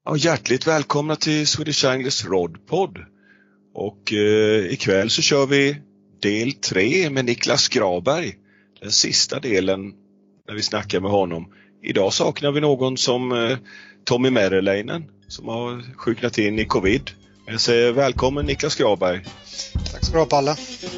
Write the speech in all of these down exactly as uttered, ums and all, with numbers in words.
Ja, hjärtligt välkomna till Swedish Anglers Rodpod. Och eh, ikväll så kör vi del tre med Niklas Graberg. Den sista delen när vi snackar med honom. Idag saknar vi någon som eh, Tommy Merreläinen som har sjuknat in i covid. Jag säger välkommen Niklas Graberg. Tack ska du ha, Palle.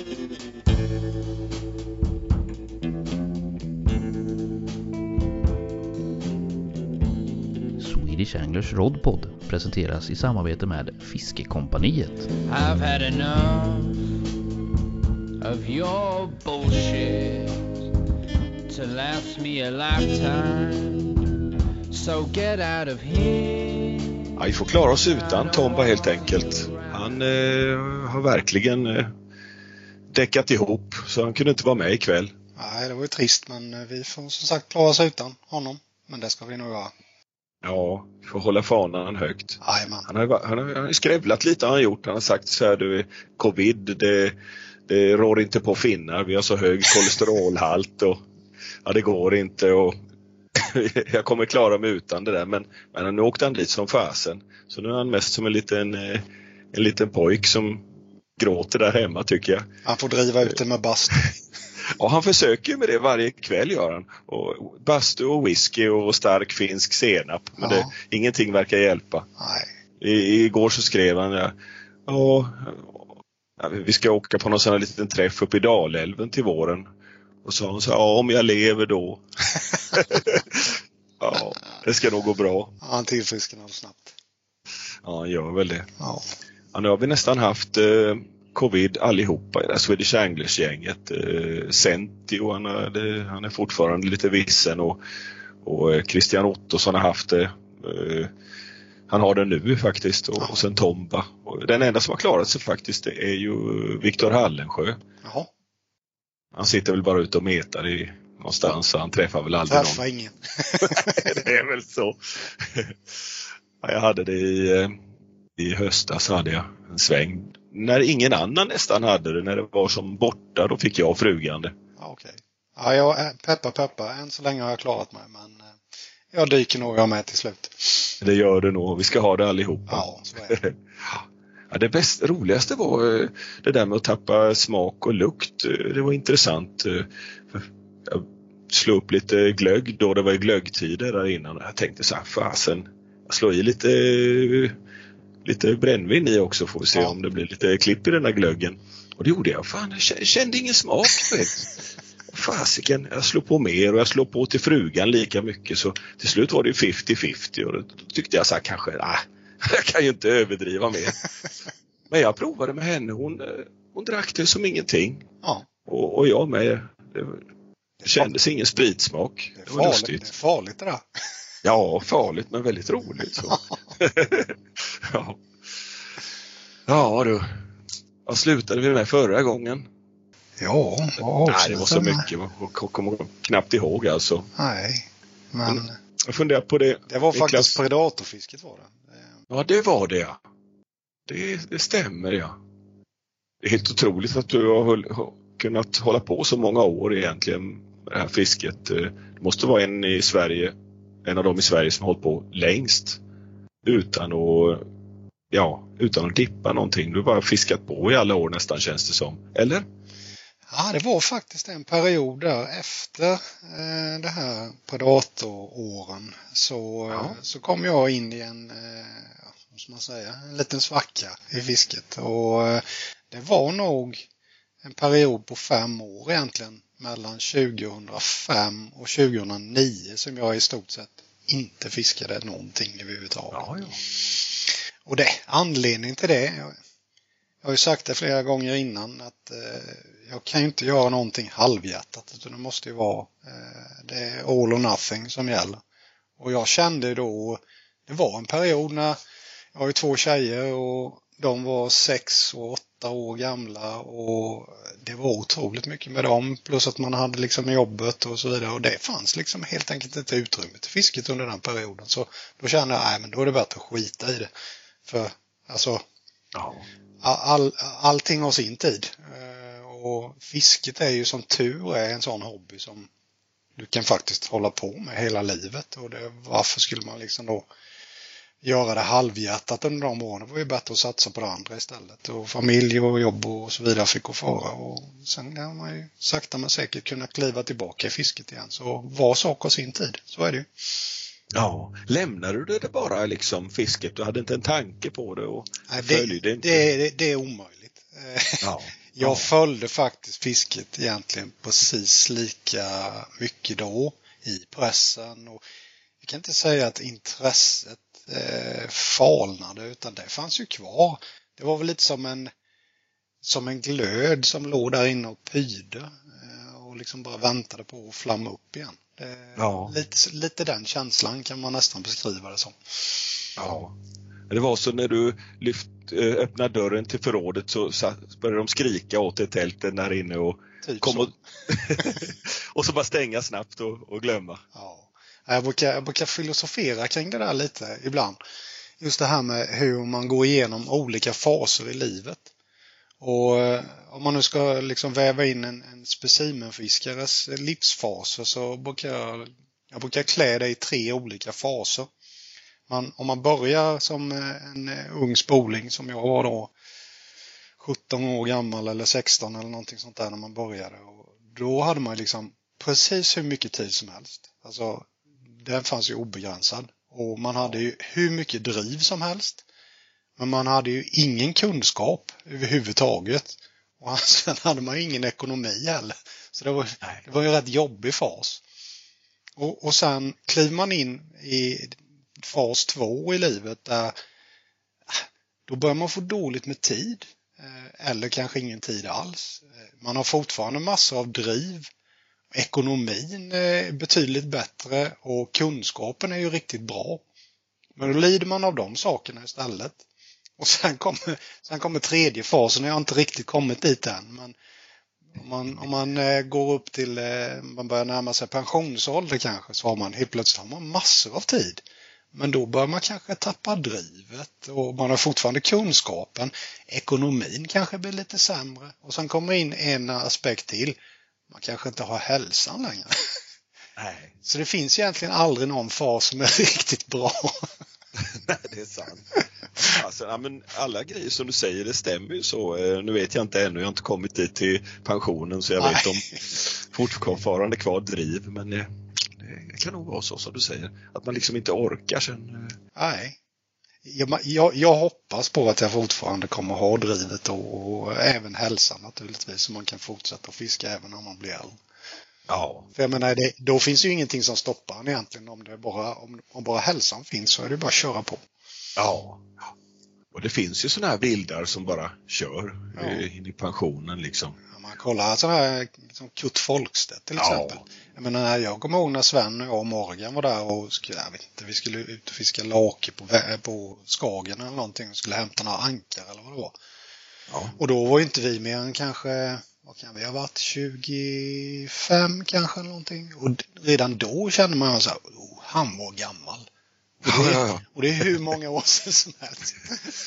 Swedish Anglers Rodpod presenteras i samarbete med Fiskekompaniet. I've had enough of your bullshit to last me a lifetime. So get out of here. Ja, vi får klara oss utan Tomba helt enkelt. Han eh, har verkligen eh, däckat ihop så han kunde inte vara med ikväll. Nej, det var ju trist, men vi får som sagt klara oss utan honom. Men det ska vi nog göra. Ja, vi får hålla fanan högt. Jajamän. Han har, han, har, han har skrävlat lite, han har gjort. Han har sagt så här, du, covid, det, det rår inte på finnar. Vi har så hög kolesterolhalt och ja, det går inte. Och jag kommer klara mig utan det där. Men, men nu åkte han dit som fasen. Så nu är han mest som en liten, en liten pojk som gråter där hemma, tycker jag. Han får driva ut det med bastu. Ja, han försöker ju med det varje kväll, gör han. Och bastu och whisky och stark finsk senap. Men Ja. det, ingenting verkar hjälpa. Nej. I, igår så skrev han, ja, ja, vi ska åka på någon sån här liten träff upp i Dalälven till våren. Och så han sa, ja, om jag lever då. Ja, det ska nog gå bra. Ja, han tillfrisknar snabbt. Ja, han gör väl det. Ja. Ja, nu har vi nästan haft eh, covid allihopa i det här Swedish Anglers-gänget. Eh, Sentio, han är, det, han är fortfarande lite vissen och, och eh, Christian Ottosson har haft det. Eh, han har det nu faktiskt och, och sen Tomba. Och den enda som har klarat sig faktiskt, det är ju Viktor Hallensjö. Jaha. Han sitter väl bara ute och metar i någonstans så han träffar väl aldrig Träffar någon. ingen. Det är väl så. Ja, jag hade det i, i höstas hade jag en sväng. När ingen annan nästan hade det, när det var som borta, då fick jag frugande. Ja, okej. Ja, jag, peppa, peppa. Än så länge har jag klarat mig, men jag dyker nog jag med till slut. Det gör det nog. Vi ska ha det allihopa. Ja, så är det. Ja, det bästa, roligaste var det där med att tappa smak och lukt. Det var intressant. Jag slog upp lite glögg då, det var glöggtider där innan. Jag tänkte så här, fasen, jag slår i lite, lite brännvin i också, får vi se ja. om det blir lite klipp i den där glöggen. Och det gjorde jag. Fan, jag kände ingen smak. Fasiken, jag slog på mer och jag slog på till frugan lika mycket, så till slut var det ju femtio femtio och då tyckte jag så här, kanske, nej, jag kan ju inte överdriva mer. Men jag provade med henne, hon, hon drack det som ingenting. Ja. Och, och jag med. Det, det kändes ingen spritsmak. Det är det var farligt, lustigt. det är farligt det där. Ja, farligt men väldigt roligt. Så. ja. Ja du. Vad slutade vi med förra gången? Ja, ja. Nej, det var så mycket. Jag kommer knappt ihåg alltså. Nej, men... men jag funderar på det. Det var Niklas. faktiskt predatorfisket var det. Ja, det var det, ja. Det, det stämmer, ja. Det är helt otroligt att du har, håll, har kunnat hålla på så många år egentligen med det här fisket. Det måste vara en i Sverige, en av dem i Sverige som har hållit på längst utan att, ja, utan att dippa någonting. Du har bara fiskat på i alla år nästan, känns det som. Eller? Ja, det var faktiskt en period där efter eh, det här predatoråren så, ja. så kom jag in i en, eh, vad ska man säga, en liten svacka i fisket. Och eh, det var nog en period på fem år egentligen, mellan tjugohundrafem och tjugohundranio, som jag i stort sett inte fiskade någonting överhuvudtaget. Ja, ja. Och det, anledningen till det, jag, jag har ju sagt det flera gånger innan, att eh, jag kan ju inte göra någonting halvhjärtat, utan det måste ju vara eh, det är all or nothing som gäller. Och jag kände då, det var en period när jag har ju två tjejer och de var sex och åtta år gamla och det var otroligt mycket med dem, plus att man hade liksom jobbet och så vidare, och det fanns liksom helt enkelt inte utrymme till fisket under den perioden. Så då kände jag, nej, men då är det bättre att skita i det. För alltså ja. all, allting har sin tid. Och fisket är ju som tur är en sån hobby som du kan faktiskt hålla på med hela livet. Och det, varför skulle man liksom då göra det halvhjärtat under de åren. Det var ju bättre att satsa på det andra istället. Och familj och jobb och så vidare fick gå före. Och sen har man ju sakta men säkert kunna kliva tillbaka i fisket igen. Så var sak har sin tid. Så är det ju. Ja, lämnade du det bara liksom fisket? Du hade inte en tanke på det och Nej, följde det, inte? Det, det, det är omöjligt. Ja. Jag Ja. följde faktiskt fisket egentligen precis lika mycket då i pressen. Och jag kan inte säga att intresset eh, falnade, utan det fanns ju kvar. Det var väl lite som en, som en glöd som låg där inne och pyrde eh, och liksom bara väntade på att flamma upp igen. Det, Ja. lite, lite den känslan kan man nästan beskriva det som. Ja. Det var så när du lyft, öppnade dörren till förrådet så började de skrika åt i tälten där inne och Typ kom så. och, och så bara stänga snabbt och, och glömma. Ja. Jag brukar, jag brukar filosofera kring det där lite ibland. Just det här med hur man går igenom olika faser i livet. Och om man nu ska liksom väva in en, en specimenfiskares livsfaser så brukar jag, jag brukar klä det i tre olika faser. Man, om man börjar som en ung spoling som jag var då, sjutton år gammal eller sexton eller någonting sånt där när man började. Och då hade man liksom precis hur mycket tid som helst. Alltså, den fanns ju obegränsad. Och man hade ju hur mycket driv som helst. Men man hade ju ingen kunskap överhuvudtaget. Och sen hade man ju ingen ekonomi heller. Så det var, det var ju en rätt jobbig fas. Och, och sen kliver man in i fas två i livet där då börjar man få dåligt med tid. Eller kanske ingen tid alls. Man har fortfarande massor av driv. Ekonomin är betydligt bättre och kunskapen är ju riktigt bra. Men då lider man av de sakerna istället. Och sen kommer, sen kommer tredje fasen. Jag har inte riktigt kommit dit än. Men om man, om man går upp till, man börjar närma sig pensionsålder kanske, så har man helt plötsligt har man massor av tid. Men då bör man kanske tappa drivet och man har fortfarande kunskapen. Ekonomin kanske blir lite sämre. Och sen kommer in en aspekt till. Man kanske inte har hälsan längre. Nej. Så det finns egentligen aldrig någon fas som är riktigt bra. Nej, det är sant. Alltså, ja, men alla grejer som du säger, det stämmer ju så. Nu vet jag inte ännu, jag har inte kommit dit till pensionen så jag Nej. vet om fortfarande kvar driv. Men det, det kan nog vara så som du säger. Att man liksom inte orkar sen. Nej. Jag, jag, jag hoppas på att jag fortfarande kommer ha drivet och, och även hälsan naturligtvis. Så man kan fortsätta att fiska även om man blir äldre. Ja. För jag menar, det, då finns ju ingenting som stoppar en egentligen. Om, det bara, om, om bara hälsan finns så är det bara att köra på. Ja. Och det finns ju såna här bildar som bara kör Ja. in i pensionen liksom. Om man kollar sådana här som Kurt Folkstedt till Ja. exempel. Jag menar, jag kommer ihåg när Sven och jag och Morgan var där och skulle, jag vet inte, vi skulle ut och fiska lake på, på Skagen eller någonting och skulle hämta några ankar eller vad det var. Ja. Och då var ju inte vi mer än kanske, vad kan vi ha varit, tjugofem kanske eller någonting. Och redan då kände man så här, oh, han var gammal. Och det, Ja, ja, ja. och det är hur många år sedan som helst.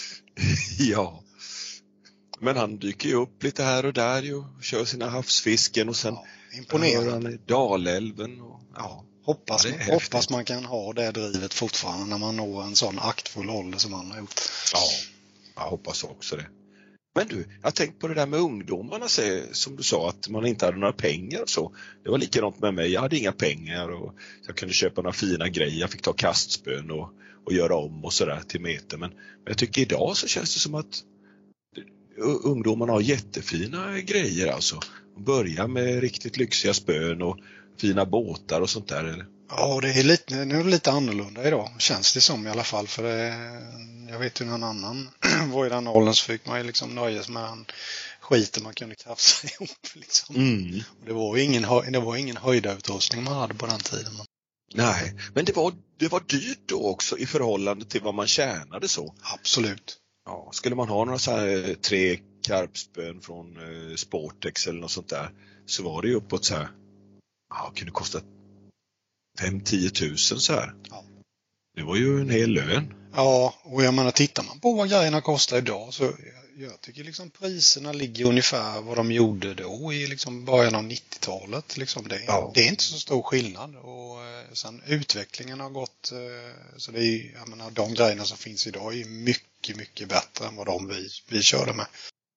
Ja. Men han dyker ju upp lite här och där ju, och kör sina havsfisken och sen Ja, imponerande. han i Dalälven. Och, ja. Hoppas, Ja, det är hoppas häftigt. man kan ha det drivet fortfarande när man når en sån aktfull ålder som han har gjort. Ja, jag hoppas också det. Men du, jag tänkte på det där med ungdomarna, som du sa att man inte hade några pengar och så. Det var likadant med mig, jag hade inga pengar och jag kunde köpa några fina grejer. Jag fick ta kastspön och, och göra om och sådär till meter. Men, men jag tycker idag så känns det som att ungdomarna har jättefina grejer alltså. De börjar med riktigt lyxiga spön och fina båtar och sånt där. Eller? Ja, det är lite, nu är det lite annorlunda idag, känns det som i alla fall. För det, jag vet ju någon annan var i den åldern så fick man ju liksom nöjas med en skiten man kunde krafsa ihop. Liksom. Mm. Och det var ju ingen, hö- det var ingen höjdarutrustning man hade på den tiden. Nej, men det var, det var dyrt då också i förhållande till vad man tjänade så. Absolut. Ja, skulle man ha några så här tre karpspön från eh, Sportex eller något sånt där så var det ju uppåt så här, ja, kunde kosta fem till tio tusen så här. Ja. Det var ju en hel lön. Ja, och jag menar, tittar man på vad grejerna kostar idag så jag tycker liksom priserna ligger ungefär vad de gjorde då i liksom början av nittiotalet. Liksom det, Ja. det är inte så stor skillnad. Och eh, sen utvecklingen har gått, eh, så det är, jag menar, de grejerna som finns idag är mycket, mycket bättre än vad de vi, vi körde med.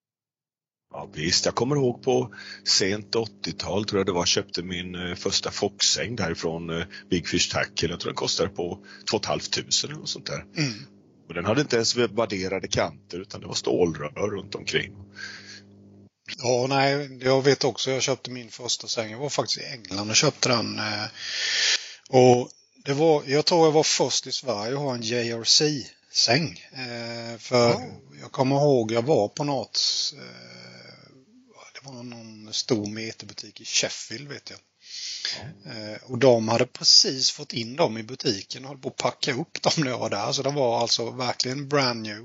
Ja visst, jag kommer ihåg på sent åttiotal tror jag det var, köpte min eh, första Fox-säng därifrån eh, Big Fish Tackle. Jag tror den kostade på två och ett halvt tusen eller något sånt där. Mm. Och den hade inte ens värderade kanter utan det var stålrör runt omkring. Ja, nej, jag vet också, jag köpte min första säng. Jag var faktiskt i England och köpte den. Eh, och det var, jag tror jag var först i Sverige att ha en J R C-säng. Eh, för oh. jag kommer ihåg, jag var på något, eh, det var någon stor meterbutik i Sheffield vet jag. Oh. Eh, och de hade precis fått in dem i butiken och höll på att packa upp dem när jag var där. Så de var alltså verkligen brand new.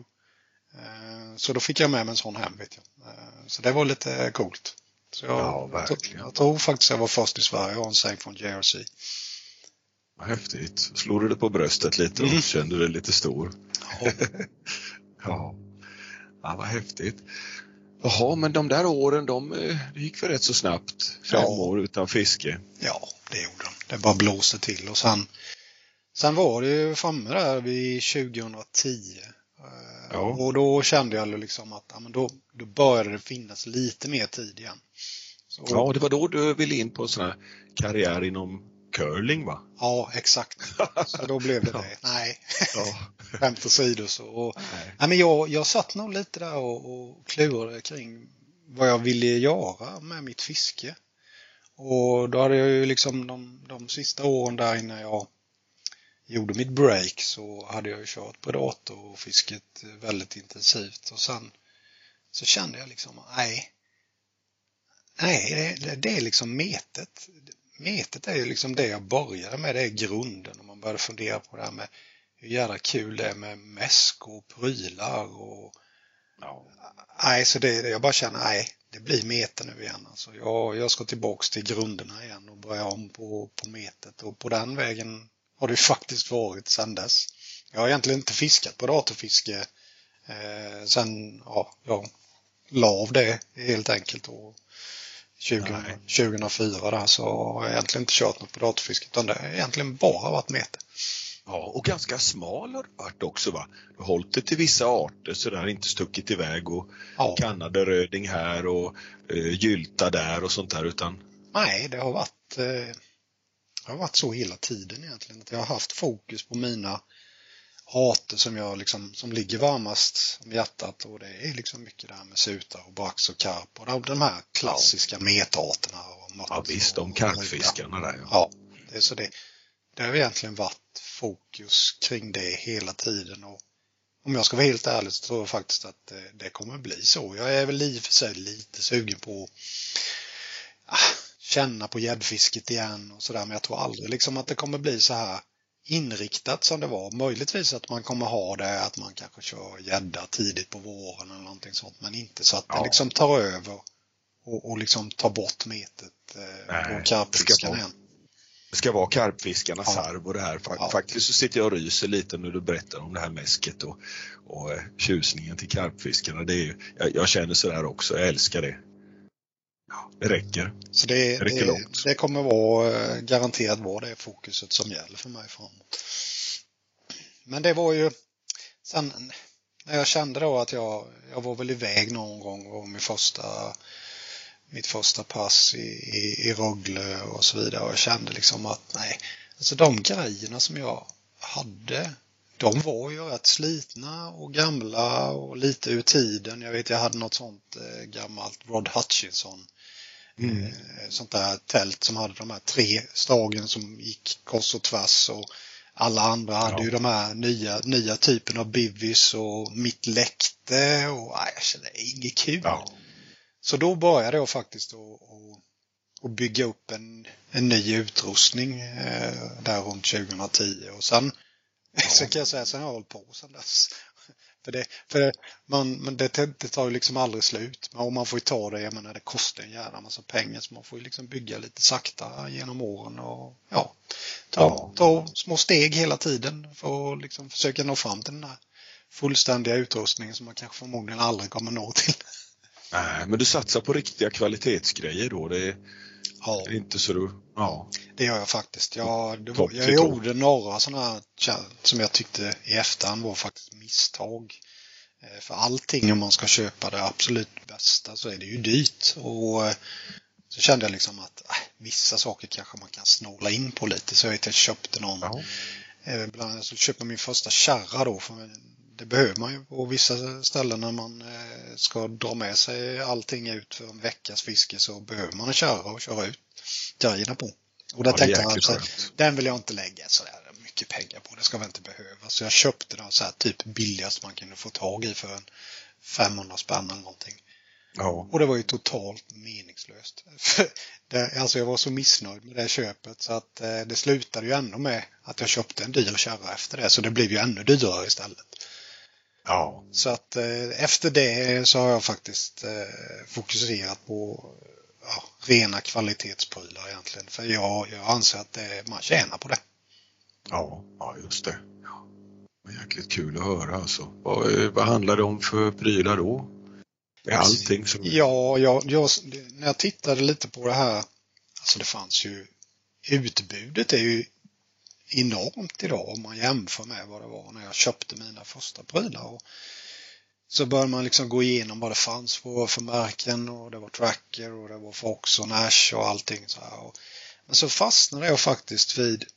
Så då fick jag med mig en sån hem, vet jag. Så det var lite coolt. Så jag, ja, verkligen. Jag, jag tror faktiskt jag var först i Sverige och en säng från J R C. Vad häftigt. Slår du det på bröstet lite och mm. kände du dig lite stor? Ja. ja. Ja, vad häftigt. Jaha, men de där åren, de det gick för rätt så snabbt. Fem ja. år utan fiske. Ja, det gjorde de. Det bara blåste till. Och sen, sen var det ju framme där vid tjugohundratio. Ja. Och då kände jag liksom att ja, men då, då började det finnas lite mer tid igen. Så, ja, det var då du ville in på en sån här karriär inom curling, va? Ja, exakt. Så då blev det ja. det. Nej, ja. skämt åsido så. Och, nej. Nej, men jag, jag satt nog lite där och, och klurade kring vad jag ville göra med mitt fiske. Och då hade jag ju liksom de, de sista åren där innan jag gjorde mitt break så hade jag ju kört predator och fisket väldigt intensivt. Och sen så kände jag liksom, nej, nej det, det är liksom metet. Metet är ju liksom det jag började med, det är grunden. Och man började fundera på det här med hur jävla kul det är med mäsk och prylar. Och, ja. Nej, så det, jag bara känner, nej, det blir metet nu igen. Alltså jag, jag ska tillbaka till grunderna igen och börja om på, på metet. Och på den vägen har det faktiskt varit sedan dess. Jag har egentligen inte fiskat på datorfiske eh, sen ja, jag la av det helt enkelt. Och tjugo, tjugohundrafyra där så har jag egentligen inte kört något på datorfiske utan det har egentligen bara varit mete. Ja, och ganska smal har det varit också, va? Du har hållit det till vissa arter så där, inte stuckit iväg och ja. Kanadaröding här och eh, gylta där och sånt där utan... Nej, det har varit... Eh, Det har varit så hela tiden egentligen att jag har haft fokus på mina arter som jag liksom, som ligger varmast om hjärtat och det är liksom mycket där med suta och brax och karp och de här klassiska ja. metarterna och mört. Ja visst, de karpfiskarna där. Ja, ja det är så det. Det har egentligen varit fokus kring det hela tiden och om jag ska vara helt ärlig så tror jag faktiskt att det, det kommer bli så. Jag är väl i och för sig lite sugen på ah, känna på gäddfisket igen och sådär. Men jag tror aldrig liksom att det kommer bli så här inriktat som det var. Möjligtvis att man kommer ha det, att man kanske kör gädda tidigt på våren eller någonting sånt. Men inte så att ja. det liksom tar över och, och liksom tar bort metet eh, Nej, på karpfiskarna igen. Det ska vara karpfiskarnas ja. arv och det här. Ja. Faktiskt så sitter jag och ryser lite när du berättar om det här mäsket och, och eh, tjusningen till karpfiskarna. Det är ju, jag, jag känner så där också, jag älskar det. Ja, det räcker. Så det, det, räcker det, det kommer vara garanterat vara det fokuset som gäller för mig framåt. Men det var ju sen när jag kände då att jag, jag var väl iväg någon gång och min första, mitt första pass i, i, i Rögle och så vidare och jag kände liksom att nej, alltså de grejerna som jag hade, de var ju rätt slitna och gamla och lite ur tiden. Jag vet jag hade något sånt eh, gammalt Rod Hutchinson mm. eh, sånt där tält som hade de här tre stagen som gick kors och tvärs och alla andra hade ja. ju de här nya, nya typen av bivvis och mitt läckte och nej, jag kände det är inget kul. Ja. Så då började jag faktiskt att, att bygga upp en, en ny utrustning eh, där runt tjugohundratio och sen ja. så kan jag säga sen har jag hållit på sen dess. För det, för man, men det, det tar ju liksom aldrig slut. Och man får ju ta det, jag menar det kostar en jävla massa pengar så man får ju liksom bygga lite sakta genom åren och ja, ta, Ja. ta små steg hela tiden för att liksom försöka nå fram till den här fullständiga utrustningen som man kanske förmodligen aldrig kommer nå till. Nej, men du satsar på riktiga kvalitetsgrejer då. Det är, Ja. det är inte så du... Ja. Det gör jag faktiskt. Jag, det var, Topp jag till gjorde några sådana här som jag tyckte i efterhand var faktiskt misstag. Eh, För allting om man ska köpa det absolut bästa så är det ju dyrt. Och eh, så kände jag liksom att äh, vissa saker kanske man kan snåla in på lite. Så jag vet jag köpte någon. Ja. Eh, Bland annat så köpte jag min första kärra då. För det behöver man ju på vissa ställen när man eh, ska dra med sig allting ut för en veckas fiske så behöver man en kärra och köra ut grejerna på. Och där Ja, det är tänkte jag jäkligt att skönt. den vill jag inte lägga så där mycket pengar på. Det ska väl inte behöva. Så jag köpte den så här typ billigast man kunde få tag i för en femhundra spänn eller någonting. Ja. Och det var ju totalt meningslöst. det, alltså jag var så missnöjd med det köpet så att eh, det slutade ju ändå med att jag köpte en dyr kärra efter det. Så det blev ju ännu dyrare istället. Ja. Så att eh, efter det så har jag faktiskt eh, fokuserat på ja, rena kvalitetsprylar egentligen. För jag, jag anser att det, man tjänar på det. Ja, ja just det. Ja. Det var jäkligt kul att höra alltså. Vad, vad handlar det om för prylar då? Det är allting som... Ja, jag, jag, när jag tittade lite på det här, alltså det fanns ju, utbudet är ju enormt idag om man jämför med vad det var när jag köpte mina första prylar. Och så började man liksom gå igenom vad det fanns för, för märken och det var Tracker och det var Fox och Nash och allting så här. Och, men så fastnade jag faktiskt vid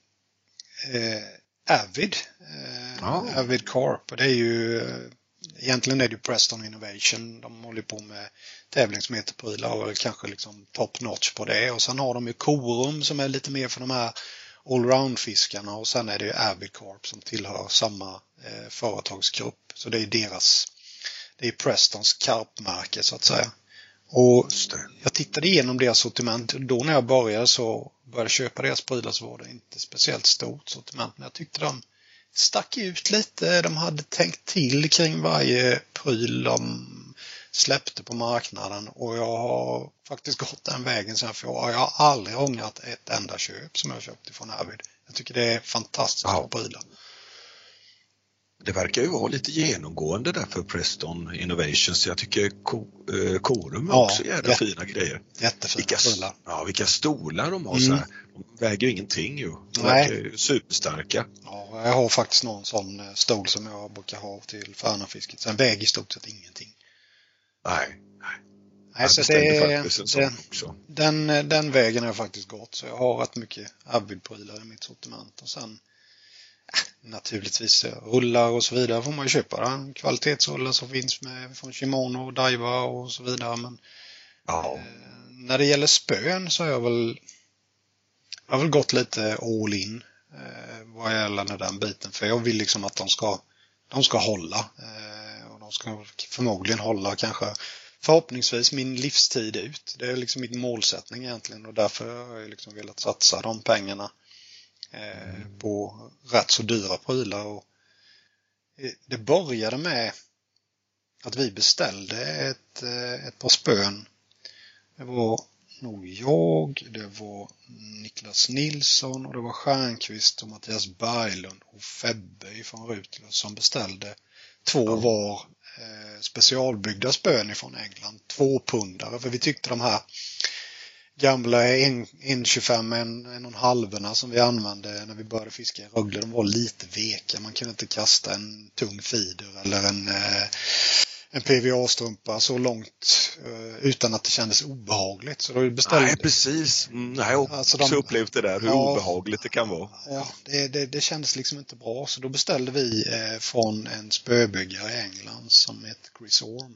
eh, Avid. Eh, Ja. Avid Carp. Och det är ju egentligen är det ju Preston Innovation. De håller på med tävlingsmeterprylar och kanske liksom top notch på det. Och sen har de ju Corum som är lite mer för de här allround-fiskarna. Och sen är det ju Avid Carp som tillhör samma eh, företagsgrupp. Så det är deras, det är Prestons karpmärke så att säga. Och jag tittade igenom deras sortiment. Då när jag började så började köpa deras prylar så var det inte speciellt stort sortiment. Men jag tyckte de stack ut lite. De hade tänkt till kring varje pryl de släppte på marknaden. Och jag har faktiskt gått den vägen sen. För jag har aldrig ångrat ett enda köp som jag köpte från Avid. Jag tycker det är fantastiska Ja. prylar. Det verkar ju vara lite genomgående där för Preston Innovations. Jag tycker Ko- eh, Corum är Ja, också jävla jätte- fina grejer. Jättefina Vilka, prylar. ja, vilka stolar de har Mm. så här. De väger ju ingenting ju. De Nej. verkar ju superstarka. Ja, jag har faktiskt någon sån eh, stol som jag brukar ha till färnafisket. Sen väger i stort sett ingenting. Nej, nej. Nej, Jag så beställde det, faktiskt en sån den, också. den, den vägen har jag faktiskt gått. Så jag har rätt mycket Avid-prylar i mitt sortiment. Och sen ja, naturligtvis rullar och så vidare får man ju köpa. Den kvalitetsrullar som finns med från Shimano och Daiwa och så vidare. Men Ja, eh, när det gäller spön så har jag väl jag har väl gått lite all in eh, vad gäller den biten. För jag vill liksom att de ska de ska hålla. Eh, och de ska förmodligen hålla kanske förhoppningsvis min livstid ut. Det är liksom min målsättning egentligen. Och därför har jag liksom velat satsa de pengarna eh, på rätt så dyra prylar. Och eh, det började med att vi beställde ett, eh, ett par spön. Det var nog jag, det var Niklas Nilsson och det var Stjernqvist och Mattias Berglund och Febbe från Rutlös som beställde två var eh, specialbyggda spön från England. Två pundare, för vi tyckte de här gamla en tjugofem, en, en och en halverna som vi använde när vi började fiska i Rögle, de var lite veka. Man kunde inte kasta en tung feeder eller en eh, en P V A-strumpa så långt uh, utan att det kändes obehagligt. Så då beställde... nej precis. Mm, nej, jag har Alltså också de- upplevt det där, hur Ja. obehagligt det kan vara. Ja, det, det, det kändes liksom inte bra. Så då beställde vi eh, från en spöbyggare i England som heter Chris Orm.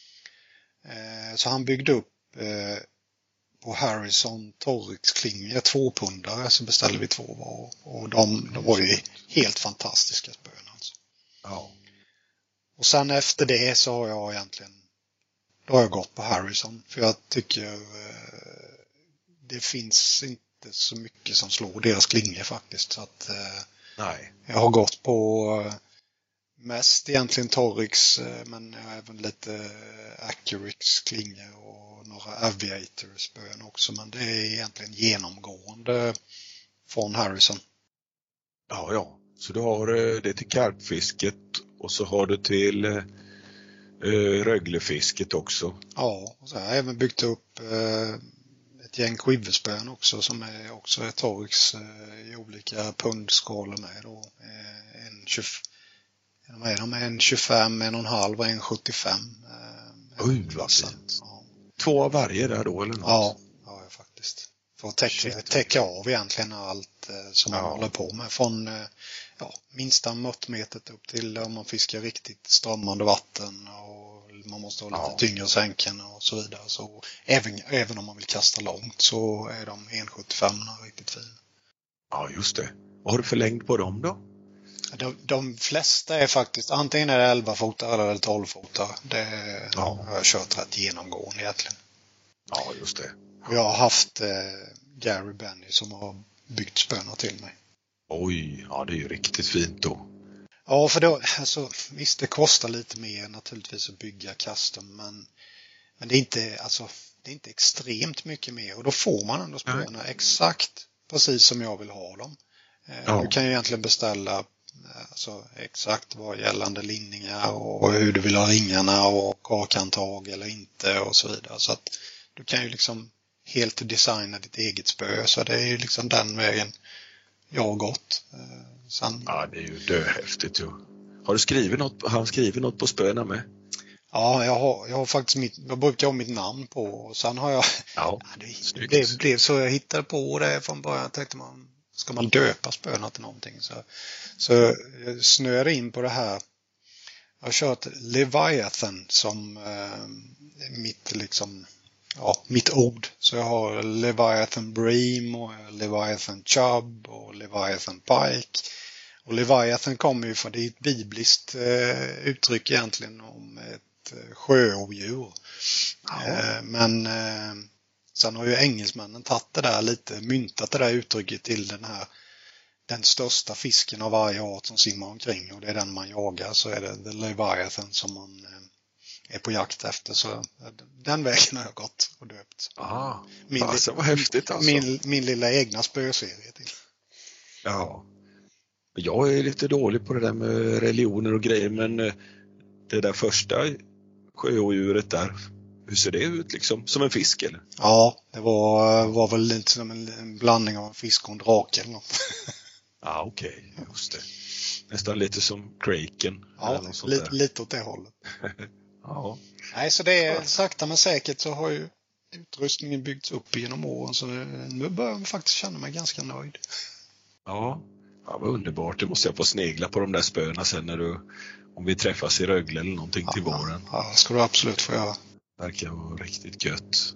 Eh, så han byggde upp eh, på Harrison Torrix-klingor, tvåpundare, så beställde vi två var. Och de, de var ju helt fantastiska spön alltså. Ja. Och sen efter det så har jag egentligen då har jag gått på Harrison. För jag tycker eh, det finns inte så mycket som slår deras klingor faktiskt. Så att eh, Nej. jag har gått på eh, mest egentligen Torix, men även lite Accurix klingor och några Aviator-spön också. Men det är egentligen genomgående från Harrison. Ja, ja. Så du har det till karpfisket och så har du till eh, röglefisket också. Ja, och så har jag även byggt upp eh, ett gäng skiverspön också som är också ett Torix eh, i olika pundskalor med då. Eh, en tjugo, de är, de är en tjugofem, en och en halv och en sjuttiofem. Eh, Oj, vad fint. Ja. Två av varje där då eller något? Ja, ja faktiskt. För att täcka, täcka av egentligen allt eh, som ja. man håller på med. Från eh, ja, minsta måttmetet upp till om man fiskar riktigt strömmande vatten och man måste ha lite ja. tyngre sänken och så vidare. Så även, även om man vill kasta långt så är de en sjuttiofem riktigt fina. Ja, just det. Vad har du för längd på dem då? De, de flesta är faktiskt antingen är det elva fotar eller tolv fotar. Det ja. har jag kört rätt genomgående egentligen. Ja, just det. Och jag har haft eh, Gary Benny som har byggt spöna till mig. Oj, ja det är ju riktigt fint då. Ja, för då, alltså, visst det kostar lite mer naturligtvis att bygga custom, men, men det är inte, alltså, det är inte extremt mycket mer och då får man ändå spöna exakt precis som jag vill ha dem. Ja. Du kan ju egentligen beställa alltså, exakt vad gällande linningar och hur du vill ha ringarna och karkantag eller inte och så vidare. Så att du kan ju liksom helt designa ditt eget spö, så det är ju liksom den vägen jag har gått. Sen... Ja, det är ju döhäftigt ju. Har du skrivit något, har han skrivit något på spöna med? Ja, jag har, jag har faktiskt mitt, jag brukar ha mitt namn på och sen har jag, ja, ja, det, det blev, blev så jag hittade på det från början. Jag tänkte man, ska man döpa spöna till någonting? Så, så jag snöade in på det här. Jag har kört Leviathan som eh, mitt liksom, ja, mitt ord. Så jag har Leviathan Bream och Leviathan Chub och Leviathan Pike. Och Leviathan kommer ju från, det är ett bibliskt eh, uttryck egentligen om ett eh, sjöodjur. Eh, men eh, sen har ju engelsmännen tagit det där lite, myntat det där uttrycket till den här, den största fisken av varje art som simmar omkring och det är den man jagar, så är det the Leviathan som man eh, är på jakt efter. Så eh, den vägen har jag gått och döpt. Ah, min, alltså, vad häftigt alltså. Min, min lilla egna spöserie till. Ja. Jag är lite dålig på det där med religioner och grejer, men det där första sjöodjuret där, hur ser det ut liksom? Som en fisk eller? Ja, det var, var väl lite som en, en blandning av en fisk och en drake eller något. Ja, okej, okay. Just det. Nästan lite som Kraken. Ja, lite, lite åt det hållet. Ja. Nej, så det är sakta men säkert så har ju utrustningen byggts upp genom åren, så nu börjar jag faktiskt känna mig ganska nöjd. Ja. Ja, vad underbart. Det måste jag få snegla på de där spöna sen när du, om vi träffas i Rögle eller någonting ja, till våren. Ja, det ska du absolut få göra. Verkar vara riktigt gött.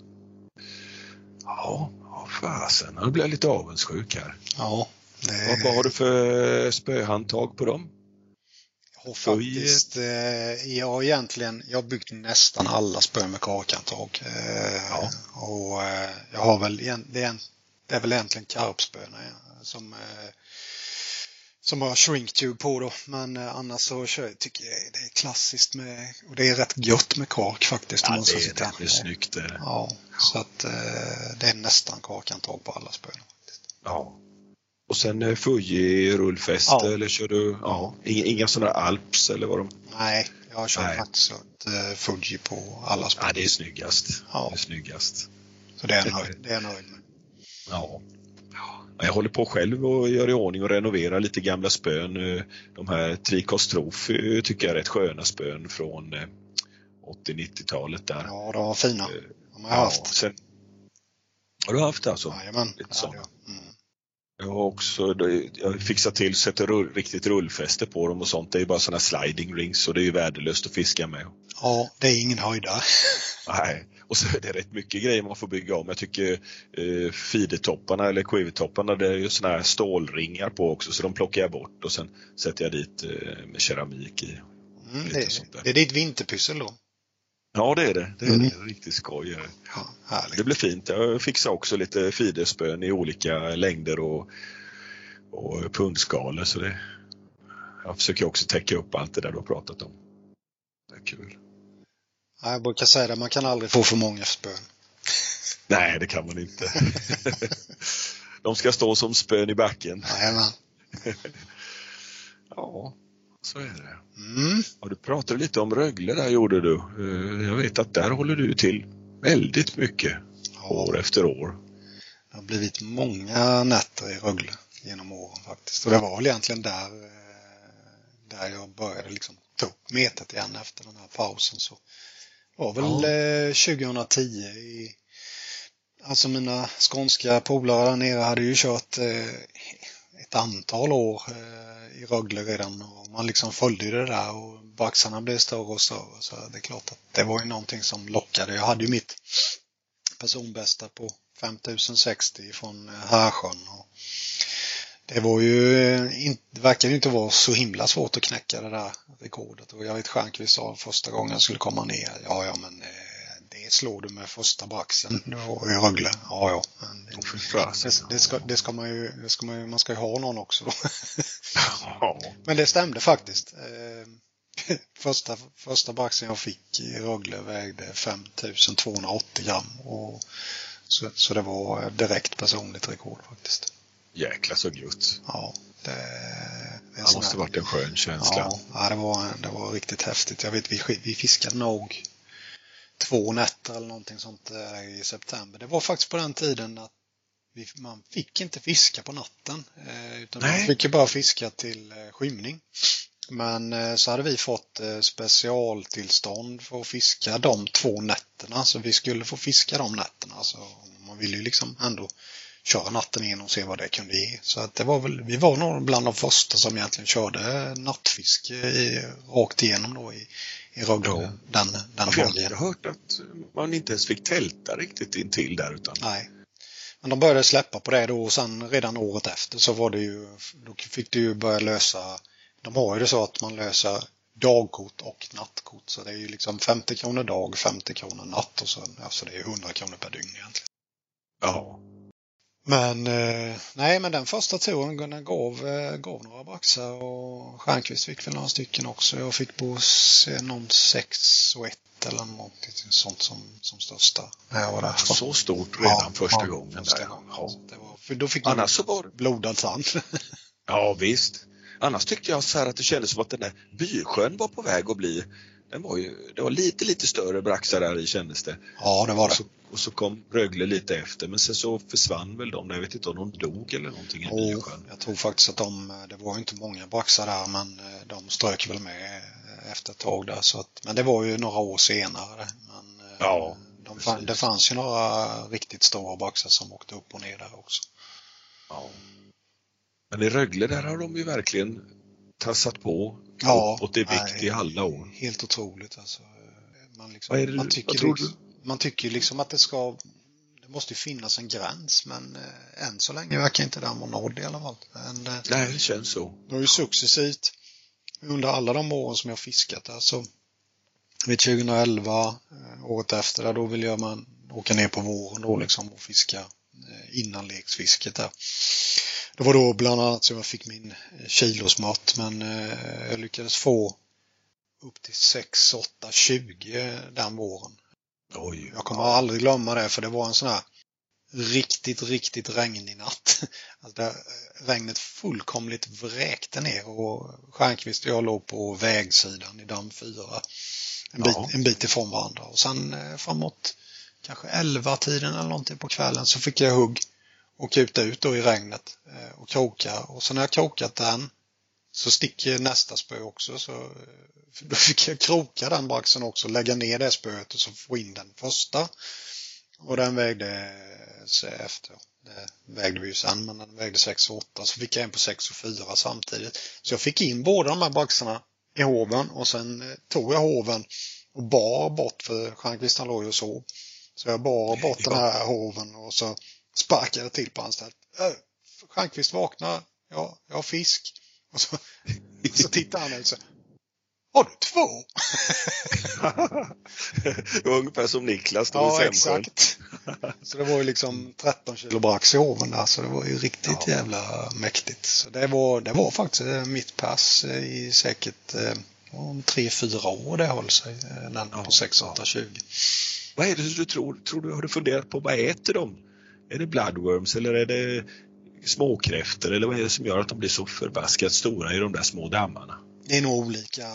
Ja, ja fasen. Nu blir jag lite avundsjuk här. Ja. Det... Vad, vad har du för spöhandtag på dem? Jag har faktiskt, eh, jag har egentligen, jag har byggt nästan alla spön med karkantag. Eh, ja. Och eh, jag har väl, det är, en, det är väl egentligen karpspöna ja, som eh, som har shrinktube på då, men eh, annars så kör, tycker jag det är klassiskt med, och det är rätt gött med kark faktiskt. Ja, man det, är, det, det är snyggt det. Ja, så att eh, det är nästan karkantag på alla spön faktiskt. Ja. Och sen eh, Fuji rullfäste ja. Eller kör du, ja, ja. Inga, inga sådana Alps eller vad de? Nej, jag kör Nej. faktiskt ett eh, Fuji på alla spön. Ja, det är snyggast. Ja. Det är snyggast. Så det är jag nöjd, det är jag nöjd med. Ja. Jag håller på själv och gör i ordning och renoverar lite gamla spön. De här Trikostrof tycker jag är rätt sköna spön från åttio-nittiotalet där. Ja, de var fina. De har jag haft. Ja, sen... Har du haft det alltså? Jajamän. Lite så. Ja, mm. Jag har också jag fixat till och sätter rull, riktigt rullfäste på dem och sånt. Det är ju bara sådana sliding rings och det är ju värdelöst att fiska med. Ja, det är ingen höjda. Nej, och så är det rätt mycket grejer man får bygga om. Jag tycker eh, feedertopparna eller quivertopparna, det är ju såna här stålringar på också, så de plockar jag bort och sen sätter jag dit eh, med keramik i. Mm, det, det är ditt vinterpussel då? Ja, det är det. Det är mm. det. Riktigt skoj. Ja, härligt. Det blir fint. Jag fixar också lite feederspön i olika längder och, och pundskalor, så det jag försöker också täcka upp allt det där du har pratat om. Det är kul. Jag brukar säga det, man kan aldrig få för många spön. Nej, det kan man inte. De ska stå som spön i backen. Jajamän. Ja, så är det. Mm. Ja, du pratade lite om Rögle där, gjorde du. Jag vet att där håller du till väldigt mycket. Ja. År efter år. Det har blivit många nätter i Rögle genom åren faktiskt. Och det var väl egentligen där, där jag började liksom ta upp metet igen efter den här pausen. Så det var väl ja. tjugohundratio i, alltså mina skånska polare där nere hade ju kört eh, ett antal år eh, i Rögle redan, och man liksom följde det där och baxarna blev större och större, så det är klart att det var ju någonting som lockade. Jag hade ju mitt personbästa på fem tusen sextio från Härsjön, och det var ju inte, det verkade inte vara så himla svårt att knäcka det där rekordet, och jag vet Stjernqvist sa första gången jag skulle komma ner, ja ja men eh, det slår du med första braxen i Rögle. Ja, ja. Men det, det, det, ska, det ska man ju, det ska man ju, man ska ju ha någon också då. Men det stämde faktiskt. Första, första braxen jag fick i Rögle vägde fem tusen tvåhundraåttio gram. Och så, så det var direkt personligt rekord faktiskt. Jäkla så gött. Ja. Det, det måste här, varit en skön känsla. Ja, det var, det var riktigt häftigt. Jag vet, vi, vi fiskade nog två nätter eller någonting sånt i september. Det var faktiskt på den tiden att vi, man fick inte fiska på natten. Eh, utan Nej. man fick ju bara fiska till eh, skymning. Men eh, så hade vi fått eh, specialtillstånd för att fiska de två nätterna. Så vi skulle få fiska de nätterna. Så man ville ju liksom ändå köra natten in och se vad det kunde ge. Så att det var väl, vi var nog bland de första som egentligen körde nattfiske i, rakt igenom då i i Rögle, ja. den, den ja, jag har hört att man inte ens fick tälta riktigt intill där utan. Nej. Men de började släppa på det då, och sen redan året efter så var det ju, då fick du ju börja lösa, de har ju det så att man löser dagkort och nattkort, så det är ju liksom femtio kronor dag, femtio kronor natt, och så alltså det är hundra kronor per dygn egentligen. Ja. Men eh, nej, men den första turen den gav, eh, gav några braxar, och Stjernqvist fick väl några stycken också. Jag fick på någon sex och ett eller någonting sånt som, som största. Jag var där. Så stort redan ja, första ja, gången. Första där. gången. Ja. Det var, för då fick man annars så var det blodad tand. Ja, visst. Annars tyckte jag så här att det kändes som att den där Bysjön var på väg att bli, den var ju, det var lite lite större braxar där i, kändes det. Ja, det var det. Och så, och så kom Rögle lite efter, men sen så försvann väl de, jag vet inte om de dog eller någonting i Bysjön. Jag tror faktiskt att de, det var inte många braxar där, men de strök väl med efter ett tag där, så att, men det var ju några år senare. Men ja, de fann, det fanns ju några riktigt stora braxar som åkte upp och ner där också. Ja. Men i Rögle där har de ju verkligen tassat på ja, uppåt i vikt i alla år. Helt otroligt alltså. Man, liksom, det, man, tycker, liksom, man tycker liksom att det ska, det måste ju finnas en gräns, men eh, än så länge verkar inte den vara nådd i alla fall. Men, eh, Nej, det känns så. Det har ju successivt under alla de åren som jag fiskat, alltså vid tjugoelva, eh, året efter där, då vill jag man åka ner på våren då liksom och fiska eh, innanleksfisket där. Det var då bland annat som jag fick min kilosmått, men eh, jag lyckades få upp till sex åtta tjugo den våren. Oj. Jag kommer aldrig glömma det, för det var en sån här riktigt, riktigt regnig natt. Alltså där regnet fullkomligt vräkte ner, och Stjernqvist och jag låg på vägsidan i damm fyra. En bit, en bit ifrån varandra. Och sen eh, framåt kanske elva tiden eller någonting på kvällen så fick jag hugg och kuta ut då i regnet eh, och kroka. Och så när jag krokat den så sticker nästa spö också, så då fick jag kroka den braxen också, lägga ner det spöet och så få in den första. Och den vägde sig efter, det vägde vi ju sen, men den vägde sex och åtta, så fick jag en på sex och fyra samtidigt. Så jag fick in båda de här braxarna i hoven, och sen tog jag hoven och bar bort, för Stjernqvist han låg ju och sov. Så jag bar bort ja. den här hoven och så sparkade jag till på hans ställ. Stjernqvist vaknar, ja, jag har fisk. Och så, och så tittar han ut så. Har du två? Det var ungefär som Niklas. Ja, exakt. Så det var ju liksom tretton kilo brax i oven där, så det var ju riktigt ja. jävla mäktigt. Så det var, det var faktiskt mitt pass i säkert om tre fyra år det höll sig, den ja, på sex åtta tjugo. Vad är det du tror? Tror du, har du funderat på vad äter de? Är det bloodworms eller är det småkräftor eller vad är det som gör att de blir så förbaskat stora i de där små dammarna? Det är nog olika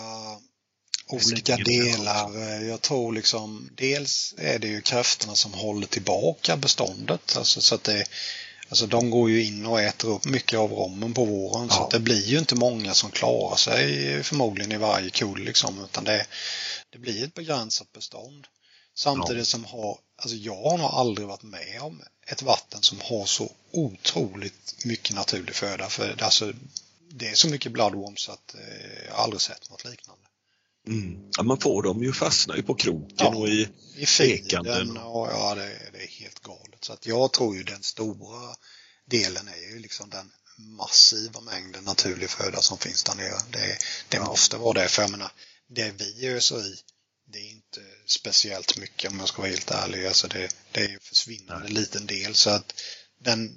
olika delar. Jag tror liksom dels är det ju kräftorna som håller tillbaka beståndet, alltså så att det alltså de går ju in och äter upp mycket av rommen på våren, ja. Så att det blir ju inte många som klarar sig förmodligen i varje kull liksom, utan det det blir ett begränsat bestånd. Samtidigt ja. som har, alltså jag har nog aldrig varit med om ett vatten som har så otroligt mycket naturlig föda, för alltså, det är så mycket bloodworms att eh, jag har aldrig sett något liknande. Mm. Ja, man får dem ju fastna ju på kroken ja, och i, i fekanden. Och ja, det, det är helt galet. Så att jag tror ju den stora delen är ju liksom den massiva mängden naturlig föda som finns där nere. Det, det ja. måste vara det, för jag menar, det vi öser i, det är inte speciellt mycket om jag ska vara helt ärlig. Alltså det, det är ju försvinnande en liten del, så att den,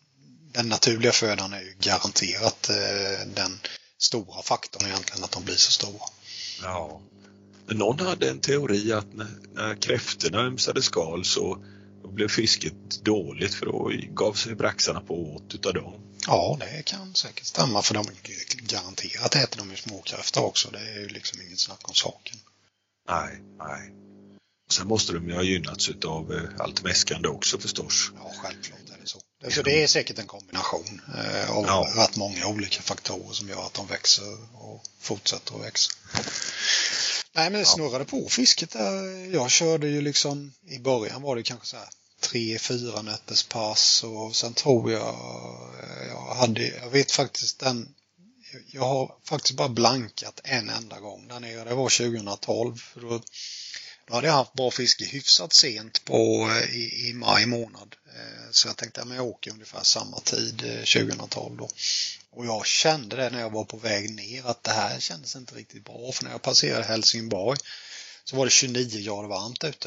den naturliga födan är ju garanterat eh, den stora faktorn egentligen, att de blir så stora. Ja. Någon hade en teori att när, när kräftorna ömsade skal så blev fisket dåligt, för då gav sig braxarna på åt utav dem. Ja, det kan säkert stämma, för de garanterat äter de ju småkräftor också. Det är ju liksom inget snack om saken. Nej, nej. Och sen måste de ju ha gynnats utav eh, allt mäskande också förstås. Ja, självklart är det så. Så det är säkert en kombination eh, av ja. rätt många olika faktorer som gör att de växer och fortsätter att växa. Nej, men det snurrade på fisket där. Jag körde ju liksom, i början var det kanske så här tre, fyra nätters pass, och sen tror jag jag hade, jag vet faktiskt den, jag har faktiskt bara blankat en enda gång där nere. Det var tjugohundratolv, för då, då hade jag haft bra fiske hyfsat sent på, i, i maj månad. Så jag tänkte att jag åker ungefär samma tid tjugohundratolv då. Och jag kände det när jag var på väg ner att det här kändes inte riktigt bra, för när jag passerade Helsingborg så var det tjugonio grader varmt ute.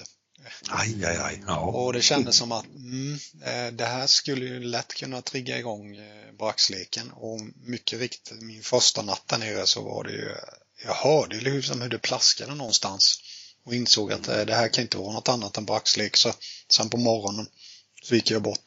Aj, aj, aj. Ja. Och det kändes som att mm, det här skulle ju lätt kunna trigga igång braxleken. Och mycket riktigt, min första natt där nere så var det ju, jag hörde ju liksom hur det plaskade någonstans. Och insåg att det här kan inte vara något annat än braxlek. Så sen på morgonen så gick jag bort.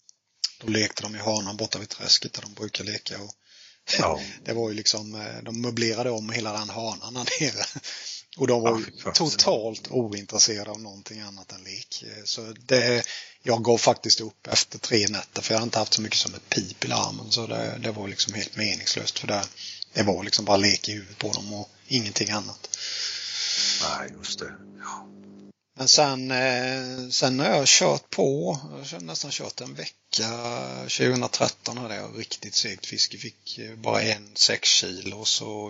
Då lekte de i hörnan borta vid träsket där de brukar leka. Och ja. Det var ju liksom, de möblerade om hela den hörnan där nere. Och de var ja, totalt ointresserade av någonting annat än lek. Så det, jag gav faktiskt upp efter tre nätter, för jag hade inte haft så mycket som ett pip i larmen. Så det, det var liksom helt meningslöst, för det, det var liksom bara lek i huvudet på dem och ingenting annat. Nej, just det. Ja. Men sen, sen när jag kört på, jag har nästan kört en vecka, tjugohundratretton hade jag riktigt segt fiske, fick bara en sex kilo, så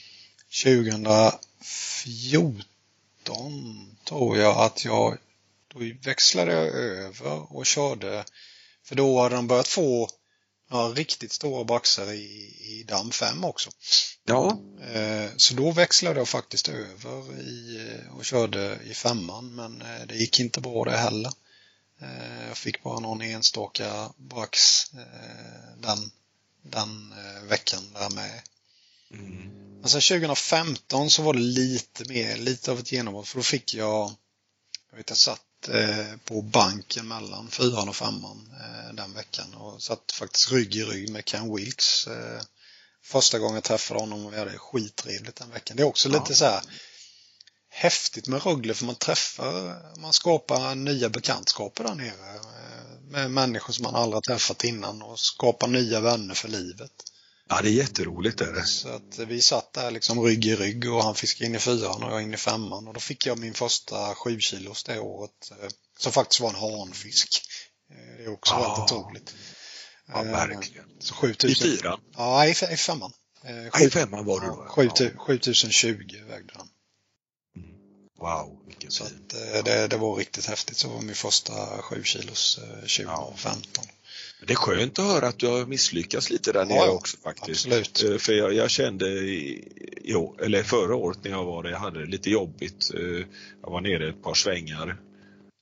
tjugohundrafjorton tror jag att jag, då växlade jag över och körde, för då hade de börjat få några riktigt stora braxar i, i damm fem också. Ja. Så då växlade jag faktiskt över i, och körde i femman, men det gick inte bra det heller. Jag fick bara någon enstaka brax den, den veckan där med. Mm. Men sen tjugohundrafemton så var det lite mer, lite av ett genombrott, för då fick jag, jag vet jag satt på banken mellan fyran och femman den veckan och satt faktiskt rygg i rygg med Ken Wilkes. Första gången jag träffade honom och vi hade skittrevligt den veckan. Det är också ja. lite så här häftigt med Rögle, för man träffar, man skapar nya bekantskaper där nere med människor som man aldrig träffat innan och skapar nya vänner för livet. Ja, det är jätteroligt är det. Så att vi satt där liksom rygg i rygg och han fiskade in i fyran och jag in i femman, och då fick jag min första sju kilos det året, som faktiskt var en hanfisk. Det är också ah. väldigt otroligt. Ja, verkligen. Så sjutusen... I fyran? Ja, i, i femman. Ja, i femman var det då. Ja, sjutusen tjugo vägde han. Mm. Wow, vilken så att, det, det var riktigt häftigt. Så var min första sju kilos tjugohundrafemton. Ja. Det är skönt att höra att du har misslyckats lite där nere ja, också faktiskt. Absolut. För jag, jag kände i, jo, eller förra året när jag var där, jag hade det lite jobbigt. Jag var nere ett par svängar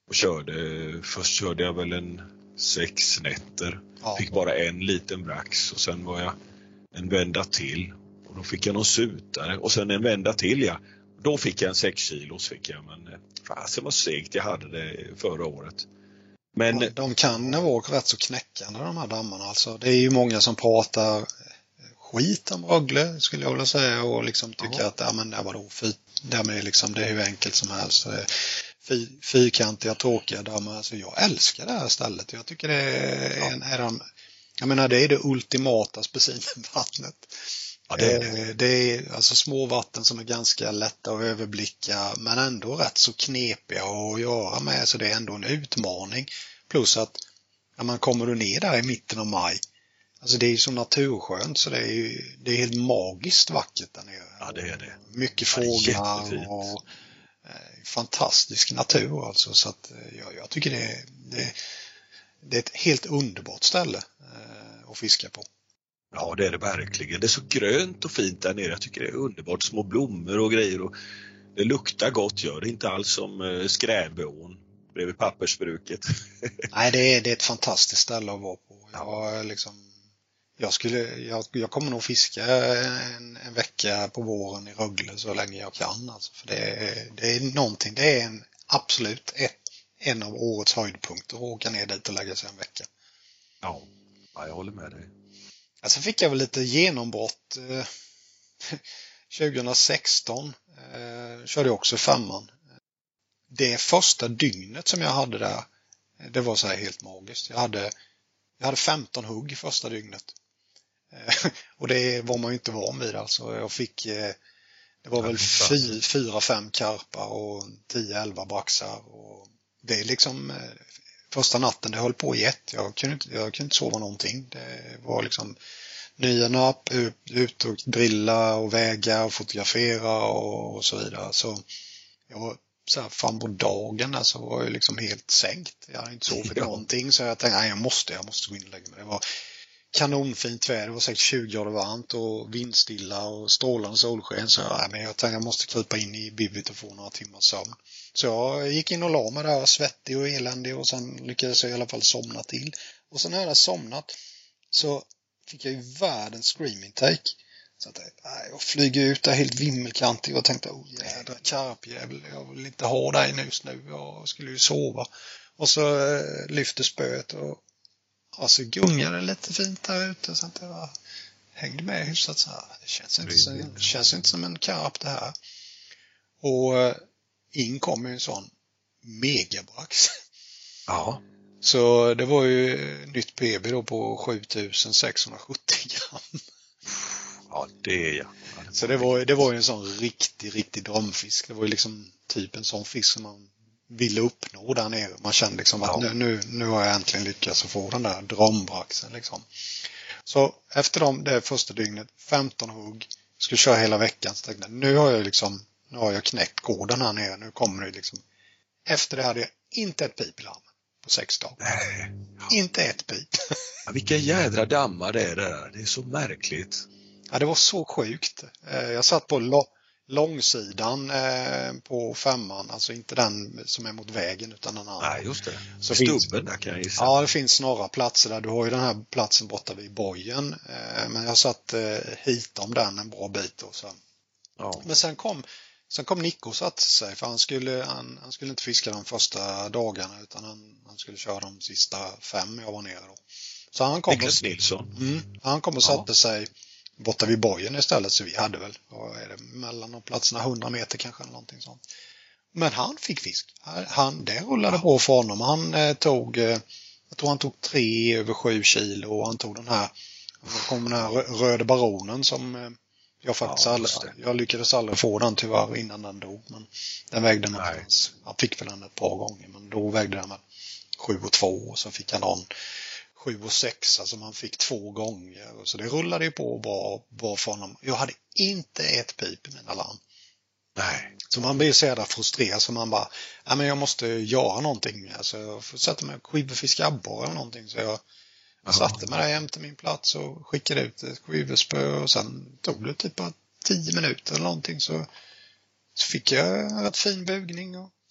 Och körde, först körde jag väl en sex nätter. Ja. Fick bara en liten brax och sen var jag en vända till. Och då fick jag någon sutare och sen en vända till, ja. Då fick jag en sex kilos fick jag, men fasen var segt jag hade det förra året. Men ja, de kan vara rätt så knäckande de här dammarna. Alltså, det är ju många som pratar skit om Rögle skulle jag vilja säga och liksom tycker ja. att ja, men det var då fyr, därmed liksom, det är hur enkelt som helst. Fyr, fyrkantiga, tråkiga dammar. Alltså, jag älskar det här stället. Jag tycker det är, ja. en, är de, jag menar det är det ultimata specimenvattnet. Ja, det, är det. det är alltså små vatten som är ganska lätta att överblicka men ändå rätt så knepiga att göra med, så det är ändå en utmaning. Plus att när man kommer ner där i mitten av maj, alltså det är ju så naturskönt så det är ju det är helt magiskt vackert där nere. Ja, det är det. Mycket fåglar och eh, fantastisk natur alltså, så att ja, jag tycker det, det, det är ett helt underbart ställe eh, att fiska på. Ja, det är det verkligen. Det är så grönt och fint där nere. Jag tycker det är underbart. Små blommor och grejer. Och det luktar gott, gör det inte alls som Skrävån bredvid pappersbruket. Nej, det är, det är ett fantastiskt ställe att vara på. Jag, liksom, jag, skulle, jag, jag kommer nog fiska en, en vecka på våren i Rögle så länge jag kan. Alltså, för det är, det är någonting. Det är en, absolut ett, en av årets höjdpunkter att åka ner dit och lägga sig en vecka. Ja, jag håller med dig. Alltså fick jag väl lite genombrott eh, tjugohundrasexton eh, körde jag också femman. Det första dygnet som jag hade där, det var så här helt magiskt. Jag hade, jag hade femton hugg första dygnet. Eh, och det var man ju inte van vid alltså. Jag fick, eh, det var väl fy, fyra, fem karpar och tio, elva braxar. Och det är liksom... Eh, första natten, det höll på i ett. Jag kunde inte, jag kunde inte sova någonting. Det var liksom nya napp, ut, ut och drilla och väga och fotografera och, och så vidare. Så jag var så här fram på dagen alltså var jag liksom helt sänkt. Jag hade inte sovit ja. någonting så jag tänkte nej, jag måste, jag måste gå in och lägga mig. Det var kanonfint väder, det var säkert tjugo grader varmt och vindstilla och strålande solsken så jag, nej, men jag tänkte jag måste krypa in i bivit och få några timmars sömn. Så jag gick in och la mig där svettig och eländig och sen lyckades jag i alla fall somna till. Och sen när jag hade somnat så fick jag ju världens screaming take. Så att nej, jag flyger ut där helt vimmelkantig och tänkte, oh jädra karpjävel, jag vill inte ha dig nu nu, jag skulle ju sova. Och så eh, lyfte spöet och alltså gungade lite fint där ute så att jag var, hängde med hyfsat så här. Det känns inte, så, det känns inte som en karp det här. Och eh, in kom ju en sån megabrax. Ja. Så det var ju nytt P B då på sjutusensexhundrasjuttio gram. Ja, det är jag. Så det var, det var ju en sån riktig, riktig drömfisk. Det var ju liksom typ en sån fisk som man ville uppnå där nere. Man kände liksom att ja. nu, nu, nu har jag äntligen lyckats få den där drömbraxen liksom. Så efter dem, det första dygnet, femton hugg, skulle köra hela veckan. Så tänkte jag, nu har jag liksom, nu har jag knäckt koden här nere. Nu kommer det liksom. Efter det hade jag inte ett pip i larmen på sex dagar. Nej. Ja. Inte ett pip. Ja, vilka jädra dammar det är det där. Det är så märkligt. Ja, det var så sjukt. Jag satt på lo- långsidan på femman, alltså inte den som är mot vägen utan den andra. Nej, just det. Så Stubben finns, där kan jag gissa. Ja, det finns några platser där. Du har ju den här platsen borta vid bojen. Men jag satt hit om den en bra bit. Och så. Ja. Men sen kom, sen kom Nico och satte sig för han skulle, han, han skulle inte fiska de första dagarna utan han, han skulle köra de sista fem jag var nere då. Så han kom Niklas och, Nilsson. Mm, han kom och satte ja. sig borta vid bojen istället, så vi hade väl, vad är det, mellan de platserna hundra meter kanske eller någonting sånt. Men han fick fisk. Han, det rullade ja. på för honom. Han eh, tog, eh, jag tror han tog tre över sju kilo och han tog den här, kom den här röda baronen som eh, jag faktiskt ja, aldrig, jag lyckades aldrig få den tyvärr innan den dog. Men den vägde någonstans. Jag fick väl den ett par gånger, men då vägde den med sju och två och så fick han någon sju och sex, alltså man fick två gånger. Så det rullade ju på bra, bra för honom. Jag hade inte ett pip i mina larm. Nej. Så man blir så jävla frustrerad så man bara, ja men jag måste göra någonting. Alltså jag får sätta mig och skivfiska abborre eller någonting. Så jag Aha. satte mig där hem till min plats och skickade ut ett skivspö och sen tog det typ bara tio minuter eller någonting så, så fick jag en rätt fin bugning och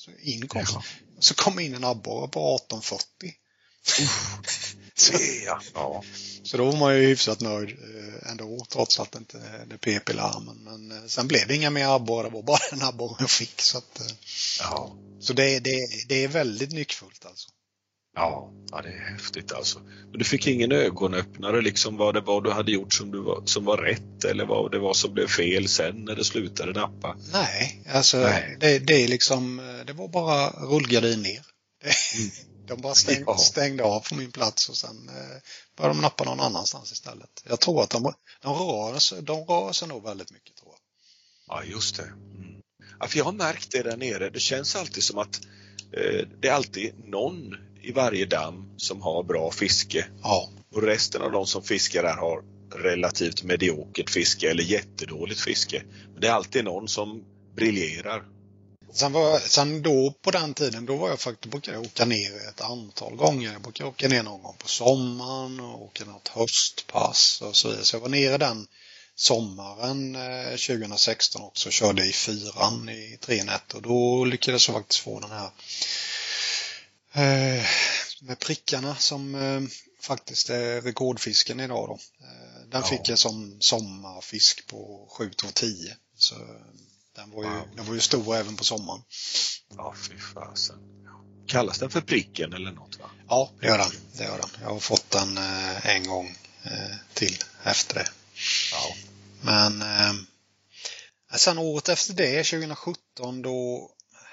Så in kom, ja. Så kom in en abborre på arton fyrtio. så, ja. Ja. Så då var man ju hyfsat nöjd eh, ändå, trots att det inte det pep i larmen. Men eh, sen blev det inga mer abborre, det var bara en abborre jag fick. Så, att, eh, ja. så det, det, det är väldigt nyckfullt alltså. Ja, ja, det är häftigt alltså. Men du fick ingen ögonöppnare liksom vad det var du hade gjort som, du var, som var rätt eller vad det var som blev fel sen när det slutade nappa? Nej, alltså Nej. Det, det är liksom, det var bara rullgardin ner. Det, mm. De bara stäng, ja. stängde av på min plats och sen eh, började de nappa någon annanstans istället. Jag tror att de, de, rör, sig, de rör sig nog väldigt mycket, tror jag. Ja, just det. Mm. Ja, för jag har märkt det där nere. Det känns alltid som att eh, det är alltid någon i varje damm som har bra fiske. Ja. Och resten av de som fiskar där har relativt mediokert fiske eller jättedåligt fiske. Men det är alltid någon som briljerar. Sen, var, sen då på den tiden då var jag faktiskt brukade åka ner ett antal gånger. Jag brukade åka ner någon gång på sommaren och åka något höstpass och så vidare. Så jag var nere den sommaren eh, tjugohundrasexton också och körde i fyran i tre nätter. Då lyckades jag faktiskt få den här eh, med prickarna som eh, faktiskt är rekordfisken idag då. Eh, den ja. fick jag som sommarfisk på sju tio. Så Den var, ju, wow. den var ju stor även på sommaren. Ja, fy fasen. Kallas den för pricken eller något, va? Ja, det gör den. Det gör den. Jag har fått den eh, en gång eh, till efter det. Ja. Men eh, sen året efter det, tjugosjutton, då,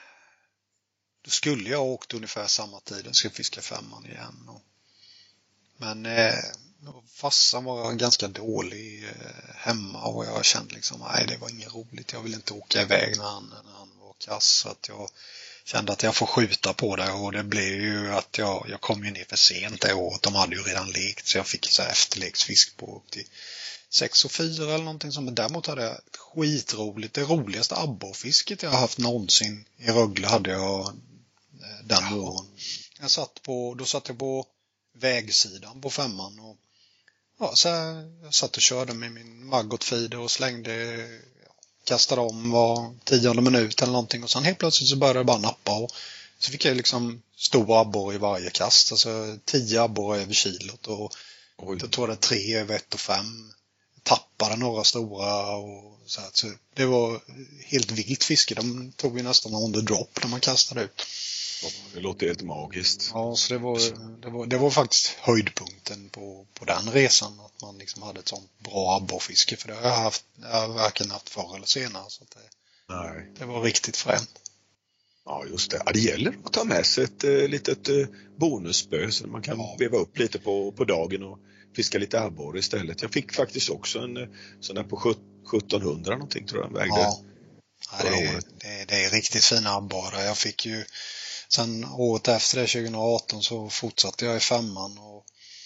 då skulle jag ha åkt ungefär samma tid. Jag skulle fiska femman igen. Och, men eh, farsan var ganska dålig eh, hemma och jag kände liksom, nej, det var inget roligt. Jag ville inte åka iväg när han, när han var kass. Så att jag kände att jag får skjuta på det och det blev ju att jag, jag kom ju ner för sent det året. De hade ju redan lekt så jag fick så här efterleksfisk på upp till sex och fyra eller någonting som. Men däremot hade jag skitroligt. Det roligaste abborrfisket jag har haft någonsin i Rögle hade jag eh, den åren. Jag satt på, då satt jag på vägsidan på femman och ja, så jag satt och körde med min maggot feeder och slängde, kastade om var tionde minut eller någonting och sen helt plötsligt så började jag bara nappa och så fick jag liksom stor abborre i varje kast, alltså tio abborre över kilot och Oj. Då tog det tre över ett och fem, tappade några stora och så, här, så det var helt vilt fiske, de tog ju nästan on the drop när man kastade ut. Det låter helt magiskt. Ja, så det var, det var, det var faktiskt höjdpunkten på, på den resan. Att man liksom hade ett sånt bra abborrfiske. För det har jag haft, jag har varken haft förr eller senare. Så att det, Nej. det var riktigt fränt. Ja, just det. Ja, det gäller att ta med sig ett äh, litet äh, bonusspö så man kan ja. veva upp lite på, på dagen och fiska lite abborre istället. Jag fick faktiskt också en äh, sån där på sjuttonhundra någonting tror jag den vägde. Ja, ja det, är, det, det är riktigt fina abborre. Jag fick ju sen året efter det, tjugoarton, så fortsatte jag i femman och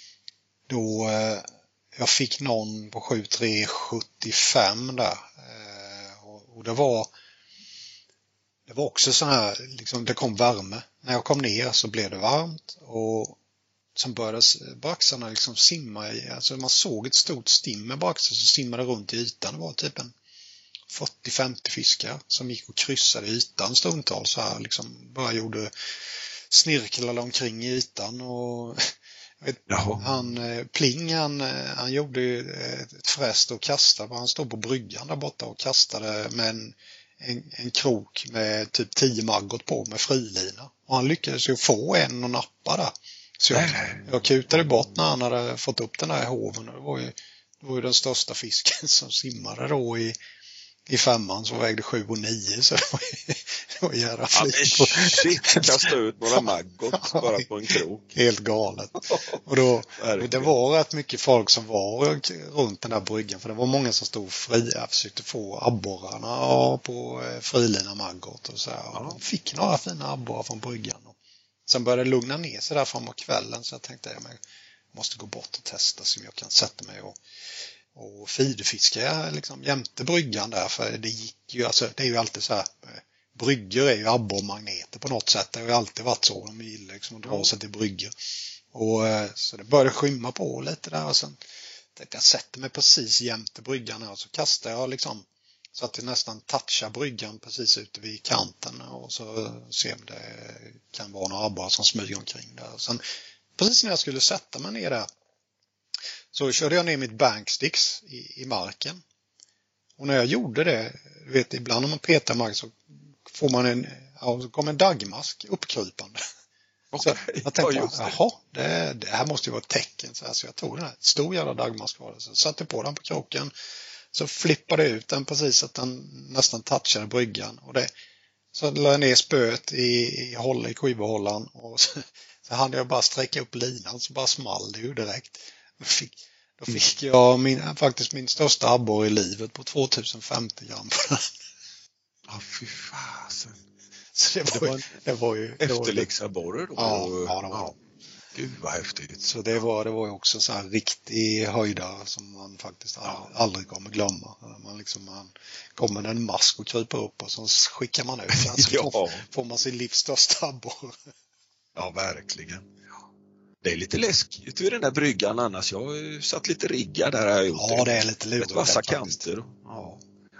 då eh, jag fick någon på sju tre sjuttiofem där eh, och, och det var det var också så här liksom, det kom värme. När jag kom ner så blev det varmt och sen började braxarna liksom simma i, alltså man såg ett stort stim med braxar som simmade runt i ytan. Det var typ en fyrtio femtio fiskar som gick och kryssade ytan stundtals så här liksom bara gjorde snirklade omkring i ytan och vet, han Pling han, han gjorde ett fräst och kastade, han stod på bryggan där borta och kastade med en, en, en krok med typ tio maggot på med frilina och han lyckades ju få en och nappa där så jag, jag kutade bort när han hade fått upp den här i hoven och det var ju, det var ju den största fisken som simmade då i I femman så vägde sju och nio så det var, det var jävla flit på. Ja, shit, kasta ut några maggot bara på en krok. Helt galet. Och då, och det var rätt mycket folk som var runt den där bryggan för det var många som stod fria och försökte få abborrarna på frilina maggot och så här. Och de fick några fina abborrar från bryggan. Och sen började det lugna ner sig där framåt kvällen så jag tänkte jag måste gå bort och testa så jag kan sätta mig och och feederfiska liksom jämte bryggan där för det gick ju alltså det är ju alltid så här brygger är ju abborrmagneter på något sätt det har ju alltid varit så de gillar liksom att dra sig till brygger och så det började skymma på lite där och sen tänkte jag sätter mig precis jämte bryggan här och så kastar jag liksom så att det nästan touchar bryggan precis ute vid kanten och så ser om det kan vara några abborrar som smyger omkring där. Och sen, precis när jag skulle sätta mig ner där så körde jag ner mitt banksticks i, i marken. Och när jag gjorde det, du vet ibland när man petar marken så får man en, ja, så kommer en dagmask uppkrypande. Okay. Så jag tänkte, ja, jaha, det, det här måste ju vara ett tecken. Så, här, så jag tog den här, stor jävla dagmask var det. Så satte på den på kroken. Så flippade ut den precis så att den nästan touchade bryggan. Och det, så la jag ner spöet i, i, håll, i skivbehållaren. Och så, så hade jag bara sträcka upp linan så bara small det ju direkt. Då fick, då fick jag min, faktiskt min största abborre i livet på tvåtusenfemtio gram på den. Ja, fy fasen. Så det var, det var, det var ju... Efterleksabborre då? Ja, ja, det var ja. Gud vad häftigt. Så det var, det var ju också så här riktig höjdare som man faktiskt ja. aldrig kommer glömma. Man liksom, man kommer med en mask och kryper upp och så skickar man ut den så ja. får, får man sin livs största abborre. Ja, verkligen. Det är lite läskigt vid den där bryggan annars. Jag har satt lite riggar där. Jag gjort ja, det är lite lurigt. Vassa kanter. Ja.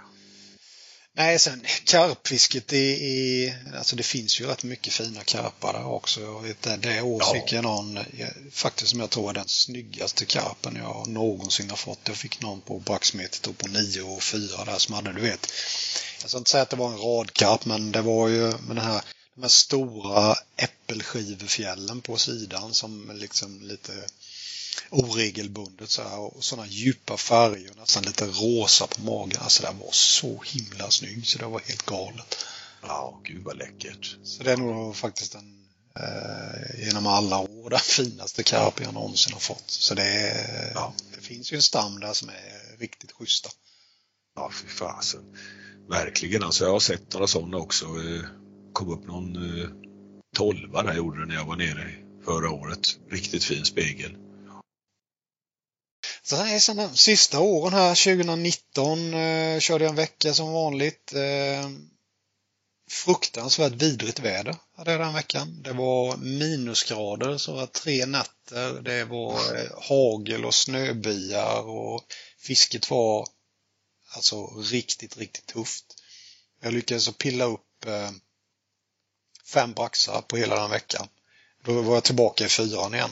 Nej, sen karpfisket i, i, alltså det finns ju rätt mycket fina karpar där också. Jag vet, det, det år ja. fick jag någon, faktiskt som jag tror är den snyggaste karpen jag någonsin har fått. Jag fick någon på braxmeter på nio och fyra där som hade, du vet. Jag ska inte säga att det var en radkarp, men det var ju med den här, de här stora äppelskivefjällen på sidan som liksom lite oregelbundet så här, och sådana djupa färger, nästan lite rosa på magen. Alltså det var så himla snygg så det var helt galet. Ja, gud vad läckert. Så det är nog faktiskt den eh, genom alla år den finaste karp jag någonsin har fått. Så det, är, ja. det finns ju en stam där som är riktigt schyssta. Ja, fy fasen. Verkligen, alltså jag har sett några sådana också. Kom upp någon eh, tolva där gjorde det när jag var nere förra året. Riktigt fin spegel. Så här är sen sista åren här, tjugonitton eh, körde jag en vecka som vanligt. Eh, fruktansvärt vidrigt väder hade jag den veckan. Det var minusgrader, så var tre nätter. Det var eh, hagel och snöbyar och fisket var alltså riktigt, riktigt tufft. Jag lyckades pilla upp eh, fem braxar på hela den veckan. Då var jag tillbaka i fyran igen.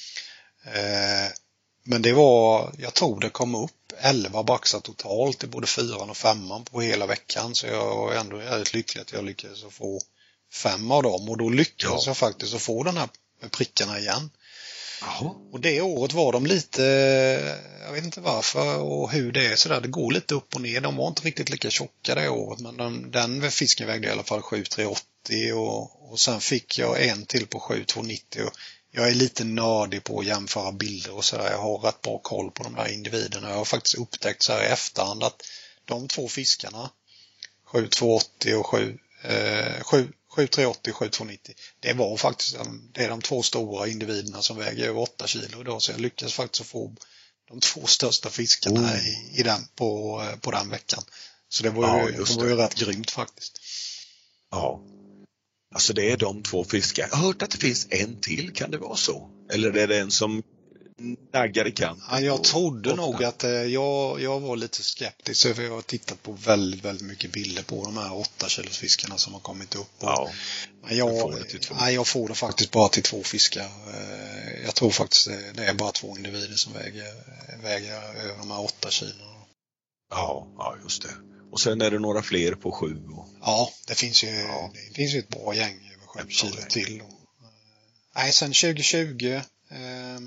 Eh, Men det var, jag tror det kom upp elva braxar totalt i både fyran och femman på hela veckan. Så jag var ändå väldigt lycklig att jag lyckades få fem av dem. Och då lyckades ja. jag faktiskt att få den här med prickarna igen. Jaha. Och det året var de lite, jag vet inte varför och hur det är sådär. Det går lite upp och ner. De var inte riktigt lika tjocka det året. Men den, den fisken vägde i alla fall sju tre åttio. Och, och sen fick jag en till på sju två nittio. Och jag är lite nördig på att jämföra bilder och sådär. Jag har rätt bra koll på de här individerna. Jag har faktiskt upptäckt så här i efterhand att de två fiskarna, sju två åttio och sju tre åttio och sju två nittio, det var faktiskt det är de två stora individerna som väger över åtta kilo idag. Så jag lyckades faktiskt få de två största fiskarna mm. i, i den, på, på den veckan. Så det var ju, ja, det var ju rätt grymt faktiskt. Ja. Alltså det är de två fiskar. Jag har hört att det finns en till, kan det vara så? Eller är det en som naggar i kanten? Ja, jag trodde nog att eh, jag, jag var lite skeptisk, för jag har tittat på väldigt, väldigt mycket bilder på de här åtta kilos fiskarna som har kommit upp. Ja, men jag, jag, får det till två. Nej, jag får det faktiskt bara till två fiskar. Jag tror faktiskt det, det är bara två individer som väger, väger över de här åtta kilo. Ja, ja, just det. Och sen är det några fler på sju. Och... Ja, det finns ju, ja. det finns ju ett bra gäng över sju kilo till. Och, nej, sen tjugo tjugo eh,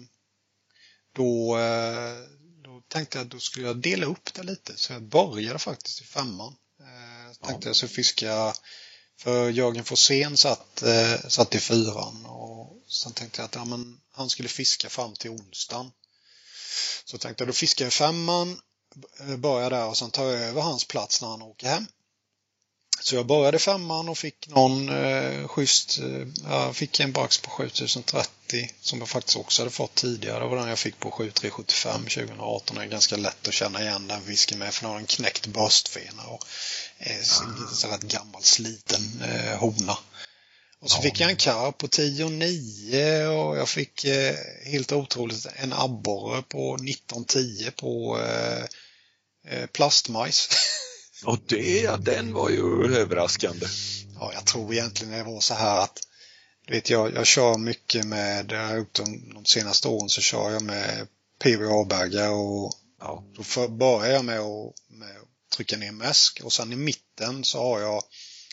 då, eh, då tänkte jag att då skulle jag dela upp det lite. Så jag började faktiskt i femman. Eh, så tänkte ja. jag så fiska, för Jörgen Forsén satt, eh, satt i fyran. Och sen tänkte jag att ja, men, han skulle fiska fram till onsdagen. Så tänkte jag då fiskar jag femman. Börjar där och sen tar jag över hans plats när han åker hem. Så jag började femman och fick någon eh, schysst, eh, jag fick en brax på sjutusen trettio som jag faktiskt också hade fått tidigare. Det var den jag fick på sju tre sjuttiofem tjugoarton. Det är ganska lätt att känna igen den fisken med, för den har en knäckt bröstfena och eh, lite så rätt gammal sliten eh, hona. Och så fick jag en karp på tio nio och jag fick eh, helt otroligt en abborre på nitton tio på eh, plastmajs. Och det, ja, den var ju överraskande. Ja, jag tror egentligen det var så här att du vet, jag, jag kör mycket med, de, de senaste åren så kör jag med P V A-baggar och ja, då för, börjar jag med att, med att trycka ner mäsk och sen i mitten så har jag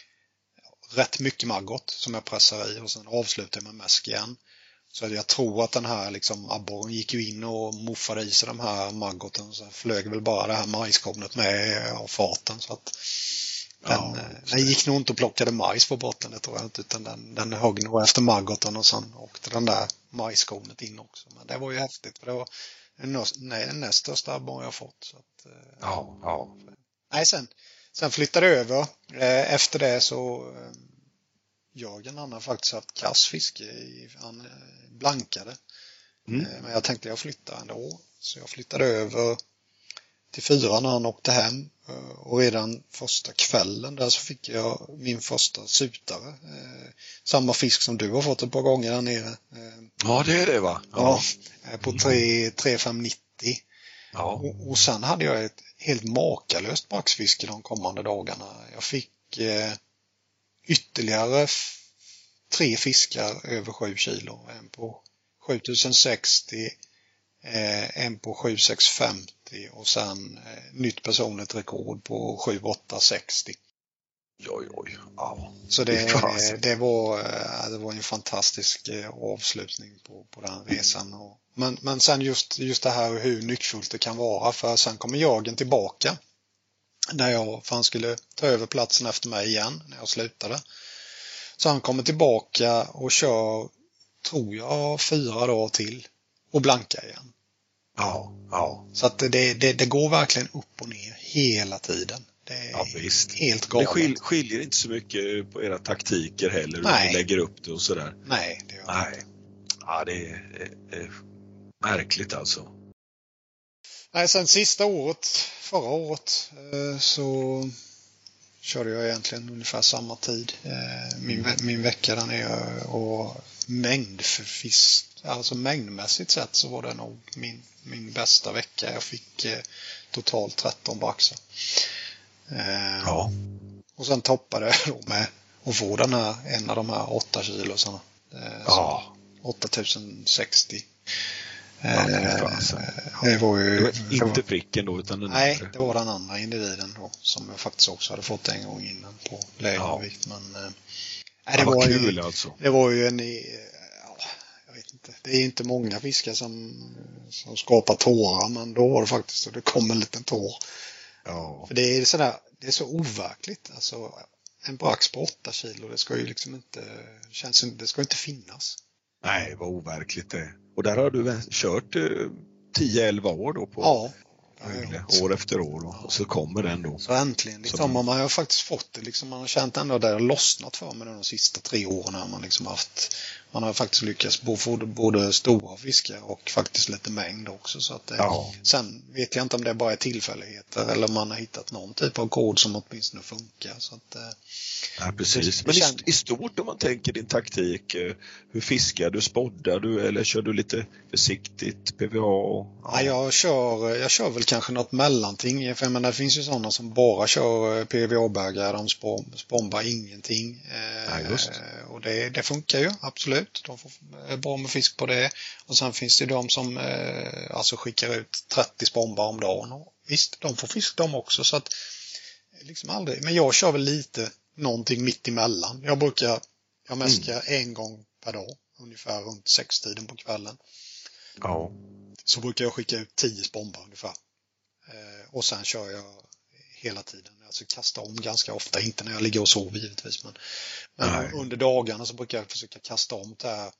rätt mycket maggot som jag pressar i och sen avslutar jag med mäsk igen. Så jag tror att den här liksom abborren gick ju in och moffade i sig de här maggoten, så flög väl bara det här majskornet med av farten, så att den, ja, den gick nog inte och plockade majs på botten, det tror jag inte, utan den, den högg nog efter maggoten och sen åkte den där majskornet in också. Men det var ju häftigt, för det var nej, den näst största abborren jag fått. Så att, ja, ja. Nej, sen, sen flyttade jag över. Efter det så Jörgen han har faktiskt haft kassfiske, han blankade. Mm. Men jag tänkte jag flyttar ändå. Så jag flyttade över till fyran när han åkte hem. Och redan första kvällen där så fick jag min första sutare. Samma fisk som du har fått ett par gånger där nere. Ja, det är det va? Ja, ja på tre fem nittio. Ja. Och, och sen hade jag ett helt makalöst braxfiske de kommande dagarna. Jag fick eh, ytterligare f- tre fiskar över sju kilo. En på sjutusen sextio, eh, en på sju tusen sexhundrafemtio och sen eh, nytt personligt rekord på sju åtta sextio. Oj, oj, ja. Så det, det, det, var, det var en fantastisk avslutning på, på den resan. Och, men, men sen just, just det här hur nyckfullt det kan vara, för sen kommer Jörgen tillbaka när jag, för han skulle ta över platsen efter mig igen när jag slutade. Så han kommer tillbaka och kör, tror jag, fyra dagar till och blankar igen. Ja, ja. Så att det, det, det går verkligen upp och ner hela tiden. Det är ja, visst. Helt galet. Det skil, skiljer inte så mycket på era taktiker heller. Nej. Hur ni lägger upp det och sådär. Nej, det gör Nej. Inte. Ja, det är, är, är märkligt alltså. Nej, sen sista året, förra året, så körde jag egentligen ungefär samma tid. Min, min vecka där nere och mängd för fisk, alltså mängdmässigt sett så var det nog min, min bästa vecka. Jag fick totalt tretton braxar. Ja. Och sen toppade jag då med att få den här, en av de här åtta kilosarna. Ja. åttatusen sextio. Ja, det, var alltså. det var ju det var inte det var, pricken då utan den nej, andra. Det var den andra individen då som jag faktiskt också hade fått en gång innan på lägervikt. Ja. Men äh, det, det var, var kul ju, alltså. Det var ju en ja, jag vet inte. Det är inte många fiskar som, som skapar tårar, men då var det faktiskt så det kom en liten tår. Ja. För det är sådär, det är så overkligt. Alltså en brax på åtta kilo, det ska ju liksom inte känns, det ska inte finnas. Nej, vad overkligt det är. Och där har du kört eh, tio elva år då på ja, Rögle, år efter år och, ja. Och så kommer den då. Så äntligen, liksom, så, man har faktiskt fått det, liksom, man har känt ändå att det har lossnat för mig de sista tre åren när man liksom haft, man har faktiskt lyckats få både stora fiskar och faktiskt lite mängd också. Så att det, ja. Sen vet jag inte om det bara är tillfälligheter eller man har hittat någon typ av kod som åtminstone funkar. Så att, ja, precis. Men i, i stort om man tänker din taktik, hur fiskar du, spoddar du eller kör du lite försiktigt P V A? Ja. Ja, jag, kör, jag kör väl kanske något mellanting. För jag menar, det finns ju sådana som bara kör P V A-baggar, de spom, spombar ingenting. Ja, just. Eh, och det, det funkar ju, absolut. De får bra med fisk på det. Och sen finns det de som eh, alltså skickar ut trettio spombar om dagen. Och visst, de får fisk de också. Så att, liksom aldrig. Men jag kör väl lite någonting mitt emellan. Jag brukar, jag mäskar mm. en gång per dag. Ungefär runt sextiden på kvällen. Ja. Så brukar jag skicka ut tio spombar ungefär. Eh, och sen kör jag hela tiden. Alltså kasta om ganska ofta. Inte när jag ligger och sover givetvis. Men, men under dagarna så brukar jag försöka kasta om det här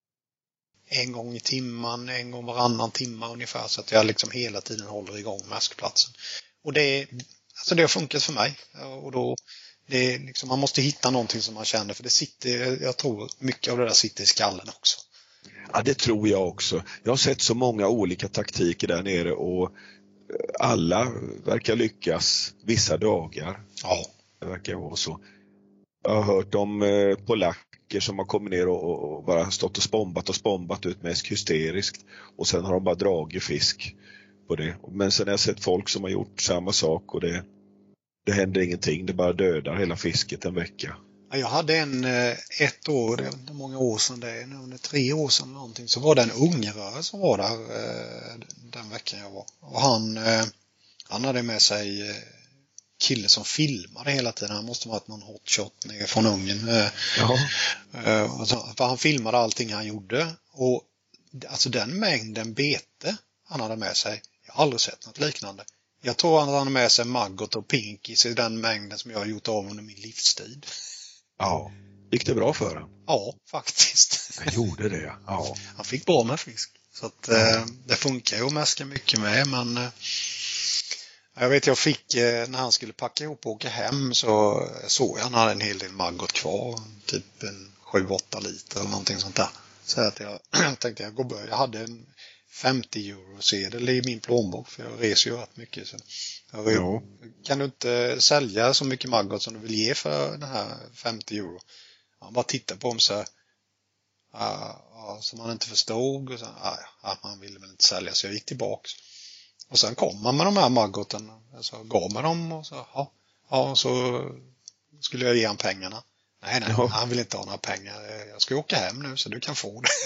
en gång i timman, en gång varannan timma ungefär. Så att jag liksom hela tiden håller igång mäskplatsen. Och det, alltså det har funkat för mig. Och då, det är liksom, man måste hitta någonting som man känner. För det sitter, jag tror mycket av det där sitter i skallen också. Ja, det tror jag också. Jag har sett så många olika taktiker där nere och alla verkar lyckas vissa dagar. Ja. Det verkar vara så. Jag har hört om eh, polacker som har kommit ner och, och bara stått och spombat och spombat ut mest hysteriskt. Och sen har de bara dragit fisk på det. Men sen har jag sett folk som har gjort samma sak och det, det händer ingenting, det bara dödar hela fisket en vecka. Jag hade en ett år, det är inte många år sedan det är, nu tre år sedan någonting, så var det en ungröre som var där den veckan jag var. Och han, han hade med sig kille som filmade hela tiden. Han måste ha varit någon hotshot ner från Ungern. Ja. För han filmade allting han gjorde. Och alltså den mängden bete han hade med sig, jag har aldrig sett något liknande. Jag tror att han hade med sig maggot och pinkis i den mängden som jag har gjort av under min livstid. Ja, gick det bra för honom? Ja, faktiskt. Jag gjorde det, ja. Han fick bra med fisk. Så att ja. eh, det funkar ju att mäska mycket med, men eh, jag vet jag fick, eh, när han skulle packa ihop och åka hem så såg jag han hade en hel del maggot kvar. Typ en sju åtta liter eller någonting sånt där. Så att jag tänkte jag går börja. Jag hade en femtio euro sedel i min plånbok för jag reser ju rätt mycket. Så jag, ja. Kan du inte sälja så mycket maggot som du vill ge för den här femtio euro? Han bara tittade på dem så här, uh, uh, som han inte förstod och så, uh, uh, han ville väl inte sälja så jag gick tillbaks. Och sen kom han med de här maggoten och så gav mig dem och så, ja, ja, så skulle jag ge han pengarna. Nej, nej, ja. Han vill inte ha några pengar. Jag ska åka hem nu så du kan få det.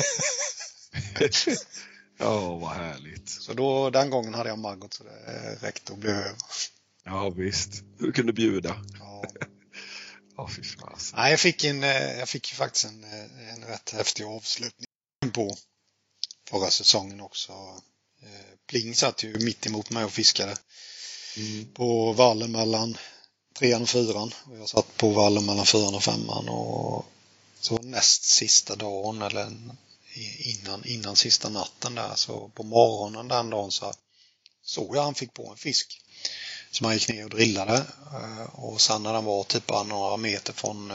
Ja, vad härligt. Så då, den gången hade jag maggot så det räckte att bli över. Ja, visst. Du kunde bjuda. Ja. Ja, fy fan. Nej, jag fick en, jag fick ju faktiskt en, en rätt häftig avslutning på förra säsongen också. Pling satt ju mitt emot mig och fiskade mm. på vallen mellan trean och fyran. Och jag satt på vallen mellan fyran och femman. Och så näst sista dagen eller innan, innan sista natten där, så på morgonen den dagen så såg jag han fick på en fisk som han gick ner och drillade. Och sen när den var typ bara några meter från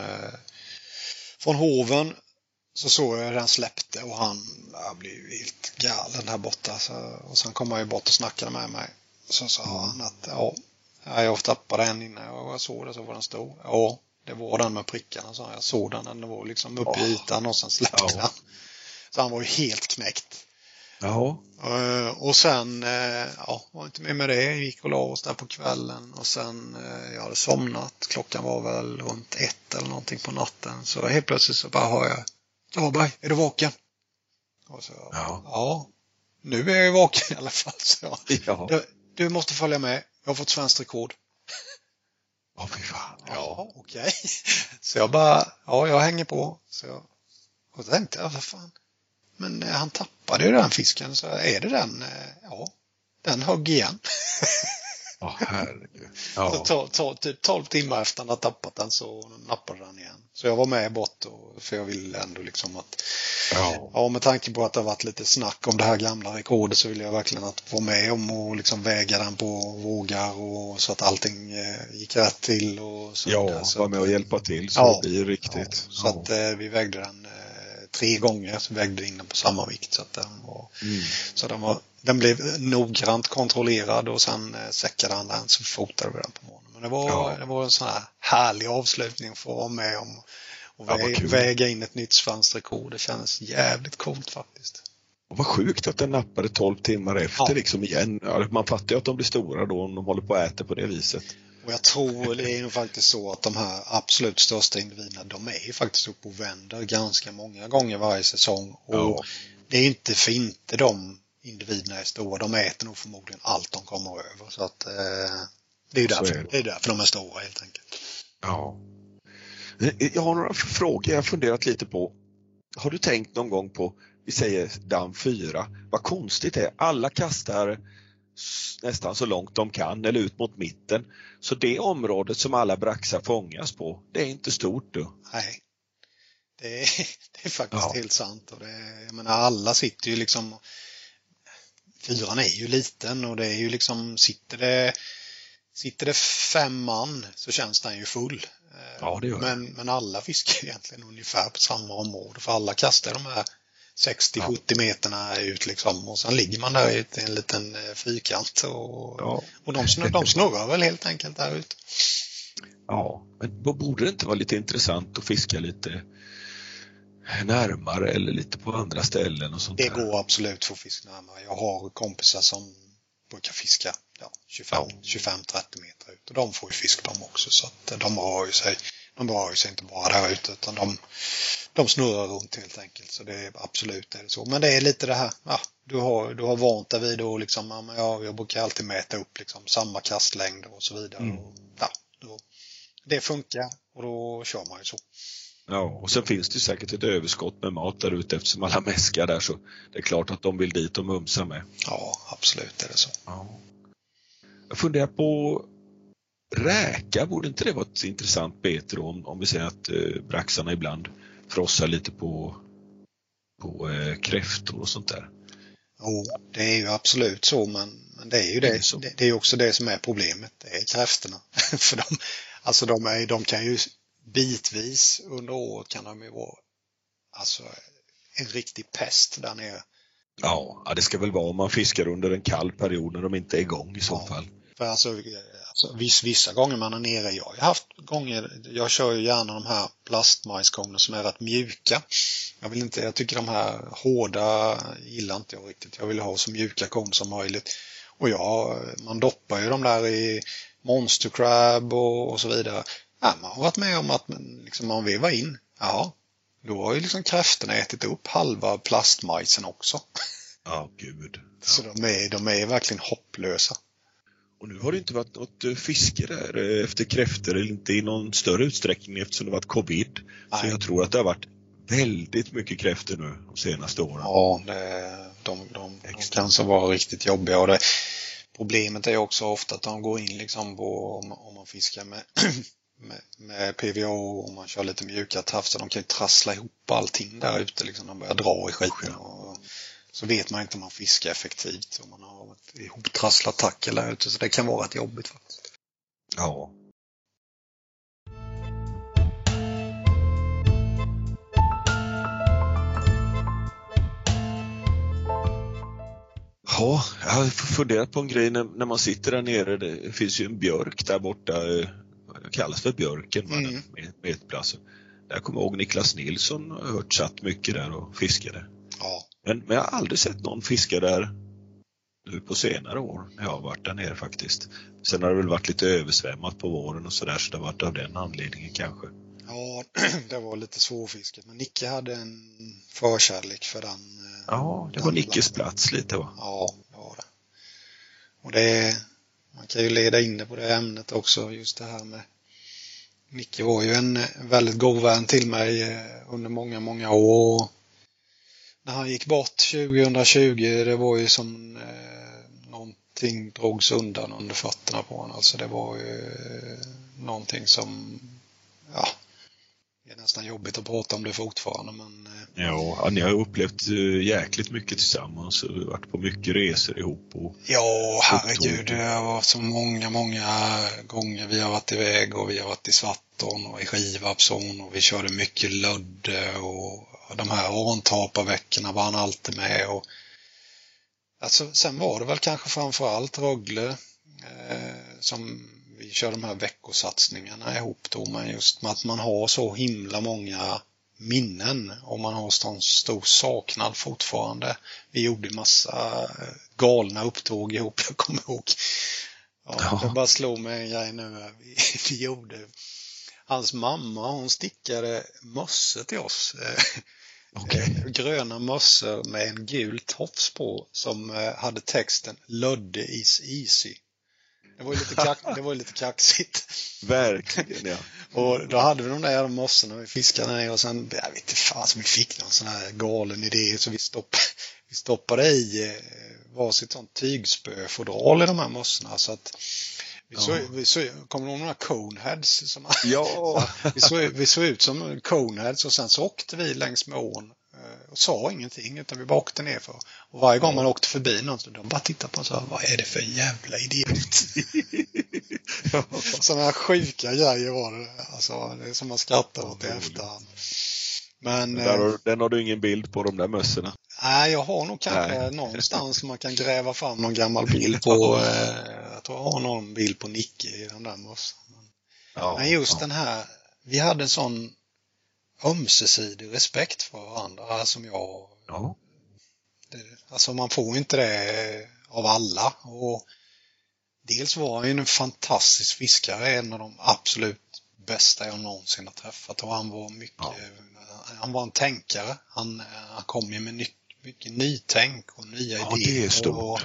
från hoven så såg jag den släppte och han jag blev ju helt galen här borta. Så, och sen kom han ju bort och snackade med mig. Så sa mm. han att ja, jag tappade en innan jag såg det så var den stor. Ja, det var den med prickarna. Så jag såg den, den var liksom uppe i ytan och sen släppte ja. den. Så han var ju helt knäckt. Ja. Och sen ja, var inte med med det. Jag gick och la oss där på kvällen. Och sen jag hade somnat. Klockan var väl runt ett eller någonting på natten. Så helt plötsligt så bara hör jag: Dahlberg, är du vaken? Och så, ja. ja, nu är jag vaken i alla fall. Så ja. du, du måste följa med. Jag har fått svenskt rekord. Åh, fy fan. Ja, okej. Okay. Så jag bara, ja, jag hänger på. Så jag, och så tänkte jag, vad fan. Men han tappade ju den fisken. Så är det den? Ja, den högg igen. Åh, herregud. Ja. Så ta, ta, typ tolv timmar efter han hade tappat den så nappade den igen. Så jag var med bort och, för jag ville ändå liksom att ja. ja, med tanke på att det har varit lite snack om det här gamla rekordet så ville jag verkligen att få med om och liksom väga den på vågar och så att allting eh, gick rätt till och så. Ja, där, så var med och hjälpa till så ja, det blir riktigt. Ja, så ja. att eh, vi vägde den eh, tre gånger så vägde in den på samma vikt så att den var mm. så den var Den blev noggrant kontrollerad och sen eh, säckade han den så fotade vi den på morgonen. Men det var, ja. det var en sån här härlig avslutning för att vara med om och ja, vä- väga in ett nytt svenskt rekord. Det kändes jävligt coolt faktiskt. Och vad sjukt att den nappade tolv timmar efter ja. liksom igen. Ja, man fattar ju att de blir stora då om de håller på att äta på det viset. Och jag tror det är nog faktiskt så att de här absolut största individerna, de är ju faktiskt uppe och vänder ganska många gånger varje säsong. Och ja. det är inte för inte de individerna är stora. De äter nog förmodligen allt de kommer över. Så att eh, det är ju därför, är det. Det är därför de är stora helt enkelt. Ja. Jag har några frågor jag har funderat lite på. Har du tänkt någon gång på, vi säger damm fyra, vad konstigt det är. Alla kastar nästan så långt de kan eller ut mot mitten. Så det området som alla braxar fångas på, det är inte stort då. Nej. Det är, det är faktiskt ja. helt sant. Och det, jag menar, alla sitter ju liksom... Fyran är ju liten och det är ju liksom... Sitter det, sitter det fem man så känns den ju full. Ja, det gör det. Men, men alla fiskar egentligen ungefär på samma område. För alla kastar de här sextio till sjuttio ja. meterna ut liksom. Och sen ligger man där i en liten fyrkant. Och, ja. och de, snurrar, de snurrar väl helt enkelt där ute. Ja, men borde det inte vara lite intressant att fiska lite närmare eller lite på andra ställen och sånt Det där? går absolut för fisk närmare. Jag har kompisar som brukar fiska ja, tjugofem till trettio meter ut. Och de får ju fisk de också. Så att de rör ju sig, de rör ju sig inte bara där ute utan de, de snurrar runt helt enkelt. Så det är absolut är det så. Men det är lite det här, ja, du har, du har vant dig vid och liksom, ja, jag brukar alltid mäta upp liksom samma kastlängder och så vidare. Mm. Och, ja, då, det funkar och då kör man ju så. Ja, och sen finns det säkert ett överskott med mat där ute eftersom alla mäskar där, så det är klart att de vill dit och mumsa med. Ja, absolut är det så. Ja. Jag funderar på räka, borde inte det vara ett intressant bete om, om vi säger att eh, braxarna ibland frossar lite på, på eh, kräftor och sånt där. Jo, det är ju absolut så, men, men det är ju det, det, är det, det är också det som är problemet, det är kräftorna. För de, alltså de, är, de kan ju bitvis under året kan de ju vara alltså en riktig pest där nere. Ja, det ska väl vara om man fiskar under en kall period när de inte är igång i så Ja, fall. För alltså, alltså viss, vissa gånger man är nere, jag har haft gånger, jag kör ju gärna de här plastmajskoner som är rätt mjuka. Jag vill inte, jag tycker de här hårda gillar inte jag riktigt. Jag vill ha så mjuka kon som möjligt. Och ja, man doppar ju de där i monster crab och, och så vidare. Ja, man har varit med om att man, liksom, man vevar in. Ja, då har ju liksom kräftorna ätit upp halva plastmajsen också. Ja, gud. Ja. Så de är, de är verkligen hopplösa. Och nu har det inte varit något fiske där efter kräftor, eller inte i någon större utsträckning eftersom det varit covid. Nej. Så jag tror att det har varit väldigt mycket kräftor nu de senaste åren. Ja, det, de, de, de kan så vara riktigt jobbiga. Och det, problemet är också ofta att de går in liksom på, om, om man fiskar med, med, med P V A och om man kör lite mjuka tafsar, de kan ju trassla ihop allting där ute. Liksom, de börjar dra i skiten och så vet man inte om man fiskar effektivt om man har ett ihoptrasslat tackel där ute. Så det kan vara rätt jobbigt faktiskt. Ja. Ja, jag har funderat på en grej när, när man sitter där nere. Det finns ju en björk där borta. Det kallas för björken, mm. med, med ett plats. Där kommer jag ihåg Niklas Nilsson har hört satt mycket där och fiskade. Ja. Men, men jag har aldrig sett någon fiska där nu på senare år när jag har varit där nere faktiskt. Sen har det väl varit lite översvämmat på våren och sådär, så det har varit av den anledningen kanske. Ja, det var lite svårfiskat. Men Nicke hade en förkärlek för den. Ja, det var Nickes plats lite va? Ja, det var det. Och det, man kan ju leda in det på det ämnet också, just det här med Nicke var ju en väldigt god vän till mig under många, många år. När han gick bort tjugohundratjugo, det var ju som eh, någonting drogs undan under fötterna på honom. Alltså det var ju eh, någonting som, ja, det är nästan jobbigt att prata om det fortfarande. Men, eh, ja, ni har upplevt eh, jäkligt mycket tillsammans och varit på mycket resor ihop. Och, ja, herregud, det har varit så många, många gånger vi har varit iväg och vi har varit i Svartån och i Skivapsån och vi körde mycket Lödde och de här Arntaparveckorna var han alltid med. Och, alltså, sen var det väl kanske framförallt Rögle eh, som vi kör de här veckosatsningarna ihop då, men just med att man har så himla många minnen och man har sån stor saknad fortfarande. Vi gjorde massa galna upptåg ihop, jag kommer ihåg. Ja, ja. Det bara slog mig en grej nu. Vi, vi gjorde, hans mamma, hon stickade mössor till oss. Okay. Gröna mössor med en gul tofs på som hade texten Lödde is easy. Det var ju lite, kack, det var lite kaxigt. Verkligen, ja. Och då hade vi de där mossorna vi fiskade ner och sen, jag vet inte fan, så vi fick någon sån här galen idé så vi stoppade, vi stoppade i varsitt sånt tygspöfodral i de här mossorna så att vi såg, ja. vi såg, kommer någon några coneheads som, ja. vi, såg, vi såg ut som coneheads och sen så åkte vi längs med ån och sa ingenting utan vi bara åkte ner för. Och varje gång man åkte förbi någon så de bara tittade på oss och sa, vad är det för jävla idiot? Ja. Sådana här sjuka grejer var det. Alltså, det är som man skrattar åt i efterhand. Men, Men där har, den har du ingen bild på de där mössorna? Nej, jag har nog kanske nej. någonstans man kan gräva fram någon gammal bild på. eh, jag tror jag har någon bild på Nicke i den där mössan. Men, ja, men just ja. den här, vi hade en sån ömsesidig respekt för varandra som jag... Ja. Det, alltså man får inte det av alla. Och dels var han ju en fantastisk fiskare, en av de absolut bästa jag någonsin har träffat. Och han var mycket, ja. han var en tänkare. Han, han kom ju med mycket, mycket nytänk och nya ja, idéer. Det är stort. Och,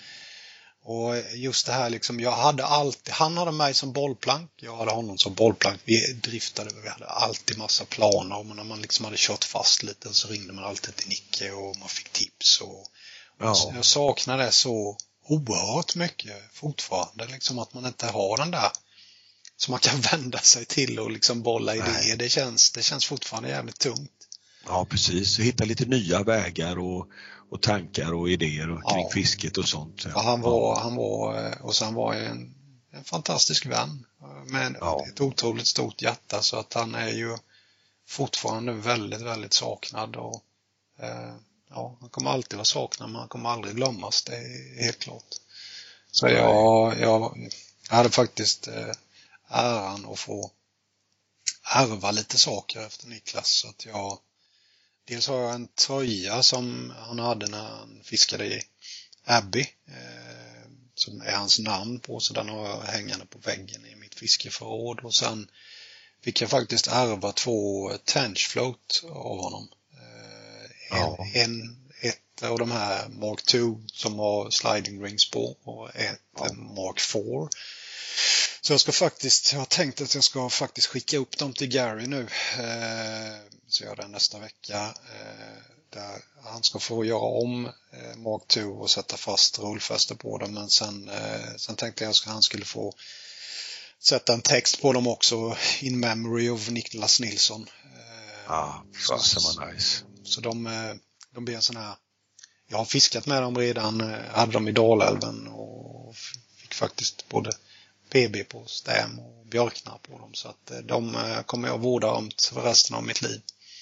och just det här liksom, jag hade alltid, han hade mig som bollplank, jag hade honom som bollplank. Vi driftade, vi hade alltid massa planer. Men när man liksom hade kört fast lite så ringde man alltid till Nicke och man fick tips. Och, ja. och jag saknar det så oerhört mycket fortfarande. Liksom att man inte har den där som man kan vända sig till och liksom bolla idéer. Det känns, det känns fortfarande jävligt tungt. Ja, precis. Hitta lite nya vägar och, och tankar och idéer och, kring ja. fisket och sånt. Ja, han var, han var, och sen var jag en, en fantastisk vän med ja. ett otroligt stort hjärta, så att han är ju fortfarande väldigt, väldigt saknad och eh, ja, han kommer alltid vara saknad, men han kommer aldrig glömmas, det är helt klart. Så jag, jag, jag hade faktiskt eh, äran att få ärva lite saker efter Niklas, så att jag dels har jag en tröja som han hade när han fiskade i Abbey, eh, som är hans namn på, så den har jag hängande på väggen i mitt fiskeförråd. Och sen fick jag faktiskt ärva två Tench Float av honom. Eh, ja. en, en, ett av de här Mark två som har sliding rings på och ett ja. Mark fyra. Så jag ska faktiskt, jag har tänkt att jag ska faktiskt skicka upp dem till Gary nu. Eh, så jag gör det nästa vecka. Eh, där han ska få göra om eh, Mark två och sätta fast rullfäste på dem. Men sen, eh, sen tänkte jag att han skulle få sätta en text på dem också. In memory of Niklas Nilsson. Ja, ah, så, så var nice. Så de, de blir en sån här, jag har fiskat med dem redan, hade dem i Dalälven och fick faktiskt både P B på stäm och björknar på dem, så att de kommer jag vårda om för resten av mitt liv.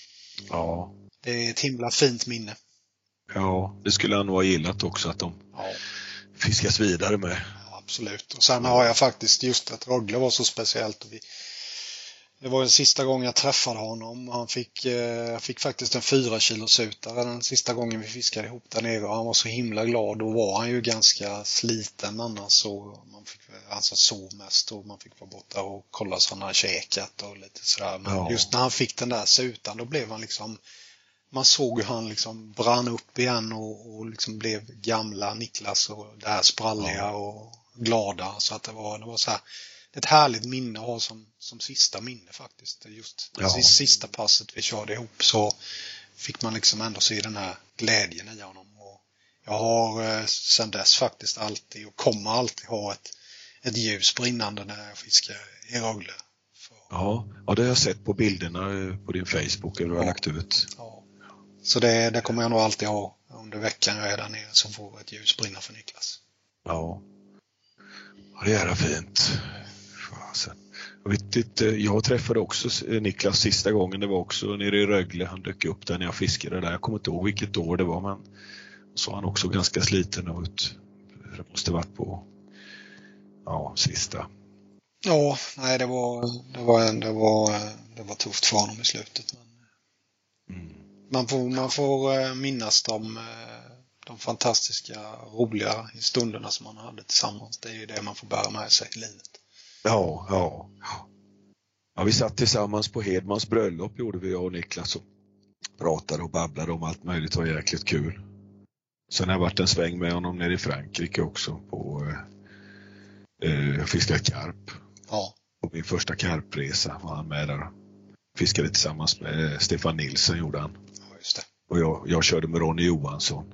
Ja. Det är ett himla fint minne. Ja, det skulle han nog ha gillat också, att de ja. fiskas vidare med. Ja, absolut. Och sen har jag faktiskt just att Rögle var så speciellt. Och vi, det var den sista gången jag träffade honom. Han fick, eh, fick faktiskt en fyra kilo sutare den sista gången vi fiskade ihop där nere. Och han var så himla glad. Då var han ju ganska sliten annars. Så man fick, alltså sov mest och man fick vara borta och kolla så han hade käkat och lite sådär. Men ja. just när han fick den där sutan, då blev han liksom, man såg hur han liksom brann upp igen och, och liksom blev gamla Niklas och det här spralliga ja. och glada. Så att det var, det var så här ett härligt minne att ha som, som sista minne faktiskt. Just ja. sista passet vi körde ihop så fick man liksom ändå se den här glädjen i honom. Och jag har eh, sedan dess faktiskt alltid och kommer alltid ha ett, ett ljus brinnande när jag fiskar i Rögle. För... Ja, ja, det har jag sett på bilderna på din Facebook eller du har ja. lagt ut. Ja. Så det, det kommer jag nog alltid ha under veckan jag är där nere, som får ett ljus brinna för Niklas. Ja, ja det är fint. Fasen. Jag vet inte, jag träffade också Niklas sista gången, det var också nere i Rögle. Han dök upp där när jag fiskade där. Jag kommer inte ihåg vilket år det var, men så han också ganska sliten ut. Det måste varit på ja, sista. Ja, nej det var det var det var det var tufft för honom i slutet, men mm. man får man får minnas de de fantastiska roliga stunderna som man hade tillsammans. Det är ju det man får bära med sig i livet. Ja, ja. Ja, vi satt tillsammans på Hedmans bröllop, gjorde vi, jag och Niklas, och pratade och babblade om allt möjligt. Det var jäkligt kul. Sen har jag varit en sväng med honom nere i Frankrike också på eh, fiskade karp. Ja. På min första karpresa var han med där. Fiskade tillsammans med Stefan Nilsson, gjorde han. Ja, just det. Och jag, jag körde med Ronny Johansson.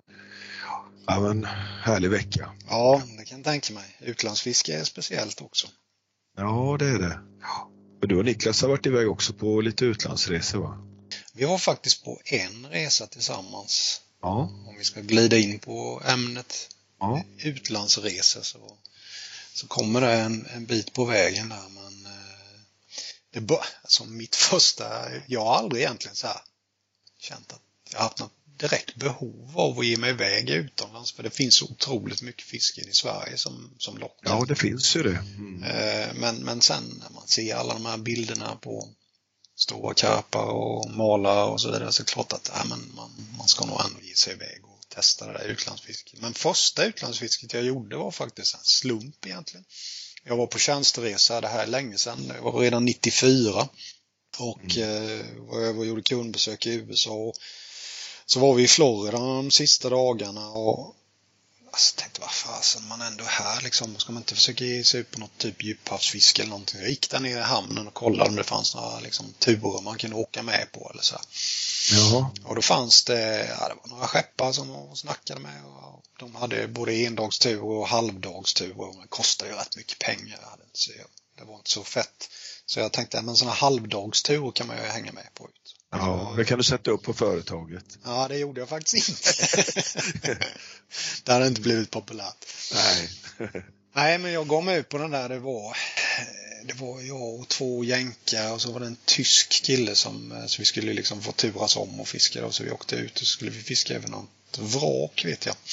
Ja, men härlig vecka. Ja, det kan jag tänka mig. Utlandsfiske är speciellt också. Ja, det är det. Ja. Och du och Niklas har varit iväg också på lite utlandsresor, va? Vi var faktiskt på en resa tillsammans. Ja. Om vi ska glida in på ämnet ja. utlandsresor så, så kommer det en, en bit på vägen där. Men eh, det bör, alltså mitt första, jag har aldrig egentligen så här känt att jag har haft något direkt behov av att ge mig iväg utomlands, för det finns så otroligt mycket fiske i Sverige som, som lockar. Ja, det finns ju det. Mm. Men, men sen när man ser alla de här bilderna på stora karpar och malar och så vidare, så är det klart att ja, men man, man ska nog ändå ge sig iväg och testa det där utlandsfisket. Men första utlandsfisket jag gjorde var faktiskt en slump egentligen. Jag var på tjänsteresa, det här är länge sedan, det var redan nittiofyra. Och mm. eh, var över och gjorde kundbesök i U S A. Och så var vi i Florida de sista dagarna och alltså, tänkte, vad fasen, man ändå är här liksom. Ska man inte försöka ge sig ut på något typ djuphavsfiske eller någonting? Jag gick där nere i hamnen och kollade om det fanns några liksom, turer man kunde åka med på eller så. Jaha. Och då fanns det, ja, det var några skeppar som jag snackade med. Och de hade både endagsturer och halvdagsturer. Och det kostade ju rätt mycket pengar. Så det var inte så fett. Så jag tänkte, men sådana halvdagsturer kan man ju hänga med på ut. Ja, det kan du sätta upp på företaget. Ja, det gjorde jag faktiskt inte. Det hade inte blivit populärt. Nej. Nej, men jag gav mig ut på den där. Det var, det var jag och två jänkar och så var det en tysk kille som så vi skulle liksom få turas om och fiska. Och så vi åkte ut och så skulle vi fiska över något vrak, vet jag.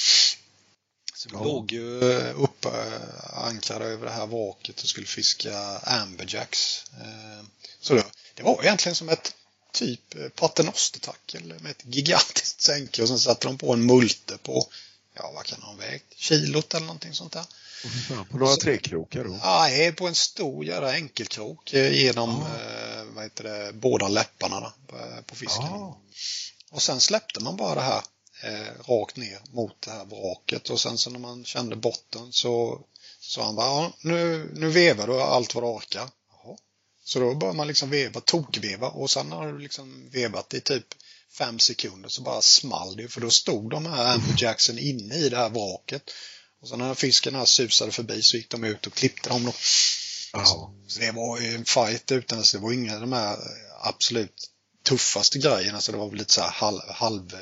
Så vi ja. låg ju uppe ankrade över det här vraket och skulle fiska amberjacks. Så det, det var egentligen som ett typ paternostertackel med ett gigantiskt sänke och sen satte de på en multe på, ja vad kan han vägt, kilot eller någonting sånt där. Ja, på några så, trekrokar då? Ja, på en stor jävla enkelkrok genom ah. eh, vad heter det, båda läpparna då, på, på fisken. Ah. Och sen släppte man bara det här eh, rakt ner mot det här vraket och sen så när man kände botten så sa han bara, ja, nu, nu vevar du allt vad du orkar. Så då börjar man liksom veva, tokveva och sen har du liksom vevat i typ fem sekunder så bara small det. För då stod de här amberjacksen inne i det här vraket. Och sen när fisken här susade förbi så gick de ut och klippte dem då. Oh. Så det var ju en fight utan så det var inga av de här absolut tuffaste grejerna. Så det var väl lite så här halv, halv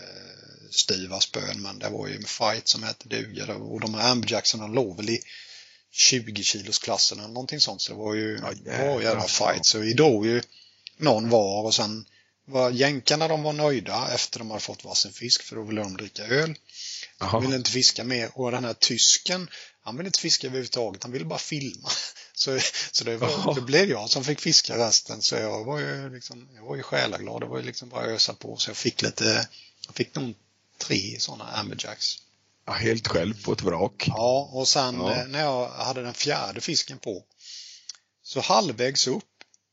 styva spön. Men det var ju en fight som hette duga. Och de här amberjacksen låg väl i tjugo kilos klassen eller någonting sånt. Så det var ju ja, yeah, var jävla fight. Så vi drog ju någon var och sen var jänkarna, de var nöjda efter de hade fått varsin fisk för då ville de dricka öl. Aha. De ville inte fiska mer. Och den här tysken, han ville inte fiska överhuvudtaget. Han ville bara filma. Så, så det, var, det blev jag som fick fiska resten. Så jag var ju liksom, jag var ju själaglad. Det var ju liksom bara ösa på. Så jag fick lite, jag fick nog tre sådana amberjacks. Ja, helt själv på ett vrak. Ja, och sen ja. när jag hade den fjärde fisken på så halvvägs upp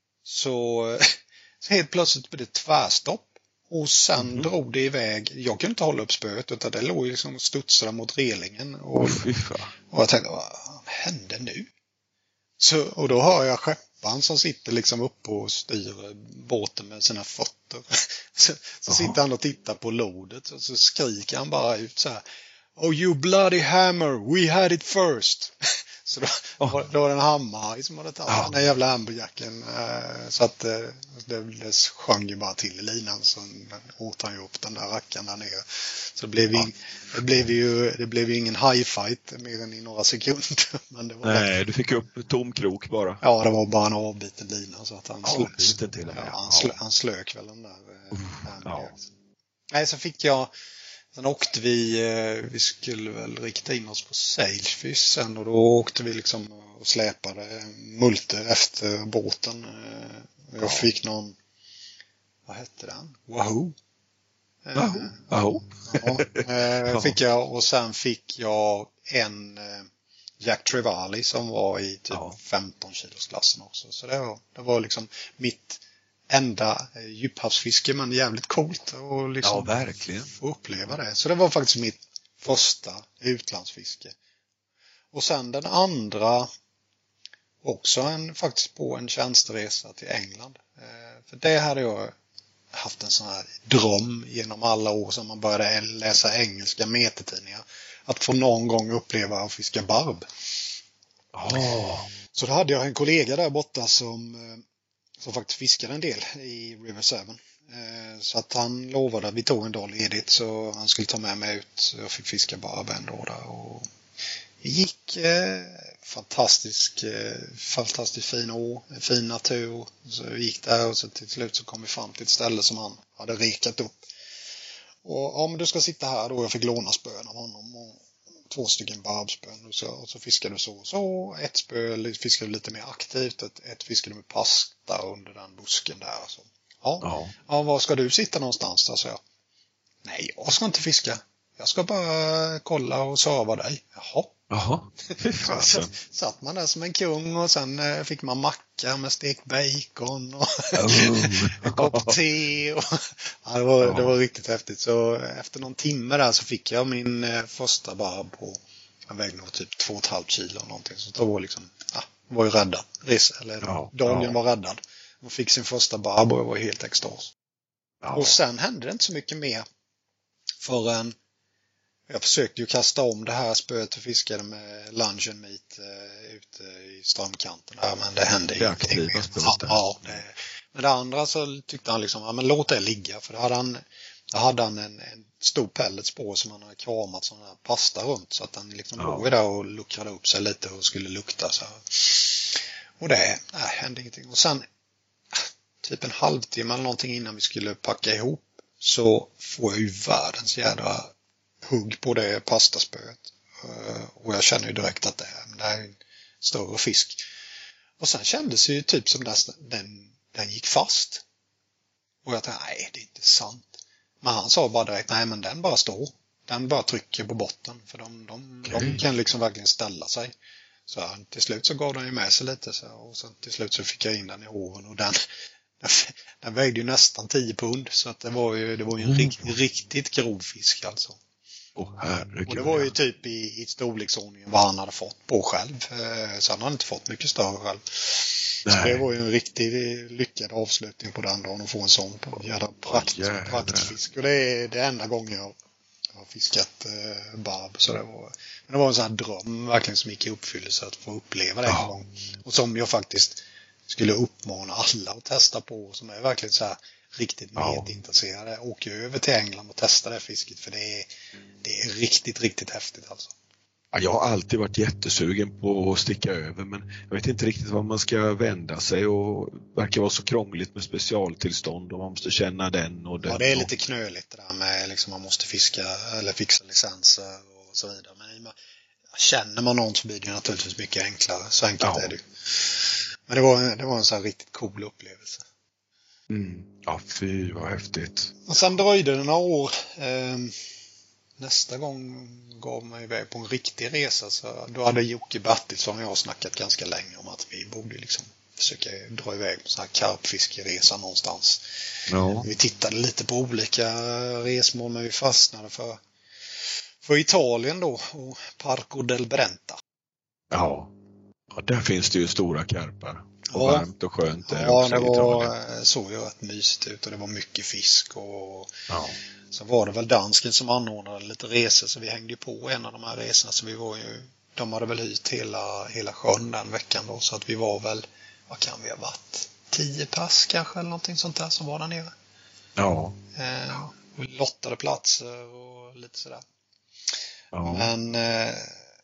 så, så helt plötsligt blev det tvärstopp och sen mm. drog det iväg. Jag kunde inte hålla upp spöet utan det låg liksom och studsade mot relingen och, oh, och jag tänkte, vad hände nu? Så, och då hör jag skepparen som sitter liksom uppe och styr båten med sina fötter. Så, så sitter han och tittar på lodet och så skriker han bara ut så här: "Oh you bloody hammer, we had it first." Så då, oh. då var det en hammare som hade tagit oh. den där jävla amberjacken. Så att det, det sjöng ju bara till i linan. Så åt han ju upp den där rackaren där nere. Så det blev, oh. in, det blev, ju, det blev ju ingen high fight mer än i några sekunder. Men det var Nej, rätt. Du fick upp tom krok bara. Ja, det var bara en avbiten lina. Så att han, oh, slö, till ja, han, slö, han slök väl den där uh, ja. Nej, så fick jag. Sen åkte vi, vi skulle väl rikta in oss på sailfish sen och då åkte vi liksom och släpade multer efter båten. Jag fick någon, vad hette den? Wahoo. Wahoo. Wahoo. Ja, fick jag och sen fick jag en Jack Trevally som var i typ ja. femton kilos klassen också. Så det var, det var liksom mitt enda djuphavsfiske, men jävligt coolt och liksom ja, verkligen. Få uppleva det. Så det var faktiskt mitt första utlandsfiske. Och sen den andra också en, faktiskt på en tjänsteresa till England. Eh, för det hade jag haft en sån här dröm genom alla år som man började läsa engelska metertidningar. Att få någon gång uppleva att fiska barb. Oh. Så då hade jag en kollega där borta som som faktiskt fiskade en del i River Seven. Så att han lovade att vi tog en dag ledigt så han skulle ta med mig ut. Jag fick fiska barb en dag där. Och det gick eh, fantastisk, eh, fantastiskt fin år, fin natur. Så vi gick där och så till slut så kom vi fram till ett ställe som han hade rekat upp. Och ja, men du ska sitta här då. Jag fick låna spön av honom och två stycken barbspön och så, och så fiskade du så och så. Ett spö fiskade lite mer aktivt. Ett, ett fiskade med pasta under den busken där. Så. Ja. Ja. Ja, var ska du sitta någonstans då, så jag. Nej, jag ska inte fiska. jag ska bara kolla och serva dig. Jaha. Jaha. Så satt man där som en kung och sen eh, fick man macka med stekt bacon och Oh. en kopp te. Och, ja, det, var, det var riktigt häftigt. Så efter någon timme där så fick jag min eh, första barb på, jag vägde nog typ två och ett halvt kilo eller någonting. Så det var liksom, ja, var ju räddad. Resa, eller Ja, dagen ja. var räddad. Man fick sin första barb och jag var helt extas. Ja. Och sen hände det inte så mycket mer förrän jag försökte ju kasta om det här spöet och fiskade med luncheon meat uh, ute i strömkanten där, men det hände Det ingenting. aktiva spöet Ja, där. ja, det, men det andra så tyckte han liksom, ja men låt det ligga, för då hade han, då hade han en, en stor pellets på som han hade kramat sån här pasta runt, så att han liksom Ja. låg där och luckrade upp sig lite och skulle lukta så. Och det nej, hände ingenting. Och sen typ en halvtimme eller någonting innan vi skulle packa ihop så får jag ju världens jädra hugg på det pastaspöet. Uh, och jag känner ju direkt att det är, det är en större fisk. Och sen kändes det ju typ som den, den, den gick fast. Och jag tänkte, nej det är inte sant. Men han sa bara direkt, nej men den bara står. Den bara trycker på botten. För de, de, Okay. de kan liksom verkligen ställa sig. Så till slut så gav den ju med sig lite. Så, och sen till slut så fick jag in den i hoven. Och den, den, den vägde ju nästan tio pund. Så att det var ju, det var ju en Mm. rikt, riktigt grov fisk alltså. Åh, herregud. Och det var ju typ i, i storleksordningen vad han hade fått på själv. Eh, Så han hade inte fått mycket större själv. Så Nej. det var ju en riktigt lyckad avslutning på den dagen att få en sån jävla prakt, Åh, jävlar. praktfisk. Och det är det enda gången jag har fiskat eh, barb. Så det var, men det var en sån här dröm verkligen som gick i uppfyllelse att få uppleva det en Ja. gång. Och som jag faktiskt skulle uppmana alla att testa på, som är verkligen så här riktigt Ja. medintresserade. Åker över till England och testa det fisket, för det är, det är riktigt, riktigt häftigt alltså. Ja, jag har alltid varit jättesugen på att sticka över, men jag vet inte riktigt var man ska vända sig, och det verkar vara så krångligt med specialtillstånd och man måste känna den och den. Ja, det är och... lite knöligt det där med liksom man måste fiska eller fixa licenser och så vidare. Men i och med- känner man någon så blir det naturligtvis mycket enklare. Så enkelt Ja. är det ju. Men det var, det var en sån här riktigt cool upplevelse. Mm. Ja, fy vad häftigt. Och sen dröjde det några år. Eh, nästa gång gav mig iväg på en riktig resa. Så då hade Jocke Bertilsson och jag snackat ganska länge om att vi borde liksom försöka dra iväg på sån här karpfiskeresa någonstans. Ja. Vi tittade lite på olika resmål, men vi fastnade för, för Italien då och Parco del Brenta. Ja. Ja, där finns det ju stora karpar. Och Ja. varmt och skönt där Ja, också det i var, Italien. såg ju rätt mysigt ut och det var mycket fisk, och Ja. så var det väl dansken som anordnade lite resor, så vi hängde ju på en av de här resorna, så vi var ju, de hade väl hyrt hela, hela sjön den veckan då, så att vi var väl, vad kan vi ha varit, tio pass kanske eller någonting sånt där som var där nere. Ja. Eh, och lottade platser och lite sådär. Ja. Men eh,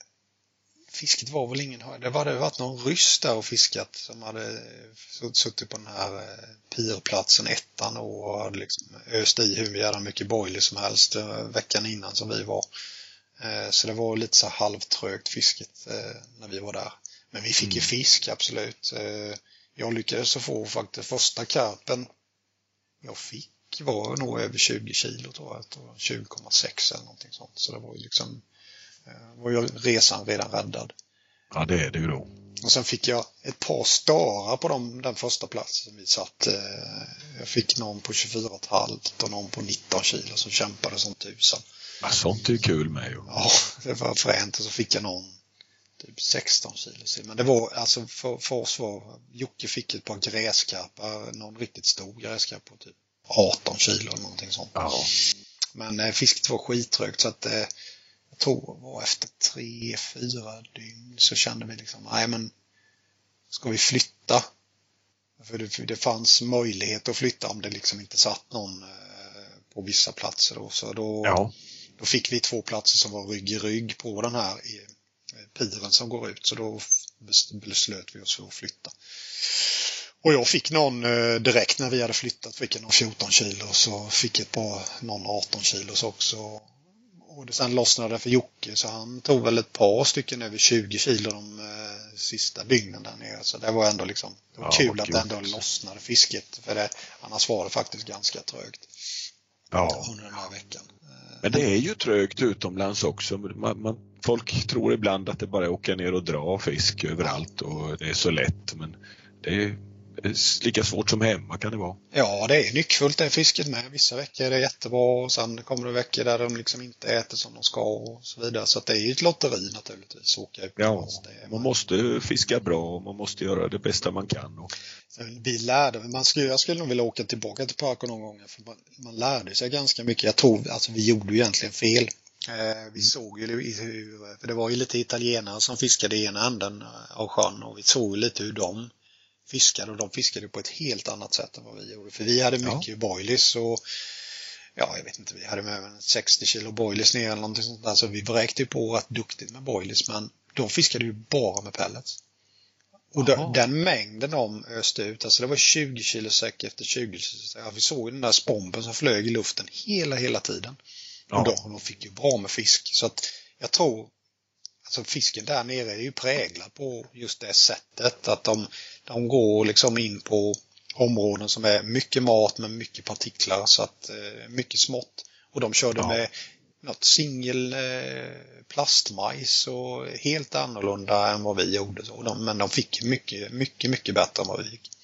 fisket var väl ingen höjd. Det var det varit någon ryss där och fiskat som hade suttit på den här eh, pirplatsen ettan och hade liksom öst i hur jävla mycket boiler som helst eh, veckan innan som vi var. Eh, så det var lite så här halvtrögt fisket eh, när vi var där. Men vi fick ju fisk, absolut. Eh, jag lyckades få faktiskt första karpen jag fick var nog över tjugo kilo, tror jag. Det var tjugo komma sex eller någonting sånt. Så det var ju liksom eh, var ju resan redan räddad. Ja, det är det ju då. Och sen fick jag ett par starar på dem, den första platsen som vi satt. Eh, jag fick någon på tjugofyra komma fem och någon på nitton kilo som kämpade som tusan. Ja, sånt är ju kul med ju. Ja, det var fränt. Och så fick jag någon typ sexton kilo. Men det var alltså för, för oss var, Jocke fick ett par gräskarpar, någon riktigt stor gräskarp på typ arton kilo eller någonting sånt. Ja. Men eh, fisket var skittrögt, så att eh, jag tror det var efter tre, fyra dygn så kände vi liksom, nej men ska vi flytta? För det, för det fanns möjlighet att flytta om det liksom inte satt någon eh, på vissa platser då. Så då, Ja. då fick vi två platser som var rygg i rygg på den här i, piren som går ut, så då beslöt vi oss för att flytta. Och jag fick någon eh, direkt när vi hade flyttat, fick jag någon fjorton kilo, så fick ett par någon arton kilos också. Och det sen lossnade det för Jocke, så han tog väl ett par stycken över tjugo kilo de eh, sista dygnen där nere. Så det var ändå liksom, det var Ja, kul att gud. det ändå lossnade fisket, för det, annars var det faktiskt ganska trögt Ja. under den här veckan. Eh, Men det är ju trögt utomlands också. Man, man, folk tror ibland att det bara är att åka ner och dra fisk överallt och det är så lätt. Men det är lika svårt som hemma kan det vara. Ja, det är nyckfullt det fisket med. Vissa veckor är det jättebra och sen kommer det veckor där de liksom inte äter som de ska och så vidare. Så att det är ju ett lotteri naturligtvis. Åka ut ja, man... man måste fiska bra och man måste göra det bästa man kan. Och... Vi lärde, man skulle, jag skulle nog vilja åka tillbaka till Parco någon gång för man, man lärde sig ganska mycket. Jag tror, alltså vi gjorde ju egentligen fel. Eh, vi såg ju, för det var ju lite italienare som fiskade i ena änden av sjön och vi såg ju lite hur de fiskade och de fiskade på ett helt annat sätt än vad vi gjorde. För vi hade mycket ja. boilies och ja, jag vet inte, vi hade med sextio kilo boilies ner eller någonting sånt där. Så vi vräkte ju på rätt duktigt med boilies, men de fiskade ju bara med pellets. Och då, den mängden de öste ut, alltså det var tjugo kilo säck efter tjugo kilo säck. Ja, vi såg ju den där spomben som flög i luften hela, hela tiden. Ja. Och då, de fick ju bra med fisk. Så att jag tror, alltså fisken där nere är ju präglad på just det sättet. Att de, de går liksom in på områden som är mycket mat med mycket partiklar. Så att eh, mycket smått. Och de körde ja. med något singel eh, plastmajs och helt annorlunda än vad vi gjorde. Så de, men de fick mycket, mycket, mycket bättre än vad vi fick.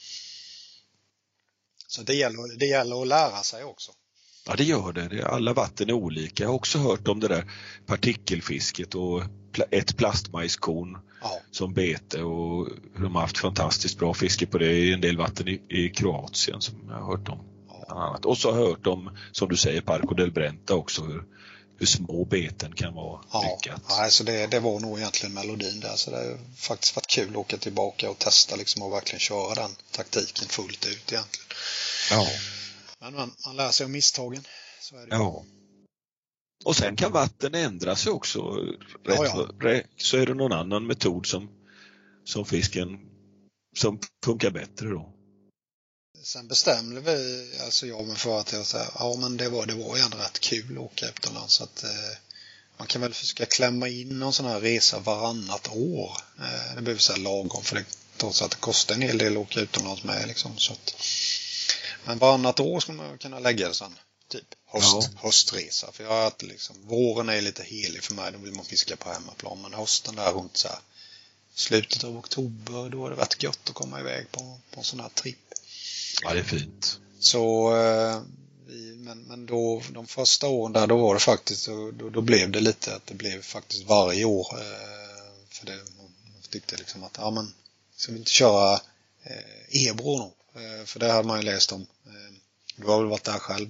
Så det gäller, det gäller att lära sig också. Ja, det gör det. Alla vatten är olika. Jag har också hört om det där partikelfisket och ett plastmajskorn ja. som bete och hur de har haft fantastiskt bra fiske på det i en del vatten i, i Kroatien som jag har hört om. Ja. Och så har jag hört om, som du säger, Parco del Brenta också, hur, hur små beten kan vara ja. lyckat. Ja, alltså det, det var nog egentligen melodin där. Så det har faktiskt varit kul att åka tillbaka och testa liksom och verkligen köra den taktiken fullt ut egentligen. Ja. Men man, man lär sig av misstagen. Så är det. Ja. Och sen kan vatten ändra sig också. Rätt, ja, ja. Så är det någon annan metod som, som fisken som funkar bättre då. Sen bestämde vi, alltså jag men för att jag sa, ja men det var, det var ju ändå rätt kul att åka utomlands. Så att eh, man kan väl försöka klämma in någon sån här resa varannat år. Eh, det behöver säga lagom för det, trots att det kostar en hel del att åka utomlands med liksom. Så att, men varannat år ska man kunna lägga det sen. Typ höst, ja. höstresa. För jag har att liksom, våren är lite helig för mig. Då vill man fiska på hemmaplan. Men hösten där runt så här, slutet av oktober, då är det rätt gött att komma iväg på, på en sån här tripp. Ja, det är fint. Så eh, vi, men, men då de första åren där, då var det faktiskt, då, då blev det lite att det blev faktiskt varje år. Eh, för det, man tyckte liksom att, ja men, ska vi inte köra eh, Ebro då? Eh, för det hade man ju läst om. Eh, Du har väl varit där själv?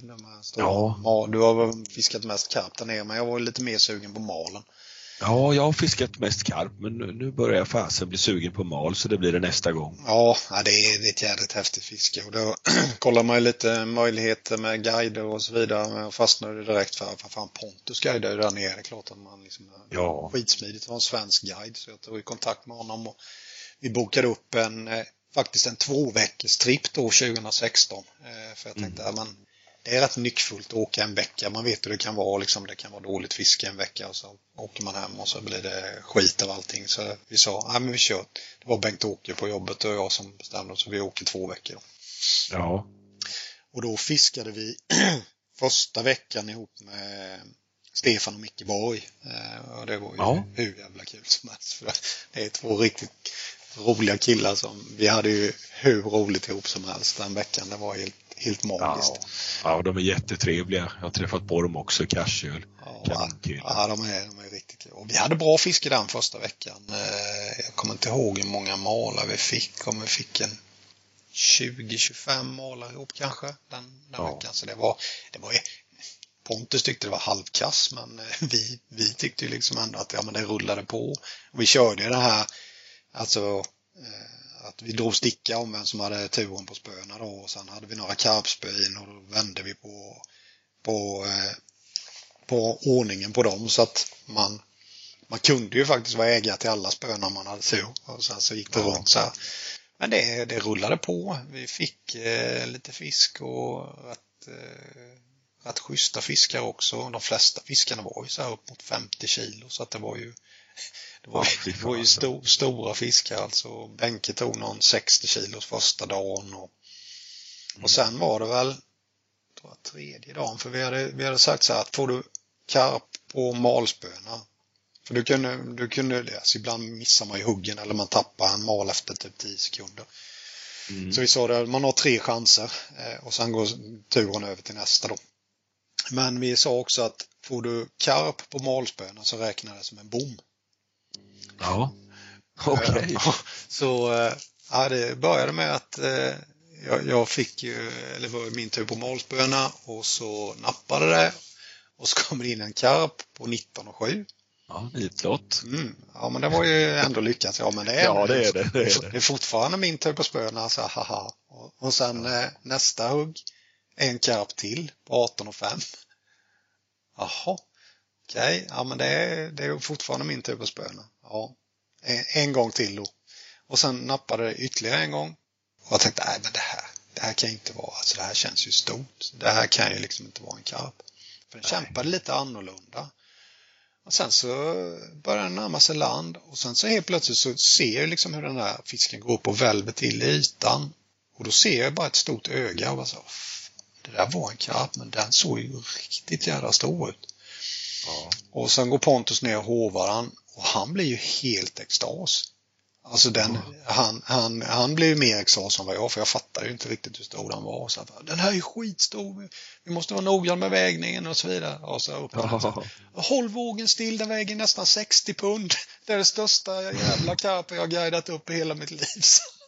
Ja. Du har väl fiskat mest karp där nere, men jag var lite mer sugen på malen. Ja, jag har fiskat mest karp, men nu, nu börjar jag fasen bli sugen på mal, så det blir det nästa gång. Ja, det är, det är ett jävligt häftigt fiske. Och då kollar man ju lite möjligheter med guider och så vidare. Men jag fastnade direkt för, för fan Pontus guidar ju där nere. Det är klart att man liksom ja. skitsmidigt att vara en svensk guide. Så jag tog i kontakt med honom och vi bokade upp en... faktiskt en två veckors tripp då tjugo sexton. Eh, för jag tänkte, mm. ja, men det är rätt nyckfullt att åka en vecka. Man vet hur det kan vara. Liksom, det kan vara dåligt fiske en vecka och så åker man hem och så blir det skit av allting. Så vi sa, ja men vi kör. Det var Bengt-Åke på jobbet och jag som bestämde, så vi åker två veckor. Då. Ja. Och då fiskade vi första veckan ihop med Stefan och Micke Borg. Eh, och det var ju ja. hur jävla kul som helst. För det är två riktigt roliga killar som, vi hade ju hur roligt ihop som helst den veckan. Det var helt, helt magiskt. Ja, ja, de är jättetrevliga. Jag har träffat på dem också i Cashöl. Ja, ja de, är, de är riktigt kul. Och vi hade bra fiske den första veckan. Jag kommer inte ihåg hur många malar vi fick. Om vi fick en tjugo till tjugofem malar ihop kanske den, den ja. veckan. Så det var, det var Pontus tyckte det var halvkass, men vi, vi tyckte ju liksom ändå att ja, men det rullade på. Och vi körde ju det här, alltså eh, att vi drog sticka om vem som hade turen på spöna då, och sen hade vi några karpspön och då vände vi på på, eh, på ordningen på dem, så att man man kunde ju faktiskt vara ägare till alla spöna man hade tur, och sen så gick det ja. runt så här. Men det, det rullade på. Vi fick eh, lite fisk och rätt, eh, rätt schyssta fiskar också. De flesta fiskarna var ju så här upp mot femtio kilo, så att det var ju det var, det var ju stor, stora fiskar. Alltså Benke tog någon sextio kilos första dagen och, och sen var det väl tror jag, tredje dagen, för vi hade, vi hade sagt så här att får du karp på malspöna. För du kunde, du kunde alltså ibland missar man ju huggen eller man tappar en mal efter typ tio sekunder. Mm. Så vi sa det, man har tre chanser och sen går turen över till nästa då. Men vi sa också att får du karp på malspöna så räknar det som en bom. Ja, okej. Okay. Så ja, det började med att jag, jag fick ju, eller var min tur på malspöna och så nappade det och så kommer det in en karp på nitton och sju. Ja, nitlott. Mm. Ja, men det var ju ändå lyckat. Ja, men det är, ja, det, är det, det, är det. det är fortfarande min tur på spöna. Så, haha. Och, och sen eh, nästa hugg, en karp till på arton och fem. Jaha, okej. Okay. Ja, men det är, det är fortfarande min tur på spöna. Ja, en, en gång till då. Och sen nappade det ytterligare en gång. Och jag tänkte, nej men det här, det här kan inte vara, alltså det här känns ju stort. Det här kan ju liksom inte vara en karp. För den nej. kämpade lite annorlunda. Och sen så börjar den närma sig land och sen så helt plötsligt så ser jag liksom hur den här fisken går upp och välver till i ytan. Och då ser jag bara ett stort öga och bara så, det där var en karp men den såg ju riktigt jävla stor ut. Ja. Och sen går Pontus ner och hovar han och han blir ju helt extas. Alltså den, mm. han, han, han blev ju mer exas än vad jag, för jag fattade ju inte riktigt hur stor den var. Så här, den här är skitstor, vi måste vara noggrann med vägningen och så vidare. Och så upp och så, håll vågen still, den väger nästan sextio pund. Det är det största jävla karpen jag har guidat upp i hela mitt liv.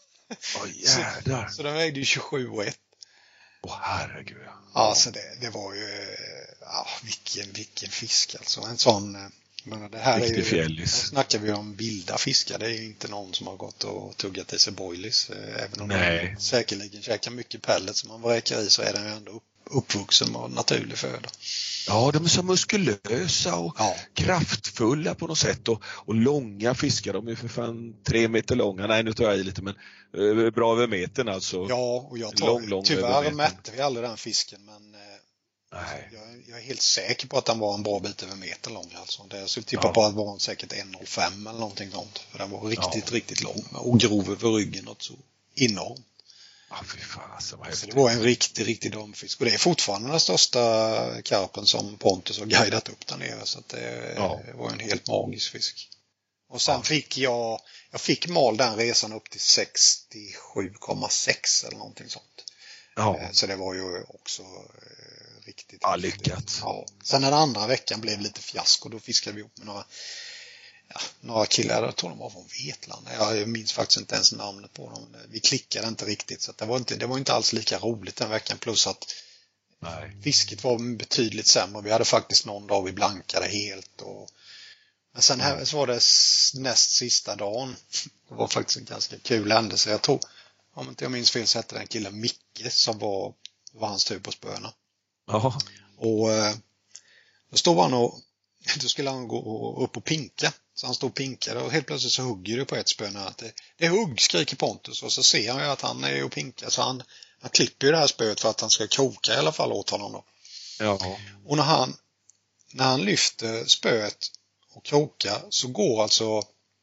Åh jävlar. Så, så den vägde ju tjugosju och ett. Åh herregud. Ja, alltså det, det var ju, ja, vilken, vilken fisk alltså. En sån... Men det här riktig är ju, fjällis. Snackar vi om vilda fiskar. Det är ju inte någon som har gått och tuggat i sig boilies. Även om Nej. man säkerligen käkar mycket pellet som man vräker i så är den ju ändå upp, uppvuxen med naturlig föda. Ja, de är så muskulösa och ja. kraftfulla på något sätt. Och, och långa fiskar, de är för fan tre meter långa. Nej, nu tar jag i lite, men eh, bra över metern alltså. Ja, och jag tar, lång, lång tyvärr mätte vi aldrig den fisken, men... Eh, Nej. Jag, jag är helt säker på att den var en bra bit över meter lång alltså. Det skulle tippa ja. på att det var säkert ett noll fem eller någonting sånt. För den var riktigt, ja. riktigt lång. Och grov över ryggen och så enormt. Ja, fy fan, alltså, vad så det var en riktig, riktig damfisk. Och det är fortfarande den största karpen som Pontus har guidat upp där nere. Så att det ja. var en helt magisk fisk. Och sen ja. fick jag, jag fick mal den resan upp till sextiosju komma sex eller någonting sånt. Ja. Så det var ju också... Riktigt, ja, lyckat. Ja. Sen den andra veckan blev lite fiasko. Då fiskade vi upp med några, ja, några killar. Jag tror de var från Vetlanda. Jag minns faktiskt inte ens namnet på dem. Vi klickade inte riktigt. Så det, var inte, det var inte alls lika roligt den veckan. Plus att Nej. fisket var betydligt sämre. Vi hade faktiskt någon dag vi blankade helt. Och... Men sen här så var det näst sista dagen. Det var faktiskt en ganska kul händelse. Jag tror, om inte jag minns fel, så hette den killen Micke som var, var hans tur på spöna. Jaha. Och eh, då stod han och då skulle han gå upp och pinka. Så han stod och pinkade och helt plötsligt så hugger det på ett spön att det, det är hugg, skriker Pontus. Och så ser han ju att han är och pinkar. Så han, han klipper ju det här spöet för att han ska kroka i alla fall åt honom då. Ja. Och när han, när han lyfter spöet och krokar så går alltså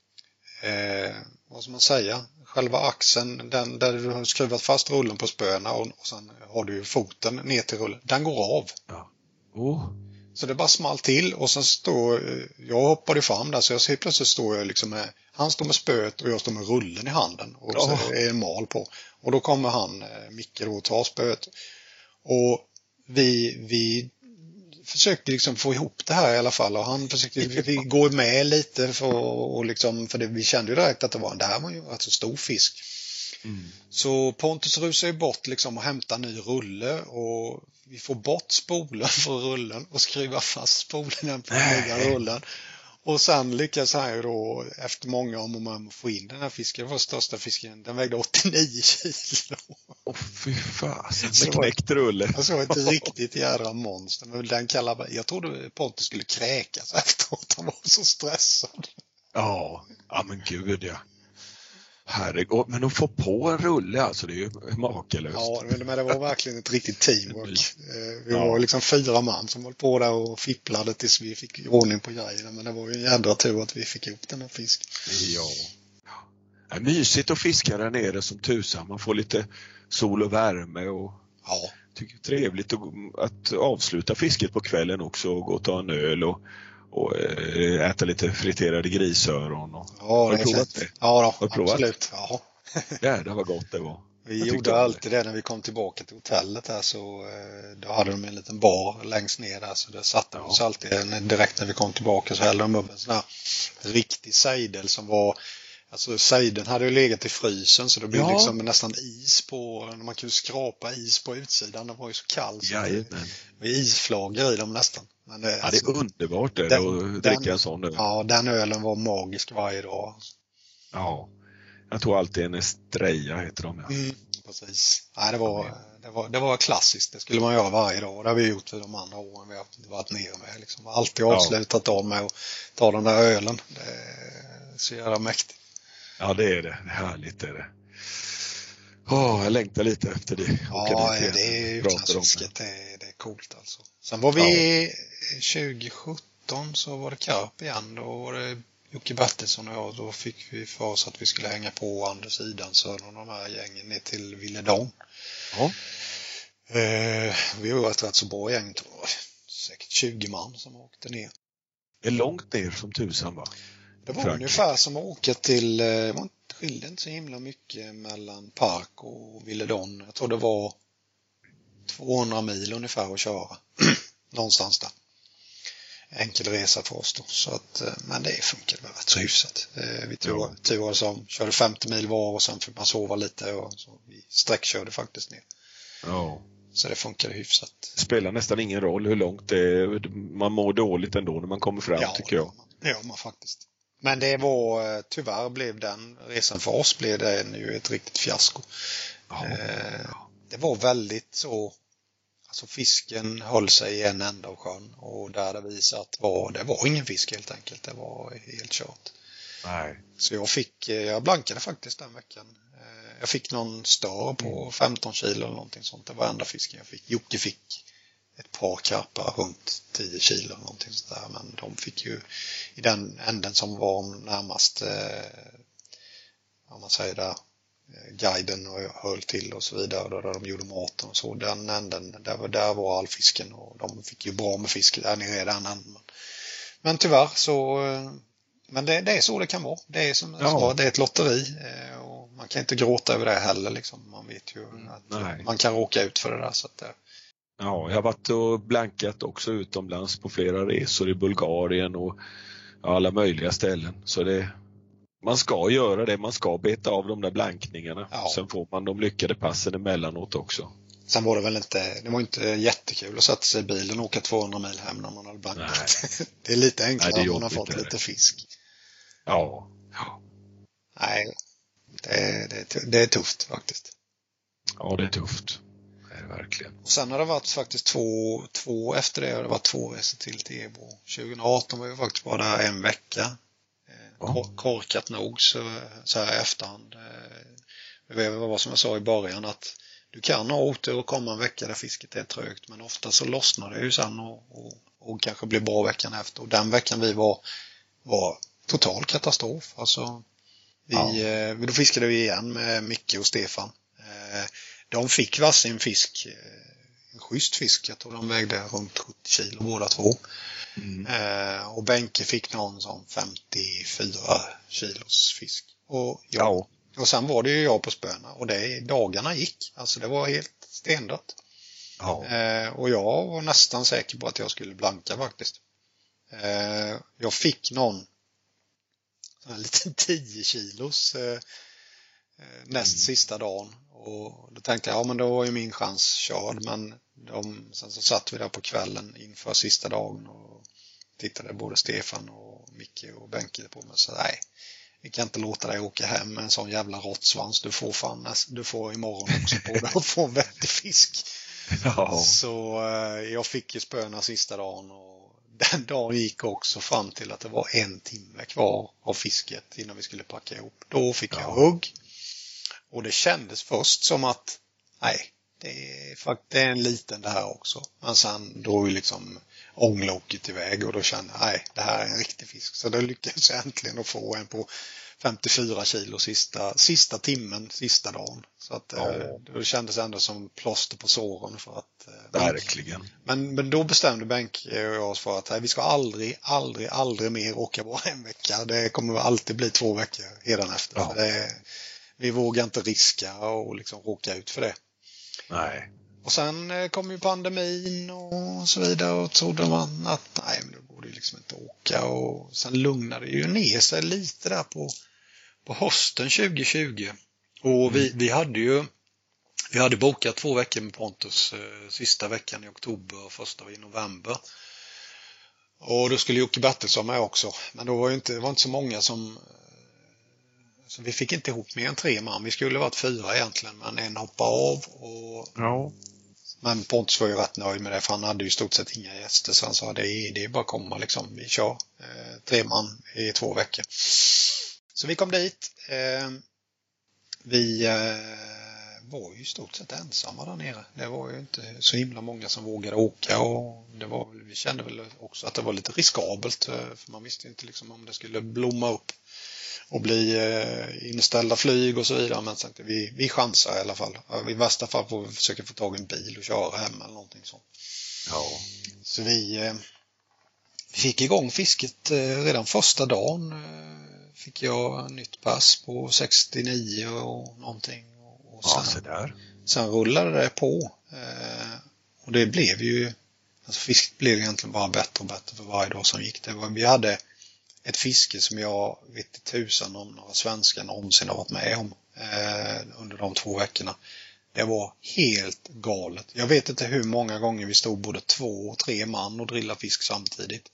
eh, vad ska man säga, själva axeln, den där du har skruvat fast rullen på spöna och, och sen har du foten ner till rullen, den går av. Ja. Oh. Så det bara small till och sen står, jag hoppade fram där så jag ser plötsligt står jag liksom med, han står med spöet och jag står med rullen i handen och så oh. är en mal på. Och då kommer han, Micke då, och tar spöet. Och vi, vi försökte liksom få ihop det här i alla fall och han försökte vi gå med lite för, och liksom, för det, vi kände ju direkt att det var, det här var ju alltså stor fisk. Mm. Så Pontus rusar ju bort liksom och hämtar ny rulle och vi får bort spolen från rullen och skruvar fast spolen på den nya rullen. Och sen lyckas han ju då efter många om och man få in den här fisken. Det var största fisken. Den vägde åttionio kilo. Åh oh, fy fan. Med knäckt rulle. Det var ett riktigt jävla monster. Men den kallar, jag trodde Pontus skulle kräkas efteråt. Han var så stressad. Ja, ja men gud ja. Herregud, men att få på en rulle alltså, det är ju makalöst. Ja, men det var verkligen ett riktigt teamwork. Vi ja. var liksom fyra man som höll på där och fipplade tills vi fick ordning på grejerna. Men det var ju en jädra tur att vi fick upp den här fisken. Ja. Det är mysigt att fiska där nere som tusan. Man får lite sol och värme och ja. tycker det är trevligt att, att avsluta fisket på kvällen också och gå och ta en öl och, och äh, äta lite friterade grisöron. Och, ja, har det du är provat fint. det? Ja, då, har du provat? absolut. Ja. Ja, det var gott det var. Vi jag gjorde alltid det. det när vi kom tillbaka till hotellet där, så då hade de en liten bar längst ner där, så det satte ja. oss alltid direkt när vi kom tillbaka, så hällde de upp en sån här riktig sejdel som var, alltså sejden hade ju legat i frysen, så det blev ja. liksom nästan is på, man kunde skrapa is på utsidan, det var ju så kall så det var isflagor i dem nästan. Men det, ja, alltså, det är underbart det, den, att dricka den, en sån öl. Ja, den ölen var magisk varje dag. Ja, jag tror alltid en Estrella heter de. Ja. Mm, precis. Nej, det var, det, var, det var klassiskt. Det skulle man göra varje dag. Det har vi gjort för de andra åren vi har varit nere med. Liksom. Alltid avslutat dagen med att ta den där ölen. Det är så jävla mäktigt. Ja, det är det. Det är härligt är det. Åh, jag längtar lite efter det. Ja, det är utlandsfisket. Det. Det, det är coolt alltså. Sen var vi ja. tjugo sjutton så var det Karp igen. Då var det Jocke Bertilsson och jag, då fick vi för oss att vi skulle hänga på andra sidan så de här gängen ner till Villedång. Ja. Eh, vi var ett rätt så bra gäng, tror jag. Säkert tjugo man som åkte ner. Det är långt ner som tusan, va? Det var Frankrike. Ungefär som att åka till, det skilde inte så himla mycket mellan Park och Villedång. Jag tror det var tvåhundra mil ungefär att köra. Någonstans där. Enkel resa för oss då. Så att, men det funkade väl rätt så hyfsat. Vi tur, tur som körde femtio mil var och sen fick man sova lite och så vi sträckkörde faktiskt ner. Ja. Så det funkade hyfsat. Det spelar nästan ingen roll hur långt det är. Man mår dåligt ändå när man kommer fram, ja, tycker jag. Ja, man, man faktiskt. Men det var, tyvärr blev den resan för oss blev det ju ett riktigt fiasko. Ja. Eh, det var väldigt så. Alltså fisken höll sig i en ända av sjön och där det visade att var, det var ingen fisk helt enkelt. Det var helt kört. Nej. Så jag fick, jag blankade faktiskt den veckan. Jag fick någon stör på femton kilo eller någonting sånt. Det var enda fisken jag fick. Jocke fick ett par karpar runt tio kilo eller någonting sånt där. Men de fick ju i den änden som var närmast, eh, om man säger där, guiden och höll till och så vidare där de gjorde maten och så, den änden där var, där var all fisken och de fick ju bra med fisk där nere i den änden. Men tyvärr så, men det, det är så det kan vara, det är som jag sa, det är ett lotteri och man kan inte gråta över det heller liksom. Man vet ju att Nej. man kan råka ut för det där så att det... Ja, jag har varit och blankat också utomlands på flera resor i Bulgarien och alla möjliga ställen, så det man ska göra det, man ska beta av de där blankningarna. Ja. Sen får man de lyckade passen emellanåt också. Sen var det väl inte, det var inte jättekul att sätta sig i bilen och åka tvåhundra mil hem när man hade blankat. Det är lite enklare Nej, om man har fått det. lite fisk. Ja. ja. Nej, det, det, det är tufft faktiskt. Ja, det är tufft. Det är det verkligen. Och sen har det varit faktiskt två, två efter det har det varit två resor till Tebo. tjugo arton var vi faktiskt bara där en vecka. Korkat nog så, så här i efterhand. Det var som jag sa i början att du kan ha otur och komma en vecka där fisket är trögt, men ofta så lossnar det ju sen och, och, och kanske blir bra veckan efter. Och den veckan vi var var total katastrof. Alltså, vi, ja. Då fiskade vi igen med Micke och Stefan. De fick varsin fisk, en schysst fisk. Jag tror de vägde runt sjuttio kilo båda två. Mm. Eh, och Benke fick någon som femtiofyra kilos fisk. Och, ja, ja. och sen var det ju jag på spöna och det, dagarna gick. Alltså det var helt stendött. Ja. Eh, och jag var nästan säker på att jag skulle blanka faktiskt. Eh, jag fick någon en liten tio kilos eh, näst mm. sista dagen. Och då tänkte jag, ja men då var ju min chans körd. Men de, sen så satt vi där på kvällen inför sista dagen och tittade både Stefan och Micke och Benke på mig och sa, nej, vi kan inte låta dig åka hem med en sån jävla råttsvans. Du får fan, du får imorgon också på dig och få en vettig fisk. Ja. Så eh, jag fick ju spöna sista dagen och den dagen gick också fram till att det var en timme kvar av fisket innan vi skulle packa ihop. Då fick ja. jag hugg. Och det kändes först som att nej, det är faktiskt en liten det här också. Men sen då liksom ångloket iväg och då kände jag, nej, det här är en riktig fisk. Så då lyckades jag äntligen att få en på femtiofyra kilo sista, sista timmen, sista dagen. Så att ja. Det kändes ändå som plåster på såren för att... Verkligen. Men, men då bestämde Benke och jag oss för att nej, vi ska aldrig, aldrig, aldrig mer åka bara en vecka. Det kommer alltid bli två veckor hädanefter. Ja. Det, vi vågar inte riska och liksom råka ut för det. Nej. Och sen kom ju pandemin och så vidare och trodde man att nej, men då borde ju liksom inte åka. Och sen lugnade det ju ner sig lite där på, på hösten tjugo tjugo. Och vi, vi hade ju vi hade bokat två veckor med Pontus, eh, sista veckan i oktober och första i november. Och då skulle Jocke Bertilsson med också. Men då var ju inte, det var inte så många som... Så vi fick inte ihop mer än tre man. Vi skulle varit fyra egentligen, men en hoppade av. Och... Ja. Men Pontus var ju rätt nöjd med det, för han hade ju stort sett inga gäster. Så han sa, det är, det är bara att komma liksom. Vi kör eh, tre man i två veckor. Så vi kom dit. Eh, vi eh, var ju stort sett ensamma där nere. Det var ju inte så himla många som vågade åka. Och det var, vi kände väl också att det var lite riskabelt. För man visste inte liksom om det skulle blomma upp och bli eh, inställda flyg och så vidare. Men så vi, vi chansar i alla fall. I värsta fall får vi försöka få tag i en bil och köra hem eller någonting sånt. Ja. Så vi, eh, vi fick igång fisket eh, redan första dagen. Eh, fick jag nytt pass på sextionio och någonting. Och, och sen, ja, så där. Sen rullade det på. Eh, och det blev ju... Alltså fisket blev egentligen bara bättre och bättre för varje dag som gick. Det var, vi hade... ett fiske som jag vet inte tusan om några svenskar någonsin har varit med om eh, under de två veckorna. Det var helt galet. Jag vet inte hur många gånger vi stod både två och tre man och drillade fisk samtidigt.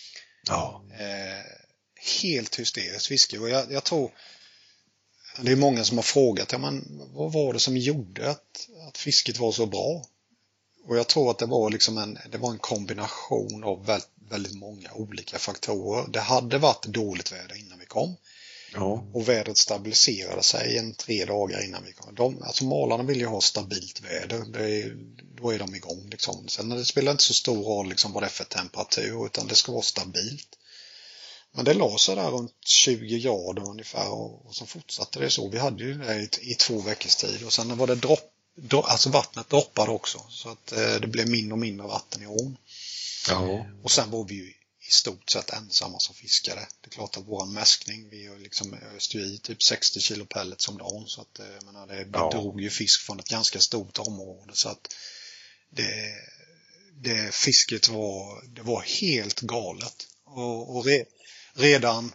Ja. Eh, helt hysteriskt fiske. Och jag, jag tror det är många som har frågat, ja, men vad var det som gjorde att, att fisket var så bra? Och jag tror att det var liksom en, det var en kombination av väldigt, väldigt många olika faktorer. Det hade varit dåligt väder innan vi kom. Ja. Och vädret stabiliserade sig en tre dagar innan vi kom. De, alltså malarna vill ju ha stabilt väder. Det är, då är de igång liksom. Sen det spelar inte så stor roll liksom vad det är för temperatur, utan det ska vara stabilt. Men det la sig där runt tjugo grader ungefär, och, och så fortsatte det så. Vi hade ju det i, i två veckors tid, och sen var det dropp. Alltså vattnet droppade också, så att eh, det blev mindre och mindre vatten i ån. Ja. Och sen var vi ju i stort sett ensamma som fiskare. Det är klart att våran mäskning, vi liksom öste i typ sextio kilo pellets om dagen, så att jag menar, det, det ja. drog ju fisk från ett ganska stort område, så att det, det fisket var, det var helt galet. Och, och re, redan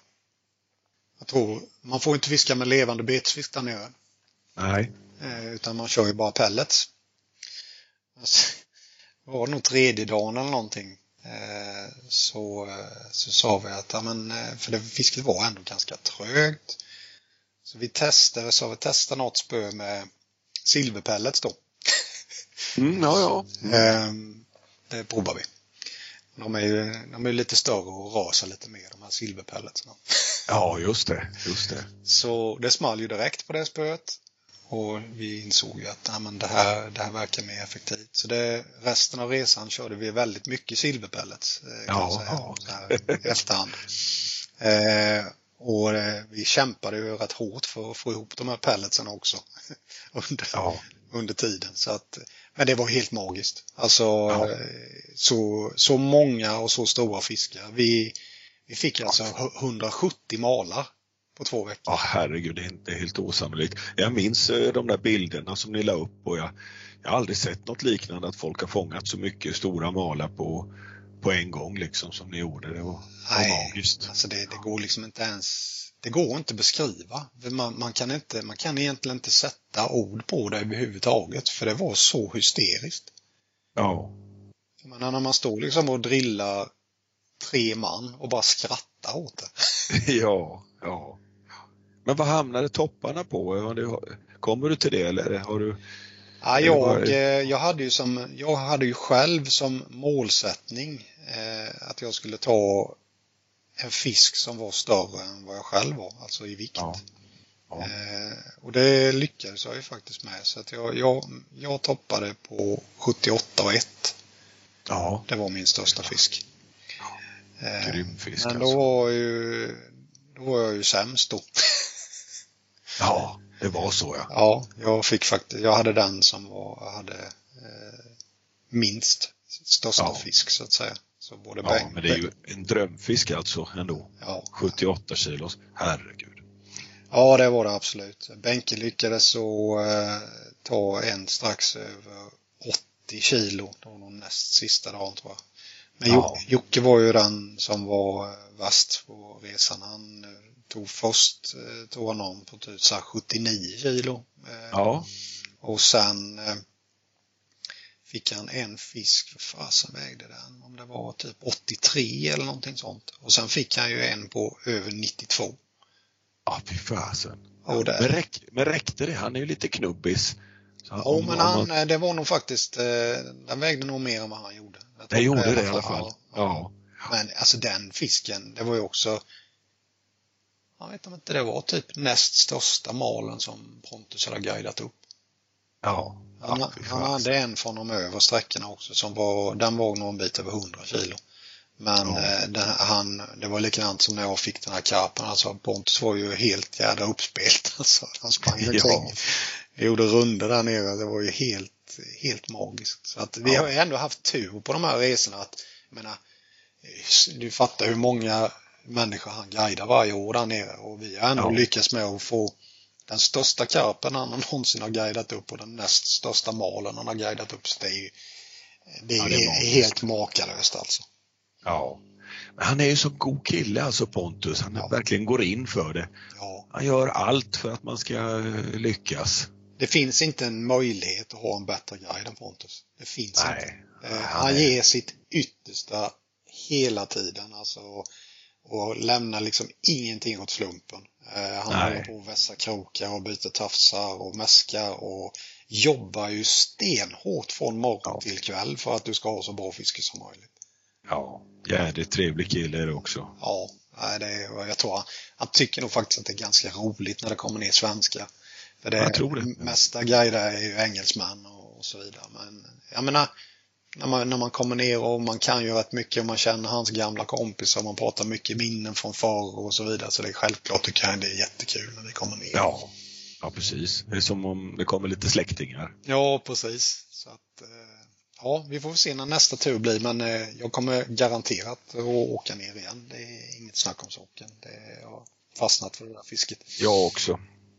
jag tror, man får inte fiska med levande betesfisk där nere. Nej. Utan man kör ju bara pellets. Alltså, det var nog tredje dagen eller någonting. Så, så sa vi att ja, men, för det fisket var ändå ganska trögt. Så vi testade, så vi testade något spö med silverpellets då. Mm, ja, ja. Mm. Det provar vi. De är ju de är lite större och rasar lite mer, de här silverpelletsarna. Ja, just det, just det. Så det small ju direkt på det spöet. Och vi insåg ju att ja, men det, här, det här verkar mer effektivt. Så det, resten av resan körde vi väldigt mycket silverpellets. Kan ja, jag säga, ja. Så här, i efterhand. Eh, och eh, vi kämpade ju rätt hårt för att få ihop de här pelletsen också. under, ja. under tiden. Så att, men det var helt magiskt. Alltså ja. så, så många och så stora fiskar. Vi, vi fick alltså hundrasjuttio malar på två veckor. Ja, herregud, det är inte helt osannolikt. Jag minns de där bilderna som ni la upp, och jag, jag har aldrig sett något liknande, att folk har fångat så mycket stora malar på, på en gång liksom som ni gjorde. Det var, Nej, var magiskt. Alltså det, det går liksom inte ens, det går inte att beskriva. Man, man, kan inte, man kan egentligen inte sätta ord på det överhuvudtaget, för det var så hysteriskt. Ja. Jag menar, när man står liksom och drillar tre man och bara skrattar åt det. Ja, ja. Men vad hamnade topparna på? Kommer du till det, eller har du? Ja, jag, jag, hade ju som, jag hade ju själv som målsättning eh, att jag skulle ta en fisk som var större än vad jag själv var, alltså i vikt. Ja. Ja. Eh, och det lyckades jag ju faktiskt med, så att jag, jag, jag toppade på sjuttioåtta och ett. Ja. Det var min största fisk. Ja. Grym fisk Men då alltså. var, ju, då var jag ju sämst då. Ja, det var så ja. Ja, jag fick faktiskt, jag hade den som var, hade eh, minst största Ja. fisk så att säga. Så både Ja, bäng, men det är ju en drömfisk alltså ändå. Ja. sjuttioåtta kilos, herregud. Ja, det var det absolut. Benke lyckades så eh, ta en strax över åttio kilo. Det var nog näst sista dagen tror jag. Men Ja. Jocke var ju den som var värst på resan. Han tog först eh, tog han om på typ så här sjuttionio kilo. Eh, Ja. Och sen eh, fick han en fisk, för fasen vägde den, om det var typ åttiotre eller någonting sånt. Och sen fick han ju en på över nittiotvå. Ja, fy fasen. Och det, Men, räck, men räckte det? Han är ju lite knubbis. Så ja, om- men om han, man- det var nog faktiskt, eh, den vägde nog mer än vad han gjorde. Jag tror Det gjorde i det i alla fall. Ja. Ja. Men alltså den fisken, det var ju också, jag vet inte, det var typ näst största malen som Pontus hade guidat upp. Ja. Han, Ja, fy han fasen. hade en från de över sträckorna också som var, den var nog en bit över hundra kilo. Men Ja. eh, den, han, det var likadant som när jag fick den här karpen. Alltså Pontus var ju helt jävla uppspelt. Alltså, han sprang Ja. omkring. Vi gjorde runder där nere. Det var ju helt, helt magiskt. Så att vi Ja. har ju ändå haft tur på de här resorna. Att, jag menar, du fattar hur många människor han guidar varje år där nere. Och vi har ändå Ja. lyckats med att få den största karpen han någonsin har guidat upp och den näst största malen han har guidat upp. Så det är ju det är, Ja, det är magiskt. helt makalöst alltså. Ja. Men han är ju så god kille alltså Pontus. Han Ja. verkligen går in för det. Ja. Han gör allt för att man ska eh, lyckas. Det finns inte en möjlighet att ha en bättre guide än Pontus. Det finns Nej. inte. Eh, Han han är- ger sitt yttersta hela tiden. Alltså, och, och lämnar liksom ingenting åt slumpen. Eh, han Nej. håller på att vässa krokar och byter tafsar och mäskar och jobbar ju stenhårt från morgon Ja. till kväll för att du ska ha så bra fiske som möjligt. Ja. Jädrigt trevlig kille är det också. Ja, nej, det är, jag tror han, han tycker nog faktiskt att det är ganska roligt när det kommer ner svenska. För det, Jag tror det. mesta guider är ju engelsmän och, och så vidare. Men jag menar, när man, när man kommer ner och man kan ju rätt mycket och man känner hans gamla kompisar och man pratar mycket minnen från förr och så vidare. Så det är självklart tycker jag det är jättekul när vi kommer ner. Ja. Ja, precis. Det är som om det kommer lite släktingar. Ja, precis. Så att, eh, ja, vi får väl se när nästa tur blir, men eh, jag kommer garanterat att åka ner igen. Det är inget snack om saken. Det, jag har fastnat för det där fisket. Jag också.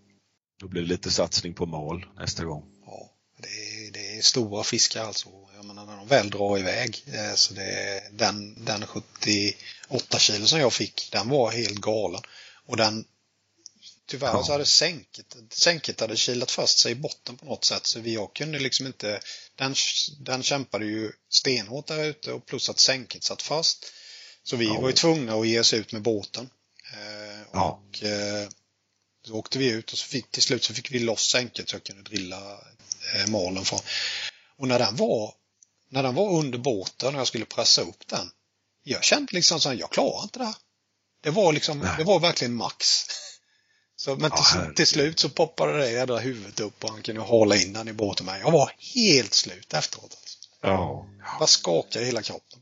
Då blir det lite satsning på mal nästa gång. Ja, det är, det är stora fiskar alltså. Jag menar när de väl drar iväg. Eh, så det är den, den sjuttioåtta kilo som jag fick, den var helt galen. Och den, tyvärr Ja. så hade sänket, sänket hade kilat fast sig i botten på något sätt. Så vi, jag kunde liksom inte, den, den kämpade ju stenhårt där ute och plus att sänket satt fast. Så vi Ja. var ju tvungna att ge oss ut med båten. Eh, Ja. och eh, så åkte vi ut och så fick, till slut så fick vi loss sänket så jag kunde drilla eh, malen från. Och när den var när den var under båten och jag skulle pressa upp den, jag kände liksom så här, jag klarar inte det här. Det var liksom, Nej. det var verkligen max. Så, men Ja, till, herregud. till slut så poppade det jädra huvudet upp och han kunde hålla in den i båten med. Jag var helt slut efteråt. Alltså. Ja. Bara skakade i hela kroppen.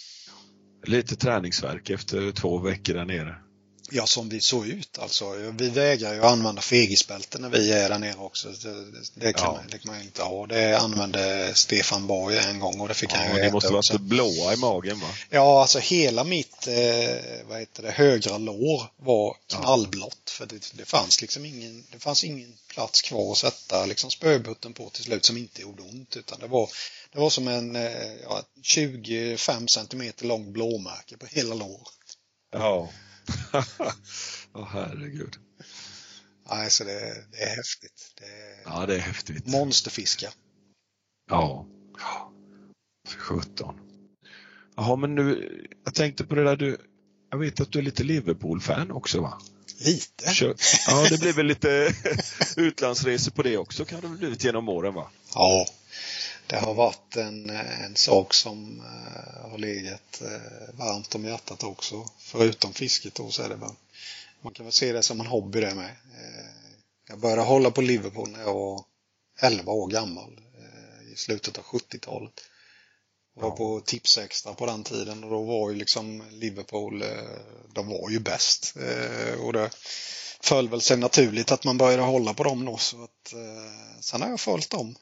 Lite träningsverk efter två veckor där nere. Ja, som vi såg ut alltså. Vi vägrar ju att använda fegisbälten när vi är där nere också. Det, det, kan, Ja. man, det kan man inte ha. Det använde Stefan Borg en gång och det fick han Ja, ju ni äta måste upp vara sen. så blåa i magen va? Ja, alltså hela mitt eh, vad heter det, högra lår var knallblått. För det, det fanns liksom ingen, det fanns ingen plats kvar att sätta liksom spöbutten på till slut som inte gjorde ont. Utan det var, det var som en eh, ja, tjugofem centimeter lång blåmärke på hela låret. Ja. Åh herregud. Nej, så det, det är häftigt. Det är Ja, det är häftigt. monsterfiskar. Ja. Ja. För sjutton. Jaha, men nu, jag tänkte på det där du, jag vet att du är lite Liverpool-fan också va? Lite. Kör, ja, det blir väl lite utlandsresor på det också kan det väl blivit genom åren va? Ja, det har varit en, en sak som uh, har legat uh, varmt om hjärtat också. Förutom fisket då så är det bara, man kan väl se det som en hobby det med. Uh, jag började hålla på Liverpool när jag var elva år gammal uh, i slutet av sjuttiotalet. var ja. på Tipsextra på den tiden och då var ju liksom Liverpool, de var ju bäst. Och det föll väl sig naturligt att man började hålla på dem då. Så att, sen har jag följt dem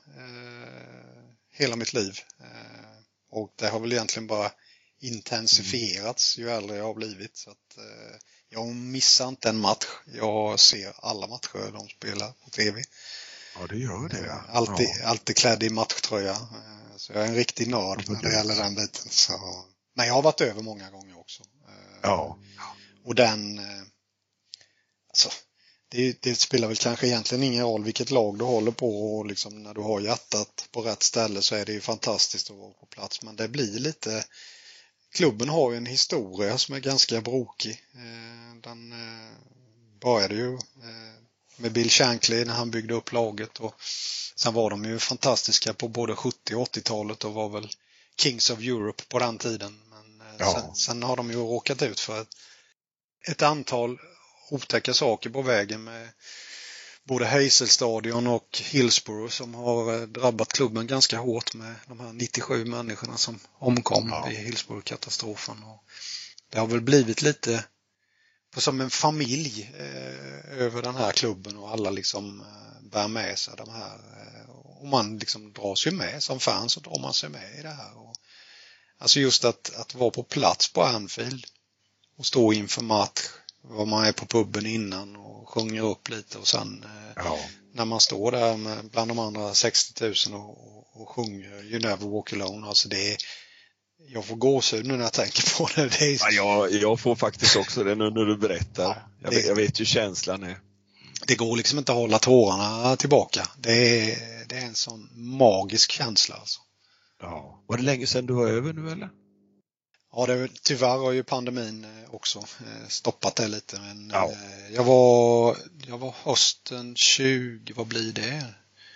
hela mitt liv. Och det har väl egentligen bara intensifierats ju äldre jag har blivit. Så att, jag missar inte en match. Jag ser alla matcher de spelar på tv. Ja, det gör det. Ja. Alltid, ja. alltid klädd i matchtröja. Så jag är en riktig nörd när det gäller den biten. Så, men jag har varit över många gånger också. Ja. Och den... Alltså, det, det spelar väl kanske egentligen ingen roll vilket lag du håller på. Och liksom när du har hjärtat på rätt ställe så är det ju fantastiskt att vara på plats. Men det blir lite... Klubben har ju en historia som är ganska brokig. Den började ju med Bill Shankly när han byggde upp laget och sen var de ju fantastiska på både sjuttio- och åttiotalet och var väl Kings of Europe på den tiden. Men ja. sen, sen har de ju råkat ut för ett, ett antal otäcka saker på vägen med både Hazelstadion och Hillsborough som har drabbat klubben ganska hårt med de här nittiosju människorna som omkom ja. i Hillsborough-katastrofen. Och det har väl blivit lite som en familj eh, över den här klubben och alla liksom eh, bär med sig de här. Eh, och man liksom dras ju med som fan så drar man sig med i det här. Och, alltså just att, att vara på plats på Anfield och stå inför match. Var man är på puben innan och sjunger upp lite och sen eh, ja. när man står där med bland de andra sextio tusen och, och, och sjunger You Never Walk Alone. Alltså det är, jag får gåshud nu när jag tänker på det. det är... ja, jag, jag får faktiskt också det nu när du berättar. Ja, jag, det, vet, jag vet ju känslan är. Det går liksom inte att hålla tårarna tillbaka. Det är, det är en sån magisk känsla alltså. Ja. Var det länge sedan du var över nu eller? Ja, det, tyvärr har ju pandemin också stoppat det lite. Men ja. jag, var, jag var hösten tjugo, vad blir det?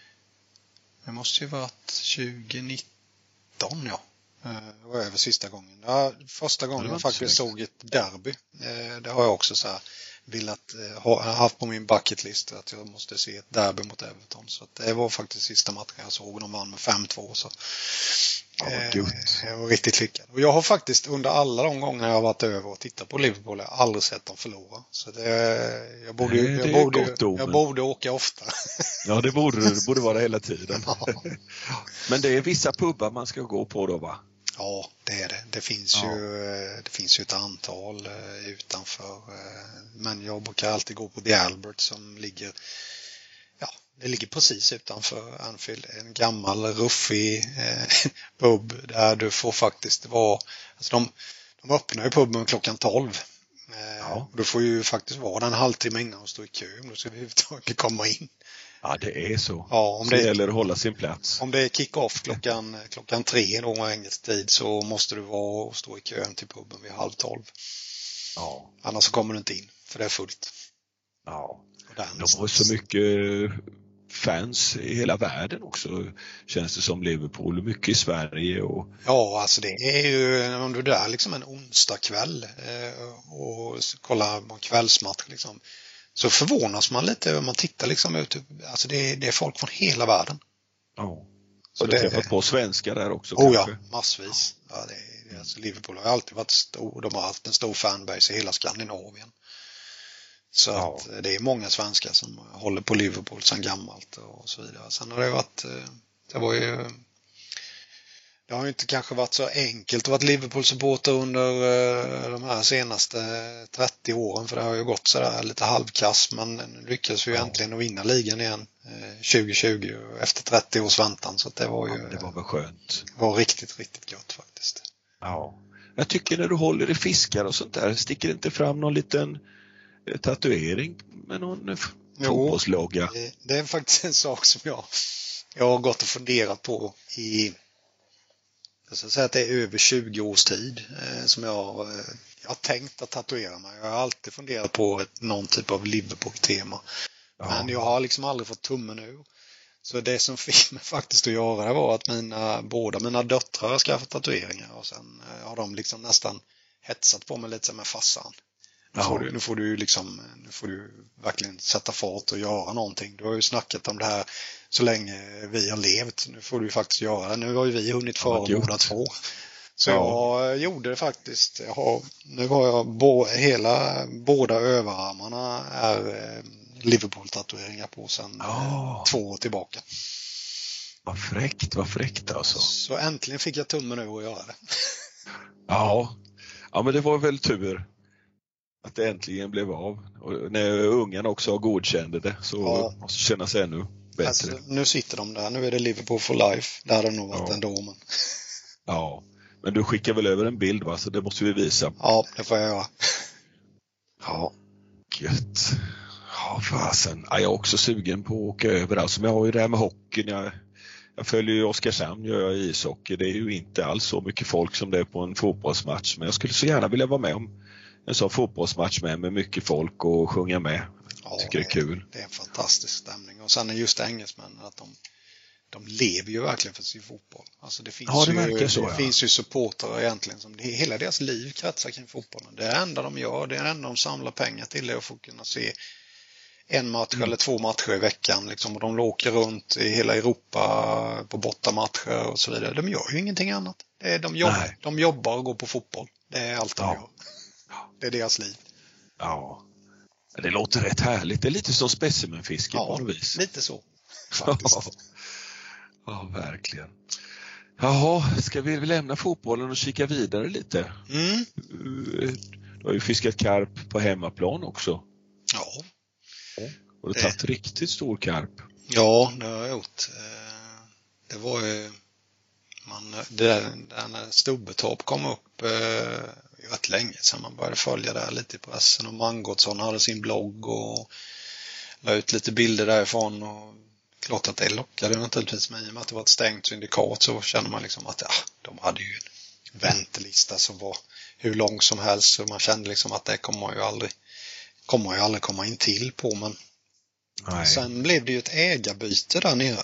Det måste ju varit tjugo nitton, ja. Det var över sista gången. Ja, första gången jag faktiskt såg ett derby. Det har jag också så här velat ha haft på min bucketlist att jag måste se ett derby mot Everton. Så att det var faktiskt sista matchen jag såg. De vann med fem två så. Ja, vad gott. Jag var riktigt lyckad. Och jag har faktiskt under alla de gånger jag har varit över och tittat på Liverpool aldrig sett dem förlora. Så det, jag borde, Nej, jag det borde, gott då, jag men... borde åka ofta. Ja, det borde det borde vara hela tiden. Ja. Men det är vissa pubbar man ska gå på då, va? Ja, det är det. Det finns ja. ju det finns ju ett antal utanför. Men jag brukar alltid gå på The Albert som ligger ja, det ligger precis utanför Anfield. En gammal ruffig eh, pub där du får faktiskt vara alltså de, de öppnar ju puben klockan tolv. Eh, ja. Du får ju faktiskt vara en halvtimme innan och stå i kö om du ska överhuvudtaget komma in. Ja, det är så. Ja, om så det, det gäller att hålla sin plats. Om det är kick-off klockan, klockan tre då engelsk tid så måste du vara och stå i kön till puben vid halv tolv. Ja. Annars så kommer du inte in, för det är fullt. Ja. De har så mycket fans i hela världen också, känns det som Liverpool. Mycket i Sverige. Och... Ja, alltså det är ju, om du är där liksom en onsdag kväll eh, och kollar på en kvällsmatch liksom. Så förvånas man lite när man tittar liksom ut. Alltså det är, det är folk från hela världen. Ja. Så du träffat är... på svenskar där också? Oh kanske? Ja, massvis. Ja, det är, det, alltså Liverpool har alltid varit stor. De har haft en stor fanbase i hela Skandinavien. Så ja. Att det är många svenskar som håller på Liverpool sedan gammalt och så vidare. Sen har det varit, det var ju... Det har ju inte kanske varit så enkelt att vara Liverpool-supporter under de här senaste trettio åren. För det har ju gått sådär lite halvkass. Men nu lyckades vi ju ja. äntligen att vinna ligan igen tjugo tjugo efter trettio års väntan. Så det var ju... Ja, det var väl skönt. Det var riktigt, riktigt gott faktiskt. Ja. Jag tycker när du håller i fiskar och sånt där, sticker inte fram någon liten tatuering med någon fotbollslogga? Jo, det är faktiskt en sak som jag, jag har gått och funderat på i... Jag ska säga att det är över tjugo års tid eh, som jag, eh, jag har tänkt att tatuera mig. Jag har alltid funderat på ett, någon typ av Liverpool-tema. Ja. Men jag har liksom aldrig fått tummen ur. Så det som fick mig faktiskt att göra det var att mina, båda mina döttrar har skaffat tatueringar. Och sen eh, har de liksom nästan hetsat på mig lite som en fassan. Nu får, du, nu får du liksom, nu får du verkligen sätta fart och göra någonting. Du har ju snackat om det här så länge vi har levt. Nu får du faktiskt göra det. Nu har ju vi hunnit före båda två. Så ja. jag gjorde det faktiskt. Jag har, nu har jag bo, hela, båda överarmarna är eh, Liverpool-tatueringar på sedan oh. eh, två år tillbaka. Vad fräckt, vad fräckt alltså. Så äntligen fick jag tummen ur att göra det. Ja. Ja, men det var väl tur att det äntligen blev av. Och när ungarna också godkände det så ja. måste det kännas ännu bättre. Alltså, nu sitter de där, nu är det Liverpool for life. Det hade nog varit ja. ändå. Men... Ja, men du skickar väl över en bild, va? Så det måste vi visa. Ja, det får jag göra. Ja, gött. Ja, fasen. Ja, jag är också sugen på att åka över. Alltså, men jag har ju det här med hockeyn. Jag, jag följer ju Oskarshamn, gör jag i ishockey. Det är ju inte alls så mycket folk som det är på en fotbollsmatch. Men jag skulle så gärna vilja vara med om en sån fotbollsmatch med, med mycket folk och sjunga med. Jag ja, tycker det är kul. Det är en fantastisk stämning. Och sen är just engelsmännen att de, de lever ju verkligen för sin fotboll. Alltså det finns, ja, det ju, så, det ja. finns ju supportrar egentligen som hela deras liv kretsar kring fotbollen. Det är det enda de gör, det är det enda de samlar pengar till, det att få kunna se en match mm. eller två matcher i veckan liksom, och de åker runt i hela Europa på bortamatcher och så vidare. De gör ju ingenting annat. Det är, de, jobb, de jobbar och går på fotboll. Det är allt de ja. gör. Det är deras liv. Ja. Det låter rätt härligt. Det är lite som specimenfiske ja, på något vis. Lite så. Faktiskt. Ja, verkligen. Jaha, ska vi lämna fotbollen och kika vidare lite? Mm. Du har ju fiskat karp på hemmaplan också. Ja. Och du har tagit riktigt stor karp. Ja, det har jag gjort. Det var ju man, det där, när Stubbetorp kom upp eh, rätt länge sedan man började följa där lite i pressen, och Mangårdsson hade sin blogg och la ut lite bilder därifrån, och klart att det lockade naturligtvis, med i och med att det var ett stängt syndikat så känner man liksom att ja, de hade ju en väntelista som var hur lång som helst, så man kände liksom att det kommer man ju aldrig kommer man ju aldrig komma in till på, men nej. Sen blev det ju ett ägarbyte där nere.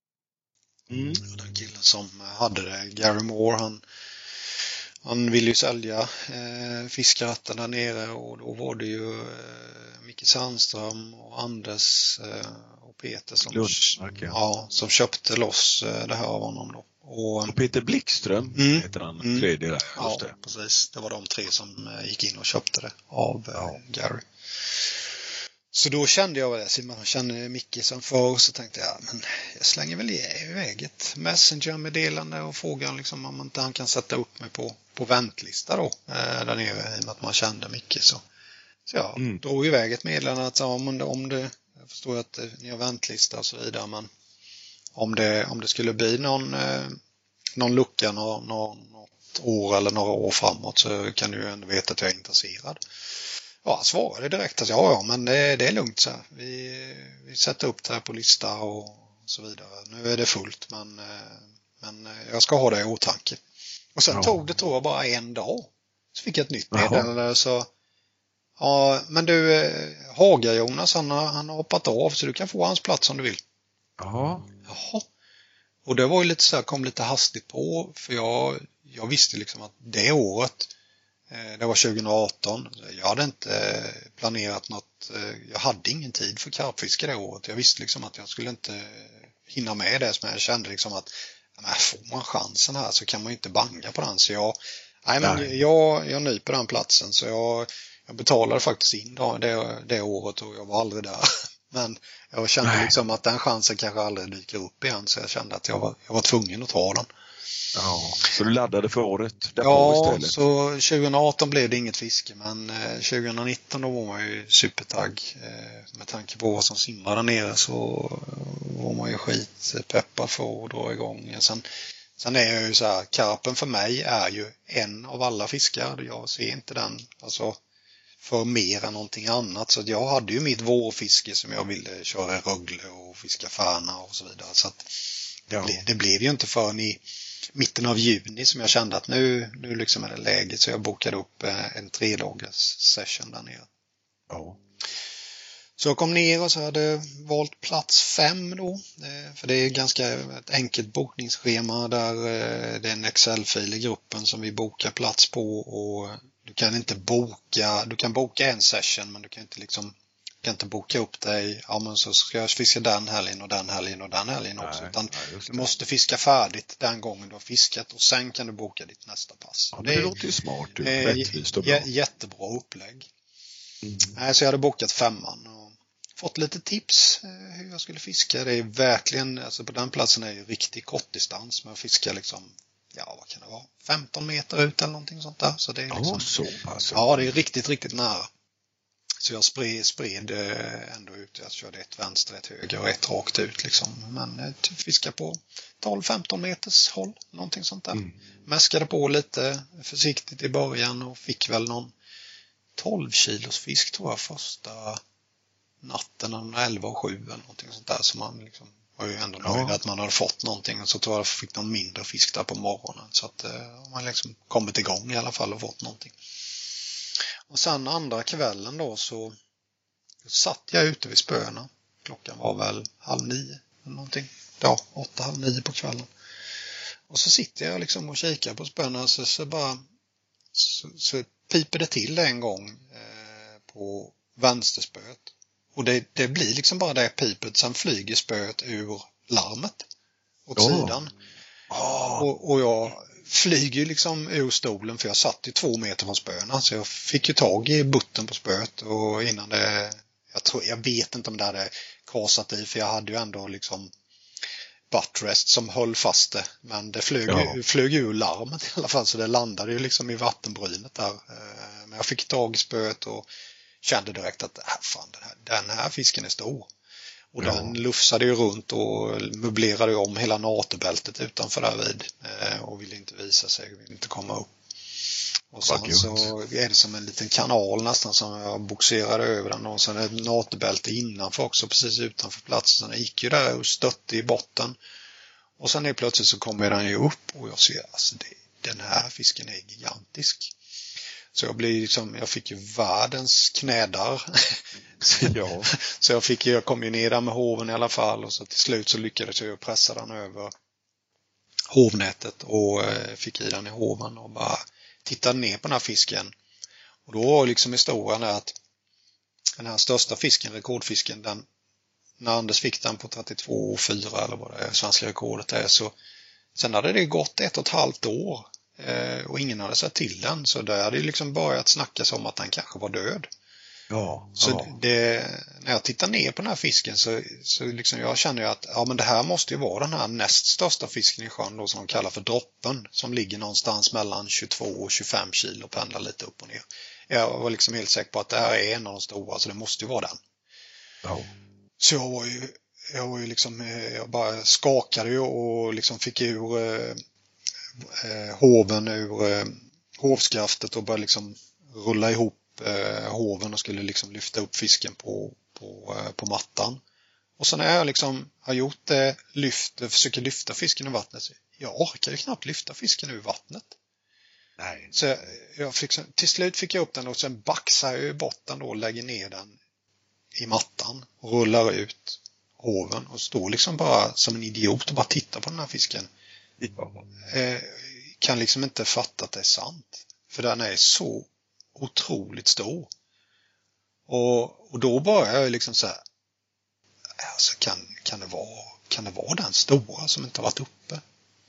Mm. Den killen som hade det, Gary Moore, han, han ville ju sälja eh, fiskrätten där nere, och då var det ju eh, Micke Sandström och Anders eh, och Peter som, Lundsmark, ja. Ja, som köpte loss eh, det här av honom då. Och, och Peter Blickström mm, heter han, mm, tredje där. Ja, det. Precis. Det var de tre som eh, gick in och köpte det av eh, ja. Gary. Så då kände jag det, man kände Micke som för, så tänkte jag, men jag slänger väl iväg ett Messenger-meddelande och frågar liksom om inte han kan sätta upp mig på, på väntlista då, eh, där nere, i och med att man kände Micke. Så, så jag mm. drog iväg ett meddelande att om det, om det, jag förstår att ni har väntlista och så vidare, men om det, om det skulle bli någon, eh, någon lucka någon, något år eller några år framåt, så kan du ju ändå veta att jag är intresserad. Ja, han svarade direkt att ja, ja, men det, det är lugnt så här. Vi, vi sätter upp det här på lista och så vidare. Nu är det fullt, men, men jag ska ha det i åtanke. Och sen ja. tog det, tror jag, bara en dag. Så fick jag ett nytt meddelande. Så, ja, men du, Haga Jonas, han har, han har hoppat av, så du kan få hans plats om du vill. Jaha. Jaha. Och det var ju lite så här, kom lite hastigt på, för jag, jag visste liksom att det året, det var tjugo arton. Jag hade inte planerat något. Jag hade ingen tid för karpfiske det året. Jag visste liksom att jag skulle inte hinna med det, som jag kände liksom att men får man chansen här så kan man ju inte banga på den. Så jag, nej, men nej. jag, jag nyper den platsen. Så jag, jag betalade faktiskt in då, det, det året, och jag var aldrig där. Men jag kände nej. liksom att den chansen kanske aldrig dyker upp igen. Så jag kände att jag var, jag var tvungen att ta den. Ja, så du laddade för året därpå ja, istället? Så tjugo arton blev det inget fiske, men eh, tjugo nitton då var man ju supertagg. Eh, med tanke på vad som simmar där nere så eh, var man ju skitpeppad för att dra igång. Sen, sen är jag ju så här, karpen för mig är ju en av alla fiskar. Jag ser inte den alltså för mer än någonting annat. Så jag hade ju mitt vårfiske som jag ville köra i Rögle och fiska färna och så vidare. Så att det, ja. ble, det blev ju inte förrän i mitten av juni som jag kände att nu, nu liksom är det läget, så jag bokade upp en tre dagars session där nere. Ja. Så jag kom ner och så hade valt plats fem då, för det är ganska ett enkelt bokningsschema där det är en Excel-fil i gruppen som vi bokar plats på, och du kan inte boka, du kan boka en session men du kan inte liksom du kan inte boka upp dig, ja men så ska jag fiska den helgen och den helgen och den helgen också. Nej, utan nej, du måste fiska färdigt den gången du har fiskat och sen kan du boka ditt nästa pass. Ja, men det, det låter ju smart, du. Eh, Rättvist och bra. J- jättebra upplägg. Mm. Nej, så jag hade bokat femman och fått lite tips eh, hur jag skulle fiska. Det är verkligen, alltså på den platsen är ju riktigt kortdistans. Man fiskar liksom, ja vad kan det vara, femton meter ut eller någonting sånt där. Så det är liksom, Ja, så alltså. ja, det är riktigt, riktigt nära. Så jag spred, spred eh, ändå ut. Jag körde ett vänster, ett höger och ett rakt ut liksom. Men eh, fiskar på tolv femton meters håll, någonting sånt där. Mm. Mäskade på lite försiktigt i början och fick väl någon tolv kilos fisk tror jag första natten, elva och sju eller någonting sånt där. Så man liksom var ju ändå nöjd ja. att man hade fått någonting. Och så tror jag fick någon mindre fisk där på morgonen. Så att eh, man liksom kommit igång i alla fall och fått någonting. Och sen andra kvällen då så satt jag ute vid spöna. Klockan var väl halv nio eller någonting. Ja, åtta, halv nio på kvällen. Och så sitter jag liksom och kikar på spöna så, så bara så, så piper det till en gång eh, på vänsterspöet. Och det, det blir liksom bara det pipet, sen flyger spöet ur larmet åt oh. sidan. Oh. Och, och jag flyger liksom ur stolen för jag satt ju två meter från spöna. Så jag fick ju tag i butten på spöet och innan det, jag tror, jag vet inte om det hade kasat i för jag hade ju ändå liksom buttrest som höll fast det. Men det flög, ja. flög ur larmet i alla fall så det landade ju liksom i vattenbrynet där. Men jag fick tag i spöet och kände direkt att fan, den, här, den här fisken är stor. Och ja. den lufsade ju runt och möblerade om hela natobältet utanför där vid och ville inte visa sig, ville inte komma upp. Och sen så är det som en liten kanal nästan som jag boxerade över den och sen ett natobälte innanför också precis utanför platsen. Den gick ju där och stötte i botten. Och sen är plötsligt så kommer den ju upp och jag ser alltså det, den här fisken är gigantisk. Så jag blir liksom, jag fick ju världens knädar. ja. Så jag fick jag kom ju ner där med hoven i alla fall och så till slut så lyckades jag pressa den över hovnätet och fick i den i hoven och bara tittade ner på den här fisken. Och då var liksom historien att den här största fisken, rekordfisken, den, när Anders fick den på trettiotvå komma fyra eller vad det är, svenska rekordet är, så sen hade det gått ett och ett halvt år eh, och ingen hade sett till den. Så där hade ju liksom börjat snackas om att den kanske var död. Ja, så ja. Det, när jag tittar ner på den här fisken så, så liksom jag känner ju att ja, men det här måste ju vara den här näst största fisken i sjön då, som de kallar för droppen, som ligger någonstans mellan tjugotvå och tjugofem kilo och pendlar lite upp och ner. Jag var liksom helt säker på att det här är en av de stora, så det måste ju vara den. Ja. Så jag var ju jag var ju liksom jag bara skakade ju och liksom fick ur eh, eh, hoven ur eh, hovskaftet och började liksom rulla ihop eh, hoven och skulle liksom lyfta upp fisken på, på, eh, på mattan. Och sen när jag liksom har gjort det, lyft, försöker lyfta fisken ur vattnet, så jag orkar ju knappt lyfta fisken ur vattnet. Nej. Så jag, jag fick, till slut fick jag upp den och sen baxar jag i botten då och lägger ner den i mattan och rullar ut hoven och står liksom bara som en idiot och bara tittar på den här fisken. Ja. Eh, kan liksom inte fatta att det är sant. För den är så otroligt stor. Och, och då börjar jag liksom så här, alltså kan, kan, det vara, kan det vara den stora som inte har varit uppe?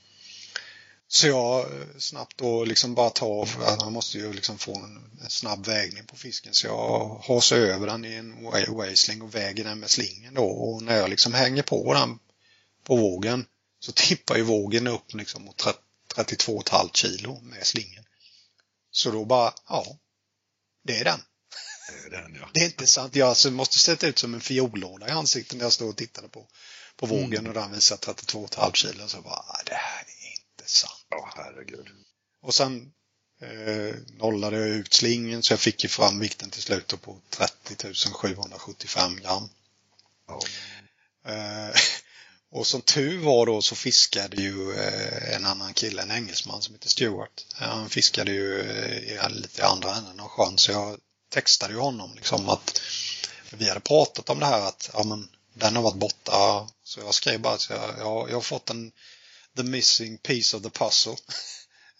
Så jag snabbt då liksom bara tar, för man måste ju liksom få en, en snabb vägning på fisken. Så jag hasar över den i en waisling och väger den med slingen då. Och när jag liksom hänger på den på vågen så tippar ju vågen upp liksom mot trettiotvå komma fem kilo med slingen. Så då bara, ja, det är den. Det är den, ja. Det är inte sant. Jag alltså måste sätta ut som en fiollåda i ansiktet när jag stod och tittade på, på vågen mm. och den visar trettiotvå komma fem kilo. Så bara, det här är inte sant. Ja, oh, herregud. Och sen eh, nollade jag ut slingen så jag fick ju fram vikten till slut på trettio tusen sjuhundrasjuttiofem gram. Oh. Eh, och som tur var då så fiskade ju eh, en annan kille, en engelsman som heter Stuart. Han fiskade ju eh, lite i andra änden av sjön, så jag textade ju honom liksom att vi hade pratat om det här att ja, men, den har varit borta. Så jag skrev bara att jag, jag, jag har fått en the missing piece of the puzzle.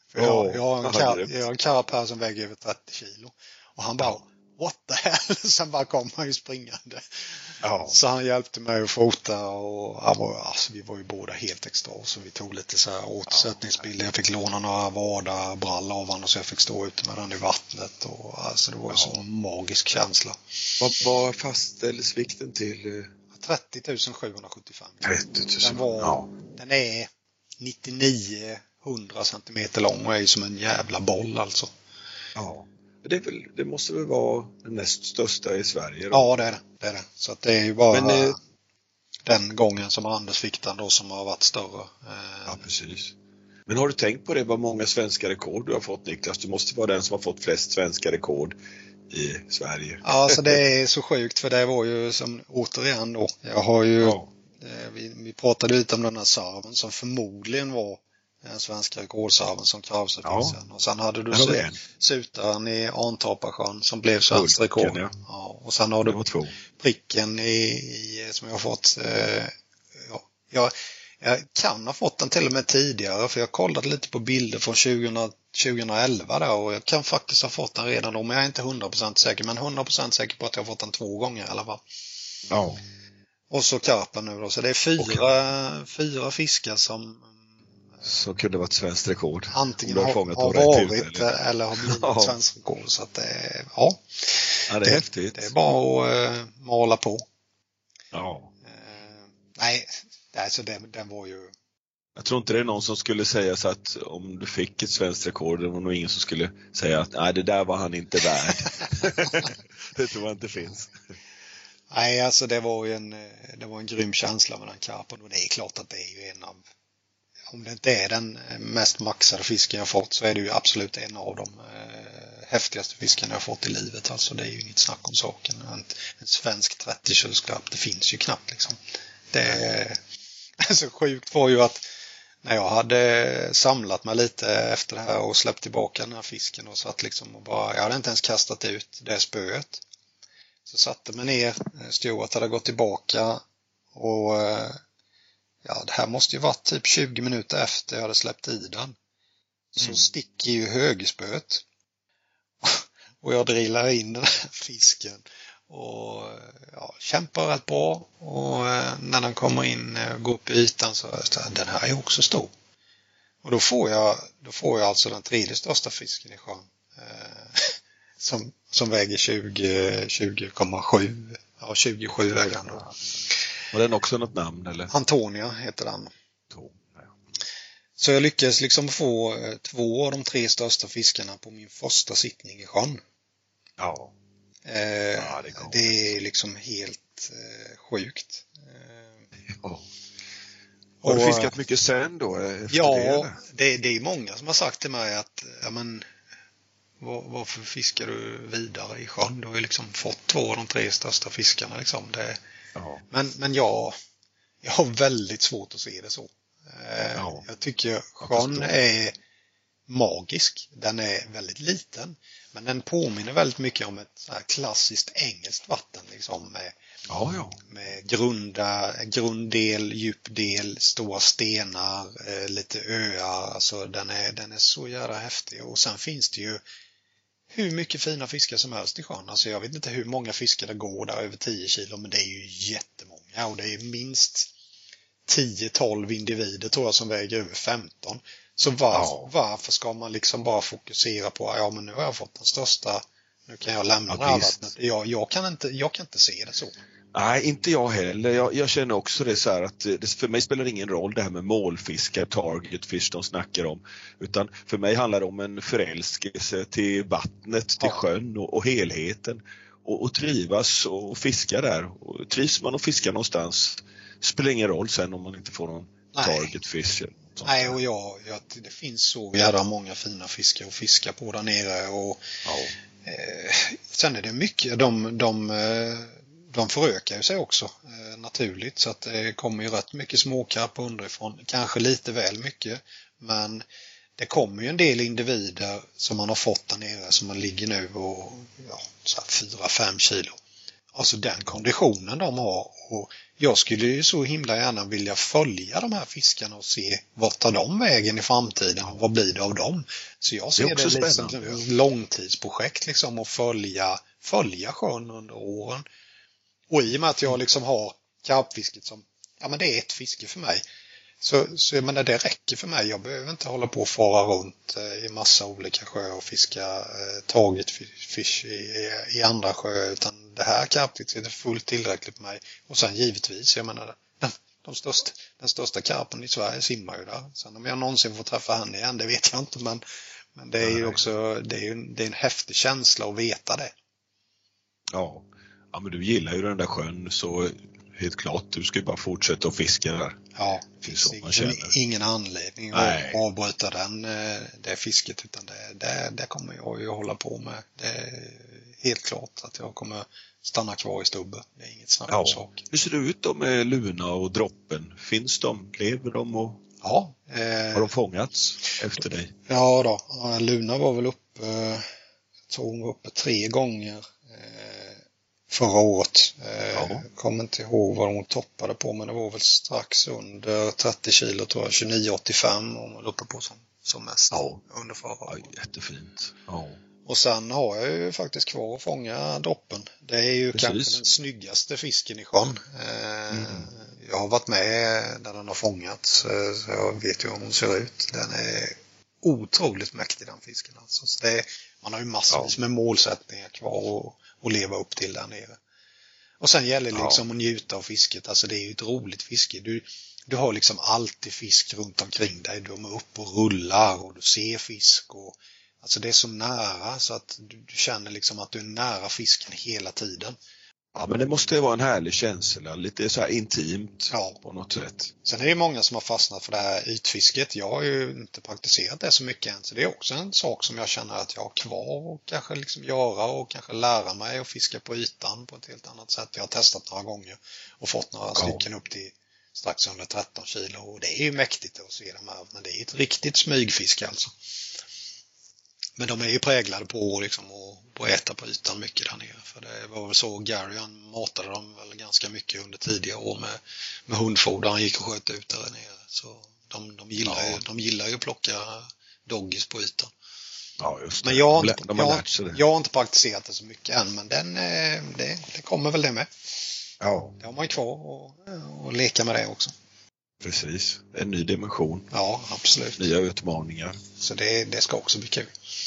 För jag, Oh, jag, har en vad kar, hade du? jag har en karap som väger över trettio kilo. Och han bara, what the hell? Sen bara kom han ju springande. Ja. Så han hjälpte mig att fota och han var, alltså, vi var ju båda helt extra. Så vi tog lite så här återsättningsbilder. Jag fick låna några vardagsbrallor av honom så jag fick stå ute med den i vattnet. Och, alltså, det var ju Ja. så en magisk känsla. Vad vad fastställdes vikten till? trettio tusen sjuhundrasjuttiofem. trettio tusen. Den, var, Ja. den är nittionio hundra centimeter lång och är ju som en jävla boll alltså. Ja. Det, är väl, det måste väl vara den näst största i Sverige då? Ja, det är det. det, är det. Så att det är ju bara Men, eh, den gången som Anders fick den då som har varit större. Ja, precis. Men har du tänkt på det, vad många svenska rekord du har fått, Niklas? Du måste vara den som har fått flest svenska rekord i Sverige. Ja, alltså det är så sjukt för det var ju som återigen då. Jag har ju, Ja. eh, vi, vi pratade lite om den här sarven som förmodligen var den svenska rekordsarven som Krause Ja. fick sen. Och sen hade du Där har vi su- en. sutaren i Antaparsjön som blev svensk Bulken, rekord. ja. Ja, och sen har Det du var två. pricken i, i, som jag har fått. Eh, ja, jag, jag kan ha fått den till och med tidigare för jag kollade lite på bilder från tjugo, tjugoelva där och jag kan faktiskt ha fått den redan då, men jag är inte hundra procent säker, men hundra procent säker på att jag har fått den två gånger i alla fall. Ja. Och så karpen nu då, så det är fyra, fyra fiskar som Så kunde det varit svenskt rekord. antingen Om du har, fångat har dem rätt varit tillfälle. eller har blivit Ja. svensk rekord, så att det är, ja, Ja, det är det, häftigt. det är bara att uh, mala på. Ja. Uh, nej, alltså den, den var ju Jag tror inte det är någon som skulle säga så att om du fick ett svenskt rekord, det var nog ingen som skulle säga att nej, det där var han inte värd. Det tror jag inte finns. Nej, alltså det var ju en, det var en grym känsla med den karpen och det är klart att det är ju en av, om det inte är den mest maxade fisken jag fått så är det ju absolut en av de eh, häftigaste fiskarna jag fått i livet. Alltså det är ju inget snack om saken. En, en svensk trettio kilos karp, det finns ju knappt liksom. Det är så sjukt var ju att när jag hade samlat mig lite efter det här och släppt tillbaka den här fisken och satt liksom och bara, jag hade inte ens kastat ut det spöet. Så satte mig ner, Stuart hade gått tillbaka och ja, det här måste ju varit typ tjugo minuter efter jag hade släppt i den. Så Mm. sticker ju högerspöet. Och jag drillar in den här fisken och ja, kämpar rätt bra och när den kommer in och går upp i ytan så är den här är också stor. Och då får jag, då får jag alltså den tredje största fisken i sjön. Som, som väger tjugo, tjugo komma sju. Ja, tjugosju väger han då. Var den också något namn eller? Antonia heter den. Två. Ja. Så jag lyckades liksom få två av de tre största fiskarna på min första sittning i sjön. Ja. Eh, Ja, det är galet. det är liksom helt eh, sjukt. Eh, Ja. Har du och- fiskat mycket sen då? Efter Ja, det, eller? det, det är många som har sagt till mig att ja, men, var, varför fiskar du vidare i sjön? Du har ju liksom fått två av de tre största fiskarna. Liksom. Det, Ja. men men jag, jag har väldigt svårt att se det så. Eh, Ja. Jag tycker sjön förstår. är magisk. Den är väldigt liten. Men den påminner väldigt mycket om ett så här klassiskt engelskt vatten. Liksom, med, Ja, ja. med grunda, grunddel, djupdel, stora stenar, eh, lite öar. Alltså den är, den är så jävla häftig. Och sen finns det ju hur mycket fina fiskar som helst i sjön. Alltså jag vet inte hur många fiskar det går där över tio kilo, men det är ju jättemånga. Och det är minst tio tolv individer tror jag som väger över femton. Så varför, Ja. varför ska man liksom bara fokusera på ja men nu har jag fått den största, nu kan jag lämna Ja, det här visst. vattnet. Jag, jag, kan inte, jag kan inte se det så. Nej, inte jag heller. Jag, jag känner också det så här att det, för mig spelar det ingen roll det här med målfiskar, target fish de snackar om. Utan för mig handlar det om en förälskelse till vattnet, till Ja. sjön och, och helheten. Och, och trivas och fiska där. Och trivs man och fiskar någonstans spelar ingen roll sen om man inte får någon Nej. target fish. eller sånt Nej, där. och jag, jag, det finns så jävla många fina fiskar att fiska på där nere. Och Ja. eh, sen är det mycket, de, de, eh, de förökar ju sig också eh, naturligt. Så att det kommer ju rätt mycket småkarp underifrån. Kanske lite väl mycket. Men det kommer ju en del individer som man har fått där nere som man ligger nu och ja, så här fyra fem kilo. alltså den konditionen de har. Och jag skulle ju så himla gärna vilja följa de här fiskarna och se vart tar de vägen i framtiden och vad blir det av dem. Så jag ser det, det lite som ett långtidsprojekt liksom, att följa, följa sjön under åren. Och i och med att jag liksom har karpfisket som, ja men det är ett fiske för mig. Så, så jag menar, det räcker för mig. Jag behöver inte hålla på och fara runt eh, i massa olika sjöar och fiska eh, taget fisk i, i, i andra sjöar, utan det här karpfisket är fullt tillräckligt för mig. Och sen givetvis, jag menar, den, de största, den största karpen i Sverige simmar ju där. Sen om jag någonsin får träffa henne igen, det vet jag inte, men, men det är ju också, det är ju det är en häftig känsla att veta det. Ja. Ja, men du gillar ju den där sjön, så helt klart, du ska ju bara fortsätta att fiska där. Ja, det finns ingen, ingen anledning att avbryta den, det fisket, utan det, det, det kommer jag ju hålla på med. Det är helt klart att jag kommer stanna kvar i Stubbe. Det är inget snack om ja. sak. Hur ser det ut då med Luna och droppen? Finns de? Lever de? Och... Ja. Eh... Har de fångats efter dig? Ja då, Luna var väl uppe, jag tror hon var uppe tre gånger förra året. Ja. Kommer inte ihåg vad hon toppade på, men det var väl strax under trettio kilo, tror jag, tjugonio åttiofem om man uppe på som, som mest ja. under förra året. Ja, jättefint. Ja. Och sen har jag ju faktiskt kvar att fånga droppen. Det är ju Precis. kanske den snyggaste fisken i sjön. Mm. Jag har varit med när den har fångats, så jag vet ju hur hon ser ut. Den är otroligt mäktig, den fisken. Alltså. Så det är, man har ju massvis ja. med målsättningar kvar och och leva upp till där nere. Och sen gäller det liksom ja. att njuta av fisket. Alltså det är ju ett roligt fiske. Du, du har liksom alltid fisk runt omkring dig. Du är upp och rullar och du ser fisk. Och, alltså det är så nära så att du, du känner liksom att du är nära fisken hela tiden. Ja, men det måste vara en härlig känsla. Lite så här intimt ja. på något sätt. Sen är det många som har fastnat för det här ytfisket. Jag har ju inte praktiserat det så mycket än. Så det är också en sak som jag känner att jag har kvar och kanske liksom göra och kanske lära mig att fiska på ytan på ett helt annat sätt. Jag har testat några gånger och fått några ja. stycken upp till strax under tretton kilo. Och det är ju mäktigt att se dem här. Men det är ett riktigt smygfiske alltså. Men de är ju präglade på liksom att äta på ytan mycket där nere. För det var väl så Gary, han matade dem väl ganska mycket under tidigare år med, med hundfoder. Han gick och sköt ut där nere. Så de, de, gillar, ja. ju, de gillar ju att plocka doggies på ytan. Ja, just det. Men jag har, inte, de har, jag, lärt sig det. jag har inte praktiserat det så mycket än. Men den, det, det kommer väl det med. Ja. Det har man ju kvar och, och leka med det också. Precis. En ny dimension. Ja, absolut. Nya utmaningar. Så det, det ska också bli kul.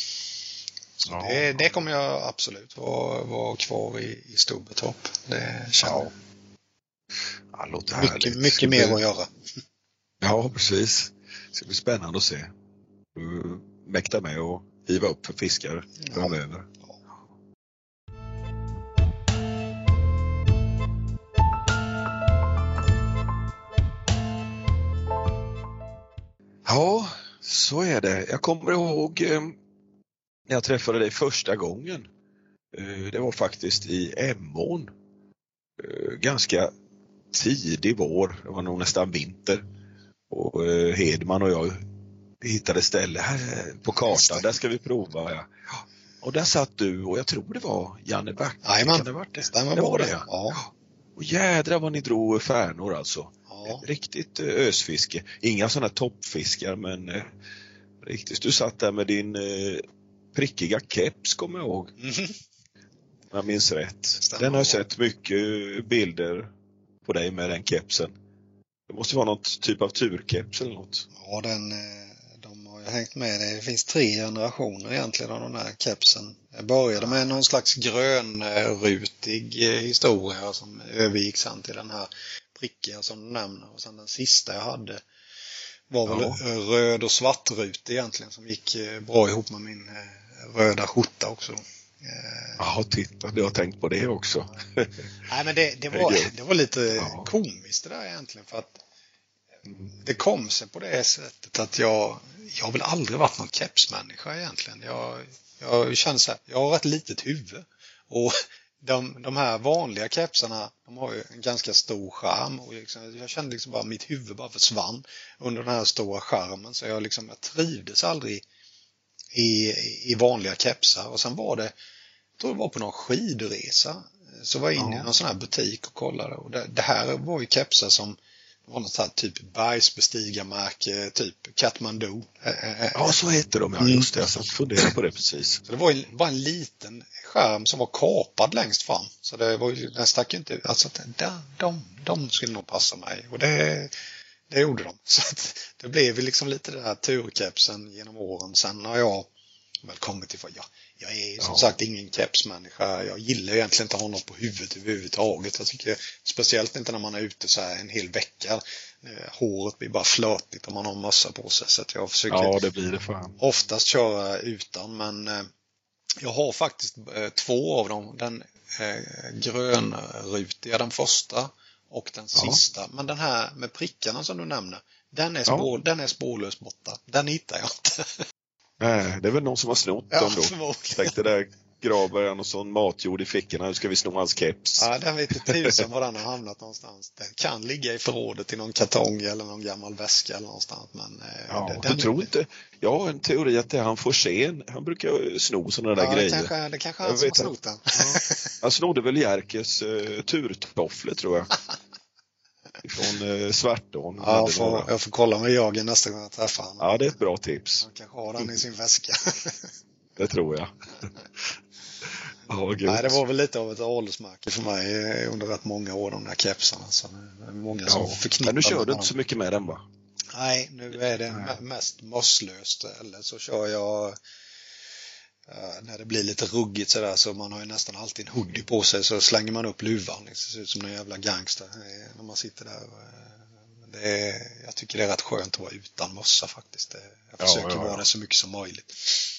Så ja. det, det kommer jag absolut vara, vara kvar i, i Stubbetorp. Det känner jag. Ja, låter mycket härligt. mycket mer bli... att göra. Ja, precis. Det ska bli spännande att se. Du mäktar med och hiva upp för fiskar ja. framöver. Ja. Ja, så är det. Jag kommer ihåg eh, när jag träffade dig första gången. Eh, det var faktiskt i Emån. Eh, ganska tidig vår. Det var nog nästan vinter. Och eh, Hedman och jag hittade ställe här på kartan. Där ska vi prova. Ja. Och där satt du och jag tror det var Janne Back. Jajamän, kan det varit det? Stämmer det var det. Ja. Ja. Och jädra vad ni drog färnor alltså. Ja. Riktigt eh, ösfiske. Inga sådana toppfiskar, men eh, riktigt. Du satt där med din eh, prickiga keps, kommer jag ihåg. Mm. Jag minns rätt. Stämmer. Den har jag sett mycket bilder på dig med den kepsen. Det måste vara något typ av turkeps eller något. Ja, den, de har ju hängt med. Det finns tre generationer egentligen av den här kepsen. Jag började med någon slags grönrutig historia som övergick sen till den här prickiga som du nämner. Och sen den sista jag hade var väl ja. röd och svartrut egentligen, som gick bra ihop med min röda skjorta också. Ja, titta, du har tänkt på det också. Nej, men det, det, var, det var lite ja. komiskt det där egentligen, för att det kom sig på det sättet att jag jag har väl aldrig varit någon kepsmänniska egentligen. Jag, jag känner så här, jag har ett litet huvud och de, de här vanliga kepsarna, de har ju en ganska stor skärm och liksom, jag kände liksom bara att mitt huvud bara försvann under den här stora skärmen, så jag liksom jag trivdes aldrig i, i vanliga kepsar. Och sen var det, jag tror det var på någon skidresa, så var jag inne i Ja. någon sån här butik och kollade. Och det, det här var ju kepsar som var något sånt här typ bergsbestigarmärke, typ Kathmandu. Ja, så heter de. Ja, just det. Jag satt och funderade på det precis. Så det var ju bara en liten skärm som var kapad längst fram. Så det var ju, den stack ju inte, alltså de, de, de skulle nog passa mig. Och det, det gjorde de. Så att det blev ju liksom lite den här turkepsen genom åren. Sen har jag väl kommit till, ja, jag är som Ja. sagt ingen kepsmänniska. Jag gillar egentligen inte att ha något på huvudet överhuvudtaget. Jag tycker, speciellt inte när man är ute så här en hel vecka. Håret blir bara flötigt om man har mössa på sig. Så att jag försöker Ja, det blir det fan. oftast köra utan, men eh, jag har faktiskt eh, två av dem. Den eh, grönrutiga, den första, och den Ja. sista. Men den här med prickarna som du nämner, den är, Ja. spår, den är spårlöst borta. Den hittar jag inte. Nej, det är väl någon som har snott Ja, dem då. förmodligen. Tänkte där grabar han och sån matjord i fickorna. Nu ska vi sno hans keps. Ja, den vet inte tusen var den har hamnat någonstans. Den kan ligga i förrådet i någon kartong eller någon gammal väska eller någonstans. Men, eh, Ja, den, du den tror inte. Jag har en teori att det är han får sen. Han brukar sno sådana där ja, det grejer. kanske, det kanske är Jag han som har vet snott den. Han snodde väl Jerkes uh, turtofflor, tror jag. Från uh, Svartån. Ja, jag får, jag får kolla med Jörgen nästa gång jag träffar honom. Ja, det är ett bra tips. Han kanske har den i sin väska. Det tror jag. Ja, gud. Nej, det var väl lite av ett adelsmärke för mig under rätt många år, de där kepsarna. Så det är många som Ja. förknippar Men nu kör med du dem. inte så mycket med den, va? Nej, nu är det Nej. mest masslöst. Eller så kör jag uh, när det blir lite ruggigt sådär, så man har ju nästan alltid en hoodie på sig, så slänger man upp luvan. Det ser ut som en jävla gangster eh, när man sitter där. Det är, jag tycker det är rätt skönt att vara utan mössa faktiskt. Det, jag Ja, försöker ja, ja. vara det så mycket som möjligt.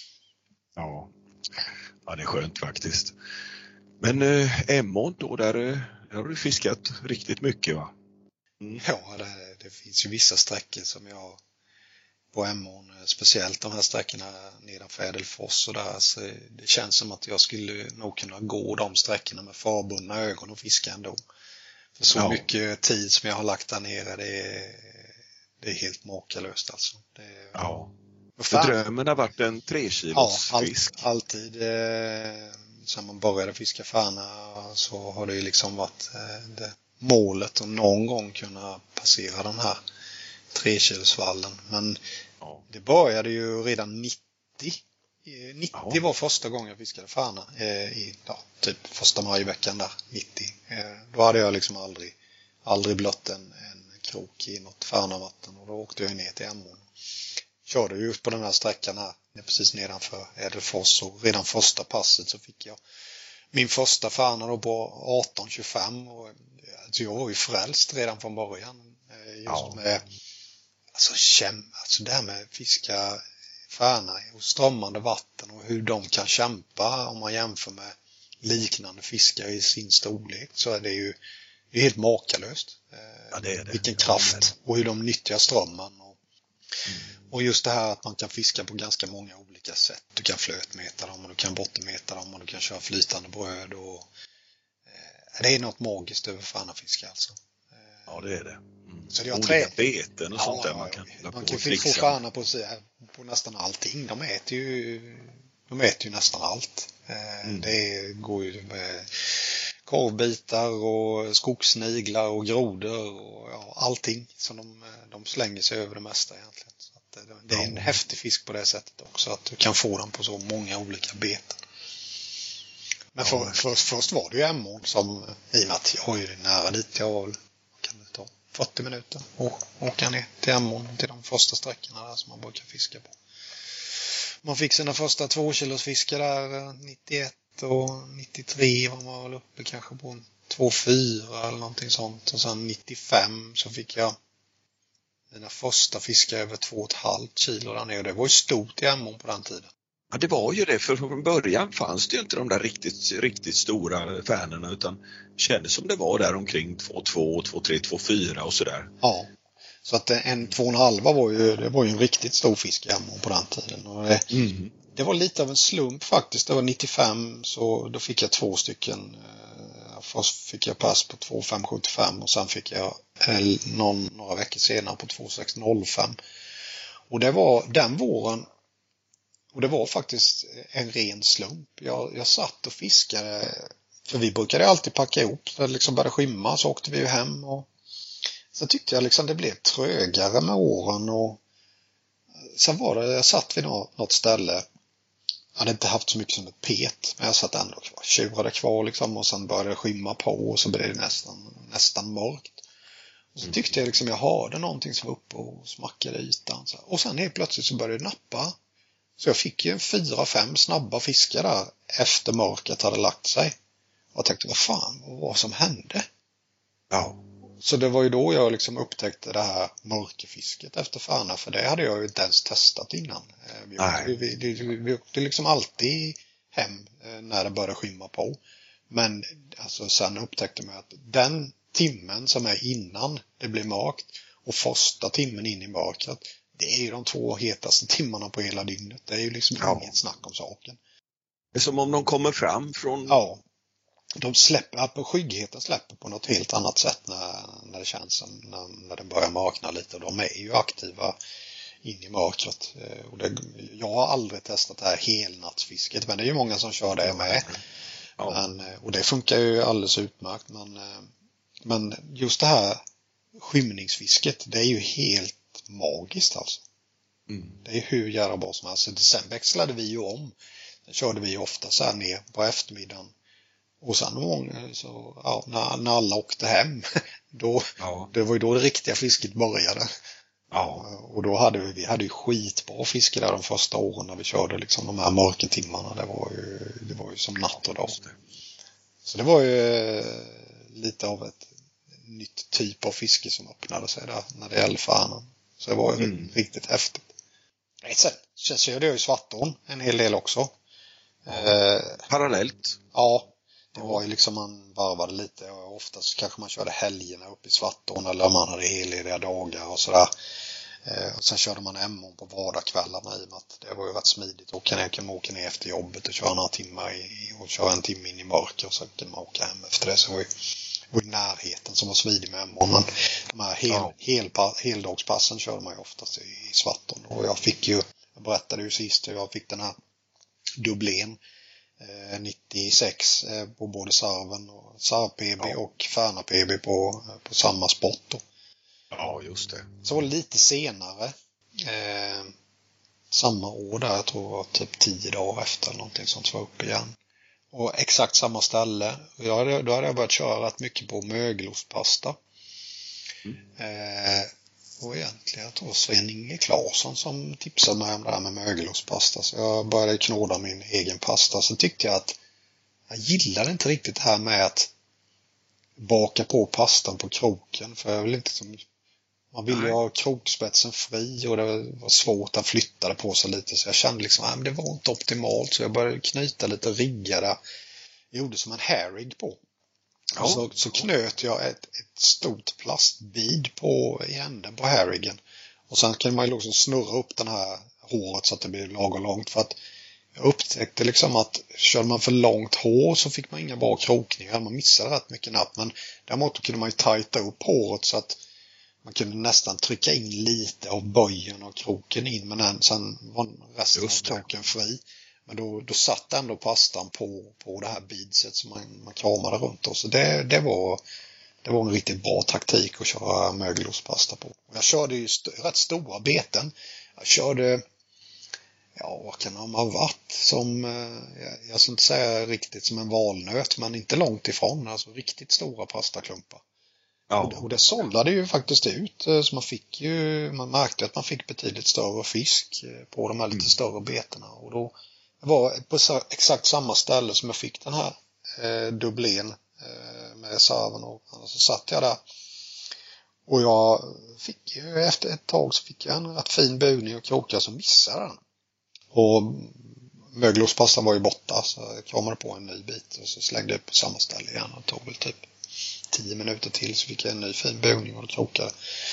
Ja. Ja, det är skönt faktiskt. Men eh, Emån då, där, eh, där har du fiskat riktigt mycket, va? Mm. Ja, det, det finns ju vissa sträckor som jag på Emån, speciellt de här sträckorna nedanför Ädelfors och där, så det känns som att jag skulle nog kunna gå de sträckorna med förbundna ögon och fiska ändå. För så Ja. mycket tid som jag har lagt där nere, det är, det är helt makalöst alltså. Det är, Ja. Vad För fan? drömmen har varit en tre Ja, kilos allt, fisk. alltid. Eh, sen man började fiska färna så har det ju liksom varit eh, det, målet att någon gång kunna passera den här trekilosvallen. Men Ja. det började ju redan nittio. Eh, nittio Ja. var första gången jag fiskade färna. Eh, i ja, typ första majveckan där, nittio. Eh, då hade jag liksom aldrig, aldrig blött en, en krok i något färnavatten. Och då åkte jag ner till Emån. Körde ju på den här sträckan här, precis nedanför Ädelfors, och redan första passet så fick jag min första färna då på arton tjugofem, och alltså jag var ju frälst redan från början just Ja. med alltså, käm, alltså det här med fiska färna och strömmande vatten och hur de kan kämpa om man jämför med liknande fiskar i sin storlek, så är det ju det är helt makalöst. Ja, det är det. Vilken Ja, kraft det är det. och hur de nyttjar strömmen. Och, Mm. och just det här att man kan fiska på ganska många olika sätt. Du kan flötmeta dem och du kan bottenmeta dem och du kan köra flytande bröd. Och, eh, det är något magiskt över färnafiske alltså. Eh, Ja, det är det. Mm. Så det har Olika trä- beten och ja, sånt där ja, man ja. kan hålla Man på kan och få trixa. färna på, på nästan allting. De äter ju, de äter ju nästan allt. Eh, Mm. Det går ju med korvbitar och skogssniglar och grodor och ja, allting. Så de, de slänger sig över det mesta egentligen. Så att det, det är en Ja. häftig fisk på det sättet också, att du kan få den på så många olika beten. Men för, Ja. för, först var det ju Emån som, i och med att jag är ju nära dit, jag var väl, kan det ta fyrtio minuter och åka ner till Emån, till de första sträckorna där som man brukar fiska på. Man fick sina första två kilos fiskar där nittioett och nittiotre var man väl uppe kanske på en två fyra eller någonting sånt. Och sen nittiofem så fick jag mina första fiskar över två och ett halvt kilo där nere. Det var ju stort i Emån på den tiden. Ja, det var ju det. För från början fanns det ju inte de där riktigt, riktigt stora färnorna, utan det kändes som det var där omkring två två, två tre, två fyra och sådär. Ja. Så att en två och en halva var ju, det var ju en riktigt stor fisk i Emån på den tiden. Och det, Mm. det var lite av en slump faktiskt. Det var nittiofem, så då fick jag två stycken. eh, Först fick jag pass på två fem sjuttiofem och sen fick jag eh, någon, några veckor senare på två sex noll fem. Och det var den våren, och det var faktiskt en ren slump. Jag, jag satt och fiskade För vi brukade alltid packa ihop. Så det liksom började skymma så åkte vi ju hem. Och sen tyckte jag liksom det blev trögare med åren. Och sen var det, jag satt vid något ställe. Jag hade inte haft så mycket som ett pet. Men jag satt ändå kvar, tjurade kvar liksom. Och sen började det skymma på och så blev det nästan, nästan mörkt. Och så tyckte jag liksom jag hörde någonting som var uppe och smackade i ytan. Och sen helt plötsligt så började det nappa. Så jag fick ju fyra, fem snabba fiskar där efter mörkret hade lagt sig. Och jag tänkte, vad fan, vad var som hände? Ja. Så det var ju då jag liksom upptäckte det här mörkerfisket efter Färna. För det hade jag ju inte ens testat innan. Vi åkte, vi, vi, vi åkte liksom alltid hem när det började skymma på. Men alltså, sen upptäckte man att den timmen som är innan det blir mörkt och första timmen in i mörkret, det är ju de två hetaste timmarna på hela dygnet. Det är ju liksom ja. inget snack om saken. Det är som om de kommer fram från... Ja. De släpper, på skyggheten släpper på något helt annat sätt när, när det känns som när, när det börjar mörkna lite. Och de är ju aktiva in i mörkret. Och det, jag har aldrig testat det här helnattsfisket, men det är ju många som kör det med. Ja. Men, och det funkar ju alldeles utmärkt. Men, men just det här skymningsfisket, det är ju helt magiskt alltså. Mm. Det är hur jävla bra som helst. Sen växlade vi ju om. Sen körde vi ju ofta så här ner på eftermiddagen. Och sen någon gång så, ja, när, när alla åkte hem, då, ja. det var ju då det riktiga fisket började. Ja. Och då hade vi, vi hade ju skitbra fiske där de första åren när vi körde liksom de här mörkertimmarna. Det var ju, det var ju som natt och dag. Så det var ju lite av ett nytt typ av fiske som öppnade sig där när det gällde Färnan. Så det var ju mm. riktigt häftigt. Sen, sen körde jag ju Svartån en hel del också. Eh, Parallellt? Ja. Det var ju liksom, man varvade lite och oftast kanske man körde helgerna upp i Svartån eller man hade hellediga dagar och sådär. Eh, och sen körde man Emån på vardagskvällarna i och med att det var ju rätt smidigt. Och kan jag kan åka ner efter jobbet och köra några timmar i, och köra en timme in i mörker och sen kan man åka hem efter det. Så var ju, var ju närheten som var smidig med Emån. Men de här hel, ja. hel, heldagspassen körde man ju oftast i, i Svartån. Och jag fick ju, jag berättade ju sist hur jag fick den här dubblén nittiosex på både Sarven och Sarv-P B ja. och Färna-P B på, på samma spot då. Ja, just det. Så lite senare eh, samma år där, jag tror det var typ tio dagar efter någonting som var uppe igen. Och exakt samma ställe. Jag hade, då hade jag börjat köra rätt mycket på mögelostpasta. Mm. Eh, och egentligen, jag tror Sven-Inge Claesson som tipsade mig om det här med mögelostpasta. Så jag började knåda min egen pasta. Så tyckte jag att jag gillade inte riktigt det här med att baka på pastan på kroken. För jag vill inte som, man ville ju ha krokspetsen fri och det var svårt att flytta det på sig lite. Så jag kände liksom att det var inte optimalt. Så jag började knyta lite riggar där. Jag gjorde som en hairrig på. Och så, så knöt jag ett, ett stort plastbid på i änden på hairriggen. Och sen kan man ju också snurra upp den här håret så att det blir lagom långt. För att jag upptäckte liksom att körde man för långt hår så fick man inga bra krokningar. Man missade rätt mycket napp. Men däremot kunde man ju tajta upp håret så att man kunde nästan trycka in lite av böjen och kroken in. Men sen var resten av kroken fri. Men då, då satt ändå pastan på, på det här bidset som man, man kramade runt. Och så det, det, var, det var en riktigt bra taktik att köra mögelostpasta på. Och jag körde ju st- rätt stora beten. Jag körde, ja vad kan de ha varit? Som, jag, jag ska inte säga riktigt som en valnöt, men inte långt ifrån. Alltså riktigt stora pastaklumpar. Ja. Och, och det sållade ju faktiskt ut. Så man fick ju, man märkte att man fick betydligt större fisk på de här lite mm. större betorna. Och då var på exakt samma ställe som jag fick den här eh, dubblén eh, med sarven och så satt jag där och jag fick ju efter ett tag så fick jag en rätt fin bugning och krokar som missade den och mögelostpastan var ju borta så jag kramade på en ny bit och så slängde jag på samma ställe igen och tog väl typ tio minuter till så fick jag en ny fin bugning och krokade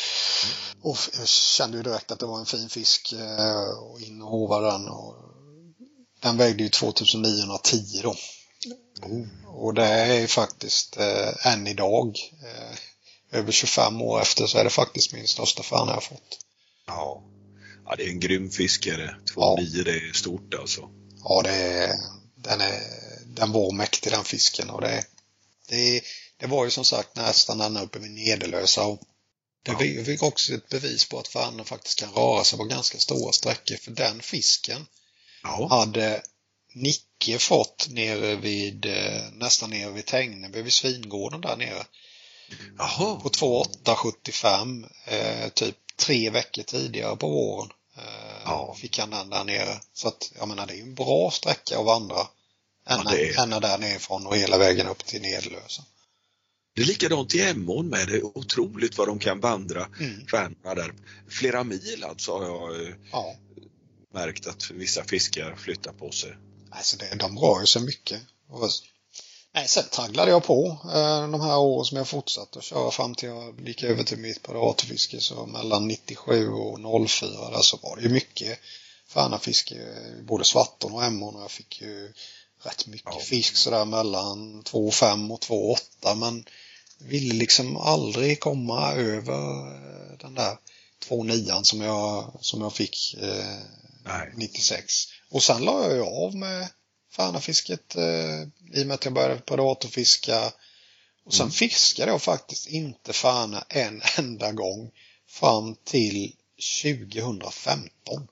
och jag kände ju direkt att det var en fin fisk eh, och in och hova den och den vägde ju tjugoniohundratio då. Oh. Och det är ju faktiskt eh, än idag, eh, över tjugofem år efter, så är det faktiskt min största fan jag har fått. Ja, ja det är en grym fiskare. två komma nio ja. Det är stort alltså. Ja, det är, den är, den var mäktig den fisken. Och det, det, det var ju som sagt nästan ända uppe vid Nedlösa. Och det ja. fick också ett bevis på att Färnö faktiskt kan röra sig på ganska stora sträckor. För den fisken ja. hade Nicke fått nere vid, nästan nere vid Tägneby, vid Svingården där nere. Jaha. På två åtta sjuttiofem, eh, typ tre veckor tidigare på våren. Eh, ja. Fick han den där nere. Så att, jag menar, det är ju en bra sträcka att vandra. Ända, ja, ända där nerifrån och hela vägen upp till Nedlösa. Det är likadant i Emån med. Det är otroligt vad de kan vandra mm. Färnöarna där. Flera mil alltså har jag ja. märkt att vissa fiskar flyttar på sig. Alltså det, de rör ju så mycket. Och, nej, sen taglade jag på eh, de här åren som jag fortsatte att köra fram till jag gick över till mitt predatorfiske. Så mellan nittiosju och noll fyra där så var det ju mycket Färnöfiske, både Svartån och Emån. Och jag fick ju rätt mycket ja. fisk sådär mellan två komma fem och två komma åtta, men ville liksom aldrig komma över den där två komma nio som jag, som jag fick eh, nittiosex. Och sen la jag ju av med Färnöfisket eh, i och med att jag började predatorfiska. Och sen mm. fiskade jag faktiskt inte Färnö en enda gång fram till tjugohundrafemton.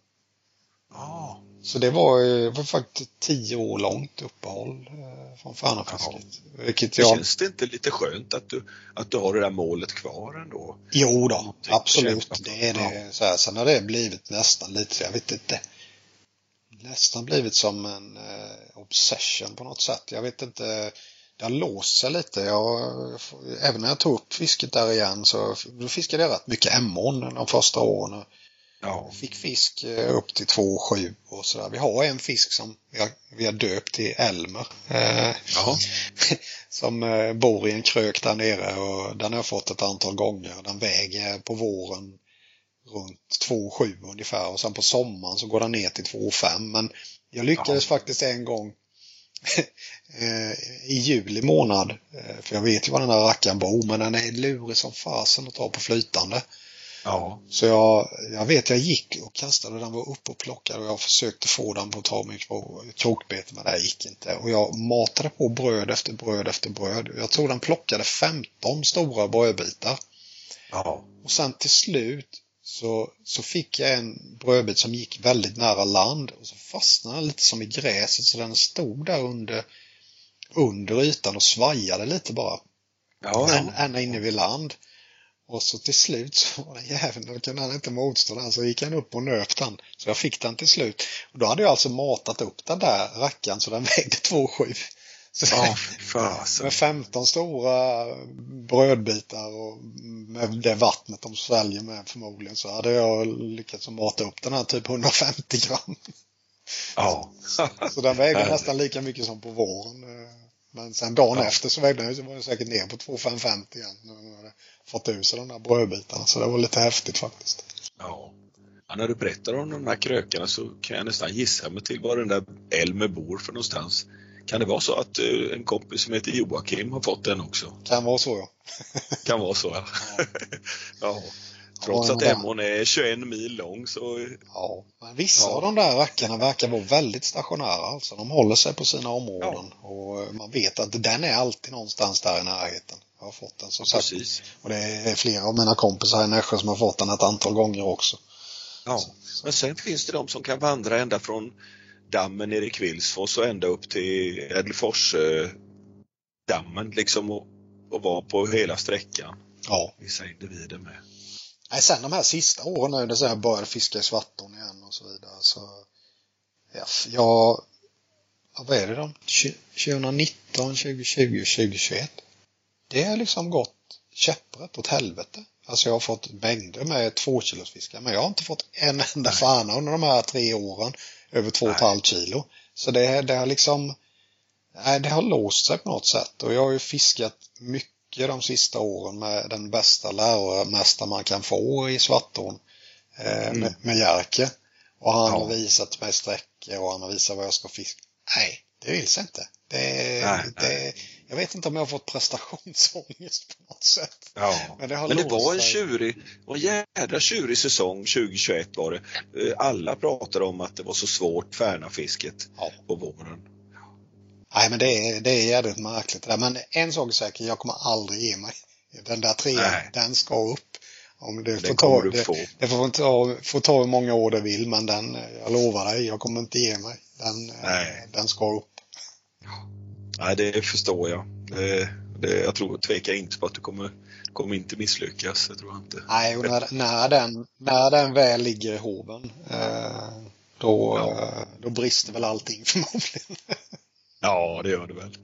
Ja. Så det var, det var faktiskt tio år långt uppehåll eh, från Färnöfisket. Ja. Vilket jag... Känns det inte lite skönt att du, att du har det där målet kvar ändå? Jo då, absolut. Det är det. Ja. Så här, sen har det blivit nästan lite, jag vet inte, nästan blivit som en eh, obsession på något sätt. Jag vet inte, det har låst sig lite. Jag, även när jag tog upp fisket där igen så då fiskade jag rätt mycket Emån de första åren. Ja. Jag fick fisk upp till två komma sju och sådär. Vi har en fisk som vi har, vi har döpt till Elmer. Eh, som eh, bor i en krök där nere och den har jag fått ett antal gånger. Den väger på våren runt två komma sju ungefär och sen på sommaren så går den ner till två komma fem. Men jag lyckades ja. faktiskt en gång i juli månad, för jag vet ju var den där rackaren bor, men den är lurig som fasen att ta på flytande. Ja. Så jag, jag vet jag gick och kastade, den var uppe och plockade och jag försökte få den på att ta mig på krokbete, men det gick inte. Och jag matade på bröd efter bröd efter bröd. Jag tror den plockade femton stora brödbitar. Ja. Och sen till slut så, så fick jag en brödbit som gick väldigt nära land och så fastnade den lite som i gräset, så den stod där under, under ytan och svajade lite bara. Ja. Än, ända inne vid land. Och så till slut så var den jäveln, då kunde han inte motstå den, så gick han upp och nöp den. Så jag fick den till slut. Och då hade jag alltså matat upp den där rackaren så den vägde två komma sju. Så oh, fasen. Med femton stora brödbitar och med det vattnet de sväljer med förmodligen, så hade jag lyckats mata upp den här typ hundrafemtio gram. Ja. Så den vägde nästan lika mycket som på våren. Men sen dagen ja. efter så vägde den, så var den säkert ner på två komma fem femtio igen. När man hade fått ut sig de där brödbitarna. Så det var lite häftigt faktiskt. Ja. Ja, när du berättar om de här krökarna så kan jag nästan gissa mig till var den där Elmer bor för någonstans. Kan det vara så att uh, en kompis som heter Joakim har fått den också? Kan vara så, ja. Kan vara så, ja. Ja. Trots att Emån är tjugoen mil lång så... Ja, men vissa ja. av de där rackarna verkar vara väldigt stationära. Alltså de håller sig på sina områden. Ja. Och man vet att den är alltid någonstans där i närheten. Jag har fått den som ja, sagt. Precis. Och det är flera av mina kompisar i Nässjö som har fått den ett antal gånger också. Ja, men sen finns det de som kan vandra ända från dammen nere i Kvillsfors och ända upp till Ädelfors eh, dammen liksom och, och vara på hela sträckan. Ja. Vissa individer med. Nej, sen de här sista åren nu, det så här började fiska i Svartån igen och så vidare, så ja, jag vad är det då? tjugonitton, tjugotjugo, tjugohundratjugoett. Det har liksom gått käpprätt åt helvete. Alltså jag har fått mängder med två kilos fiskar, men jag har inte fått en enda fana under de här tre åren över två och ett halvt kilo. Så det, det har liksom nej, det har låst sig på något sätt, och jag har ju fiskat mycket de sista åren med den bästa läromästare man kan få i Svartån, eh, mm. med, med Jerke. Och han ja. har visat mig sträckor och han har visat vad jag ska fiska. Nej, det vill sig inte. Det, nej, det, nej. Jag vet inte om jag har fått prestationsångest på något sätt. Ja. Men det, har Men det var en tjurig, och jädra tjurig säsong tjugohundratjugoett var det. Alla pratade om att det var så svårt Färnöfisket ja. på våren. Nej, men det är, det är jävligt märkligt det där. Men en sak är säker, jag kommer aldrig ge mig. Den där trean, Nej. den ska upp. Om det, Det får kommer ta, du det, få. det får, ta, får ta hur många år det vill, men den, jag lovar dig, jag kommer inte ge mig. Den, Nej. den ska upp. Nej, det förstår jag. Det, det, jag tror, tvekar inte på att du kommer, kommer inte misslyckas. Jag tror inte. Nej, och när, när, den, när den väl ligger i hoven, eh, då, Ja. eh, då brister väl allting förmodligen. Ja, det gör det väl.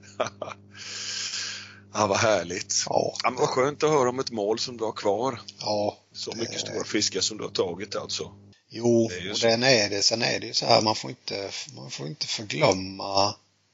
Ja, vad härligt. Ja, Ja, men vad skönt att höra om ett mål som du har kvar. ja, Så det- mycket stora fiskar som du har tagit alltså. jo, Det är ju och så. den är det. Sen är det ju så här, man får inte, man får inte förglömma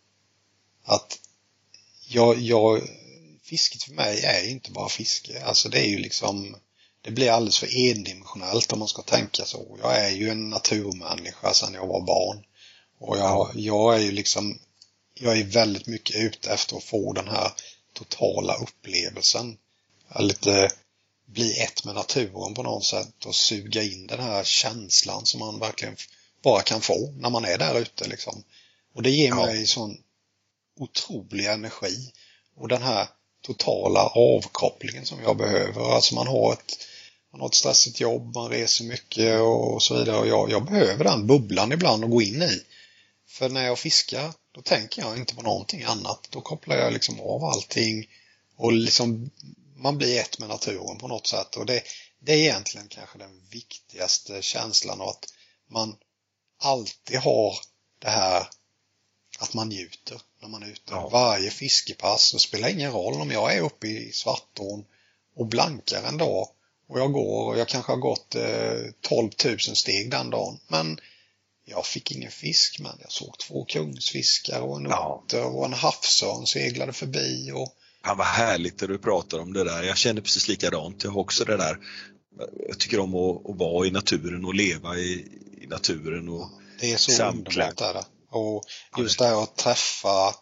att jag, jag, fisket för mig är ju inte bara fiske. Alltså det är ju liksom, det blir alldeles för endimensionellt om man ska tänka så. Jag är ju en naturmänniska sedan jag var barn. Och jag, jag är ju liksom, jag är väldigt mycket ute efter att få den här totala upplevelsen. Att lite bli ett med naturen på något sätt och suga in den här känslan som man verkligen bara kan få när man är där ute liksom. Och det ger Ja. mig sån otrolig energi och den här totala avkopplingen som jag behöver. Alltså man har ett, man har ett stressigt jobb, man reser mycket och så vidare. Och jag, jag behöver den bubblan ibland att gå in i. För när jag fiskar, då tänker jag inte på någonting annat. Då kopplar jag liksom av allting och liksom man blir ett med naturen på något sätt. Och det, det är egentligen kanske den viktigaste känslan av att man alltid har det här att man njuter när man är ute. Ja. Varje fiskepass, det spelar ingen roll om jag är uppe i Svartån och blankar en dag och jag går och jag kanske har gått eh, tolv tusen steg den dagen. Men jag fick ingen fisk, men jag såg två kungsfiskar och en Ja. otter och en havsörn seglade förbi. Och Ja, vad härligt när du pratar om det där. Jag känner precis likadant. Jag har också det där. Jag tycker om att, att vara i naturen och leva i, i naturen. Och det är så samkläm. underbart där. Och just det här att träffa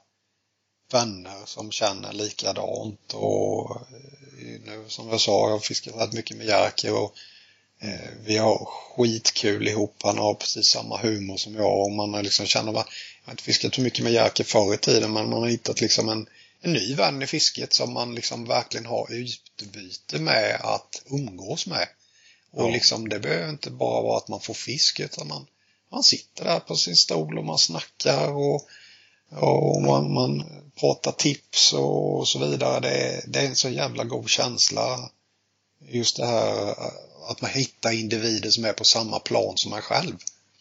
vänner som känner likadant. Och eh, nu som jag sa, jag har fiskat rätt mycket med Jerker och eh, vi har skitkul ihop. Han har precis samma humor som jag och man har liksom känner man, jag har inte fiskat så mycket med Jerker förr i tiden, men man har hittat liksom en, en ny vän i fisket som man liksom verkligen har utbyte med att umgås med. Och Ja. liksom det behöver inte bara vara att man får fisk, utan man, man sitter där på sin stol och man snackar och, och man, man pratar tips och så vidare. Det är, det är en så jävla god känsla. Just det här att man hittar individer som är på samma plan som man själv.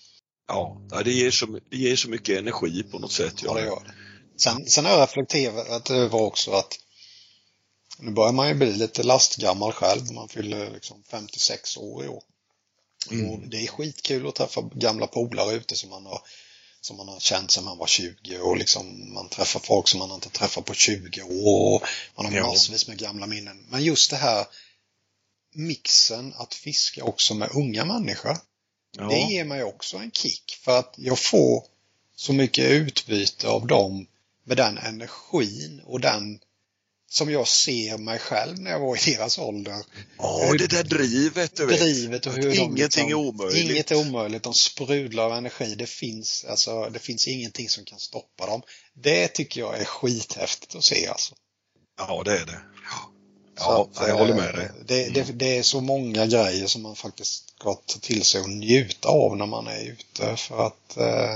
Ja, det ger så, det ger så mycket energi på något sätt. Ja, det gör det. Sen, sen har jag reflekterat över också att nu börjar man ju bli lite lastgammal själv. Man fyller liksom femtiosex år i år. Mm. Och det är skitkul att träffa gamla polare ute som man har, som man har känt sedan man var tjugo. Och liksom man träffar folk som man inte träffat på tjugo år. Och man har Ja. massvis med gamla minnen. Men just det här mixen att fiska också med unga människor. Ja. Det ger mig också en kick. För att jag får så mycket utbyte av dem med den energin och den som jag ser mig själv när jag var i deras ålder. Ja, det där drivet, du vet. Drivet och hur Att de ingenting liksom, är omöjligt. Inget är omöjligt. De sprudlar av energi. Det finns, alltså, det finns ingenting som kan stoppa dem. Det tycker jag är skithäftigt att se alltså. Ja, det är det. Ja, Så ja att, jag håller eh, med dig. Det, det, det är så många grejer som man faktiskt ska ta till sig och njuta av när man är ute. För att eh,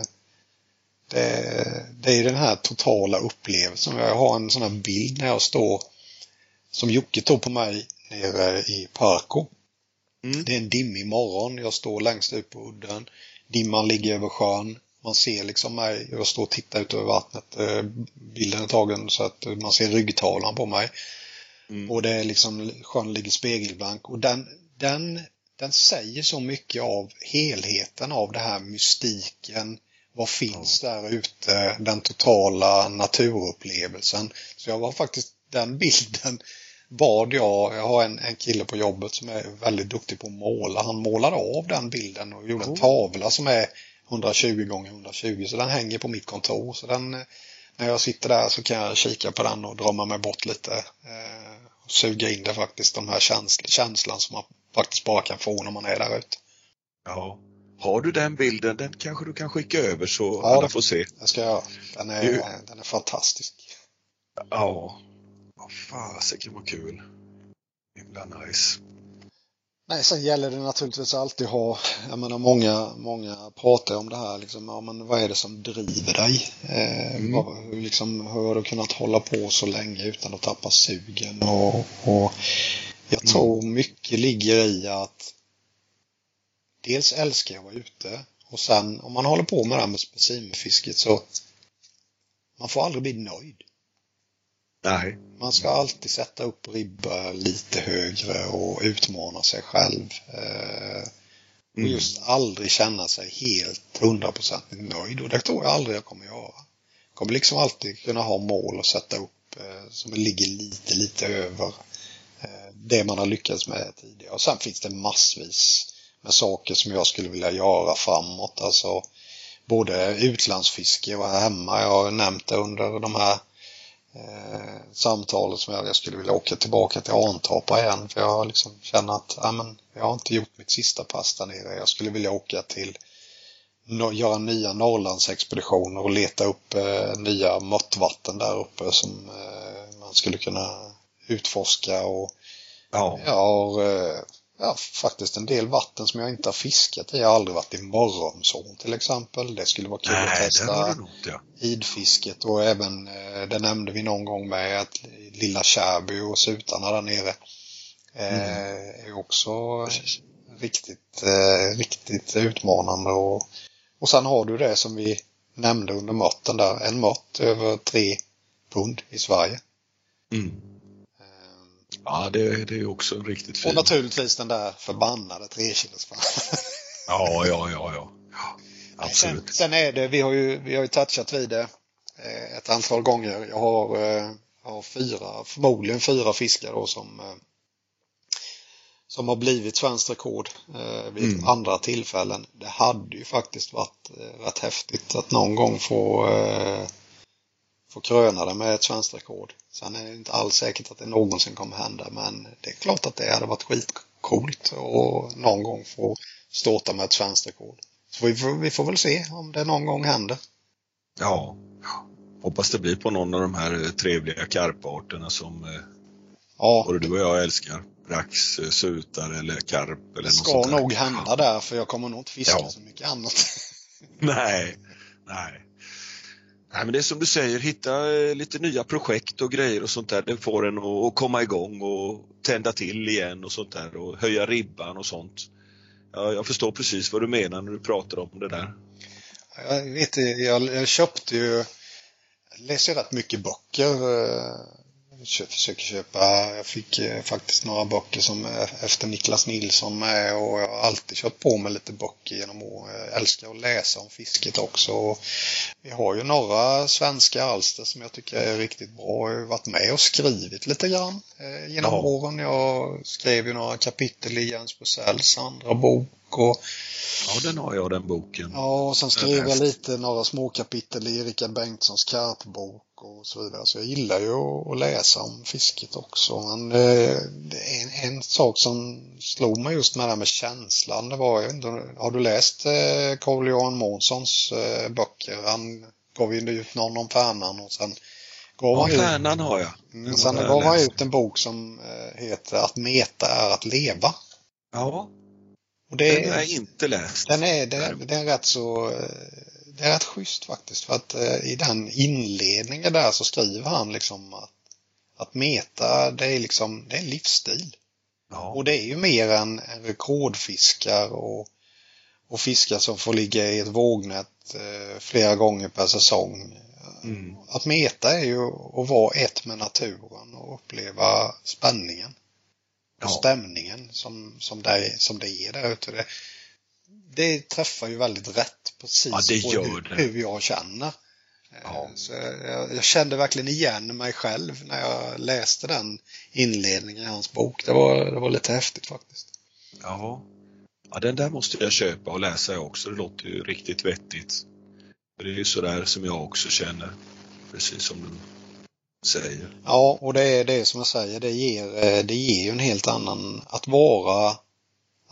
det, det är den här totala upplevelsen. Jag har en sån här bild när jag står, som Jocke tog på mig nere i Parko. Mm. Det är en dimmig morgon. Jag står längst ut på udden. Dimman ligger över sjön. Man ser liksom mig. Jag står och tittar ut över vattnet. Bilden är tagen så att man ser ryggtavlan på mig. Mm. Och det är liksom, sjön ligger spegelblank. Och den, den, den säger så mycket av helheten av det här mystiken. Vad finns där ute? Den totala naturupplevelsen. Så jag var faktiskt, den bilden bad jag, jag har en, en kille på jobbet som är väldigt duktig på att måla. Han målade av den bilden och gjorde en tavla som är hundratjugo gånger hundratjugo. Så den hänger på mitt kontor. Så den, när jag sitter där så kan jag kika på den och drömma mig bort lite. Eh, och suga in det faktiskt, de här känsl- känslan som man faktiskt bara kan få när man är där ute. Ja. har du den bilden, den kanske du kan skicka över så ja, alla får se. Jag ska göra. Den är, Du... den är fantastisk. Ja, vad fasiken var kul. Himla nice. Nej, sen gäller det naturligtvis alltid ha, jag menar många, många pratar om det här liksom, ja, men vad är det som driver dig? Eh, Mm. vad, hur, liksom, hur har du kunnat hålla på så länge utan att tappa sugen? Och, och jag tror mycket ligger i att dels älskar jag att vara ute och sen om man håller på med det här med specimenfisket så man får aldrig bli nöjd. Nej. Man ska alltid sätta upp ribba lite högre och utmana sig själv. Eh, och Mm. just aldrig känna sig helt hundraprocentigt nöjd. Och det tror jag aldrig jag kommer göra. Jag kommer liksom alltid kunna ha mål och sätta upp eh, som ligger lite, lite över eh, det man har lyckats med tidigare. Och sen finns det massvis med saker som jag skulle vilja göra framåt. Alltså både utlandsfiske och här hemma. Jag har nämnt det under de här Eh, samtalet som jag, jag skulle vilja åka tillbaka till Antapa igen för jag liksom känner att ja, men, jag har inte gjort mitt sista pass där nere. Jag skulle vilja åka till no, göra nya Norrlandsexpeditioner och leta upp eh, nya måttvatten där uppe som eh, man skulle kunna utforska och Ja. jag har eh, ja, faktiskt en del vatten som jag inte har fiskat i. Jag har aldrig varit i Morgonsån till exempel. Det skulle vara kul Nej, att testa nog, ja. idfisket och även, det nämnde vi någon gång med att Lilla Kärby och Sutarna där nere mm. är också Precis. riktigt riktigt utmanande och, och sen har du det som vi nämnde under måtten där, en mått över tre pund i Sverige. Mm. Ja, det, det är ju också riktigt fint. Och naturligtvis den där förbannade tre kilos fan. Ja, ja, ja, ja. Absolut. Sen, sen är det, vi har ju, vi har ju touchat vid det eh, ett antal gånger. Jag har, eh, jag har fyra, förmodligen fyra fiskar då som, eh, som har blivit svenskt rekord eh, vid mm. andra tillfällen. Det hade ju faktiskt varit eh, rätt häftigt att någon gång få, eh, få kröna det med ett svenskt rekord. Sen är det inte alls säkert att det någonsin kommer hända, men det är klart att det hade varit skitcoolt och någon gång få ståta med ett svenskt rekord. Så vi får, vi får väl se om det någon gång händer. Ja, hoppas det blir på någon av de här trevliga karparterna som ja. både du och jag älskar. Rax, sutar eller karp eller något sånt. Det ska nog hända där, för jag kommer nog inte fiska ja. så mycket annat. nej, nej. Nej, men det är som du säger, hitta lite nya projekt och grejer och sånt där. Den får en att komma igång och tända till igen och sånt där och höja ribban och sånt. Ja, jag förstår precis vad du menar när du pratar om det där. Jag vet jag, jag köpte ju, jag läser rätt mycket böcker. Jag försöker köpa, jag fick faktiskt några böcker som efter Niklas Nilsson med och jag har alltid köpt på mig lite böcker genom år. Jag älskar att läsa om fisket också. Vi har ju några svenska alster som jag tycker är riktigt bra. Jag har varit med och skrivit lite grann genom ja. åren. Jag skrev ju några kapitel i Jens Busells andra bok. Och, ja, den har jag, den boken. Ja, och sen skrev jag lite några små kapitel i Rickard Bengtssons karpbok och så vidare. Så jag gillar ju att läsa om fisket också. Men eh, en, en sak som slog mig just med det här med känslan, det var, jag vet inte, har du läst eh, Carl-Johan Månssons eh, böcker? Han gav ju ut någon om Färnan och sen gav ja, han Färnan har jag. Mm, sen gav han ut en bok som eh, heter Att meta är att leva. Ja. Och det, den har jag inte läst. Den är, den, den är rätt så, det är rätt schysst faktiskt. För att eh, i den inledningen där så skriver han liksom att, att meta, det är liksom, det är en livsstil. Ja. Och det är ju mer än, än rekordfiskar och, och fiskar som får ligga i ett vågnät eh, flera gånger per säsong. Mm. Att meta är ju att vara ett med naturen och uppleva spänningen. Och ja. stämningen som, som, det, som det ger där ute. Det, det träffar ju väldigt rätt precis ja, det gör hur, det. hur jag känner. Ja. Så jag, jag kände verkligen igen mig själv när jag läste den inledningen i hans bok. Det var, det var lite häftigt faktiskt. Ja. ja, den där måste jag köpa och läsa också. Det låter ju riktigt vettigt. Det är ju sådär som jag också känner. Precis som du säger. Ja, och det är det som jag säger, det ger, det ger ju en helt annan att vara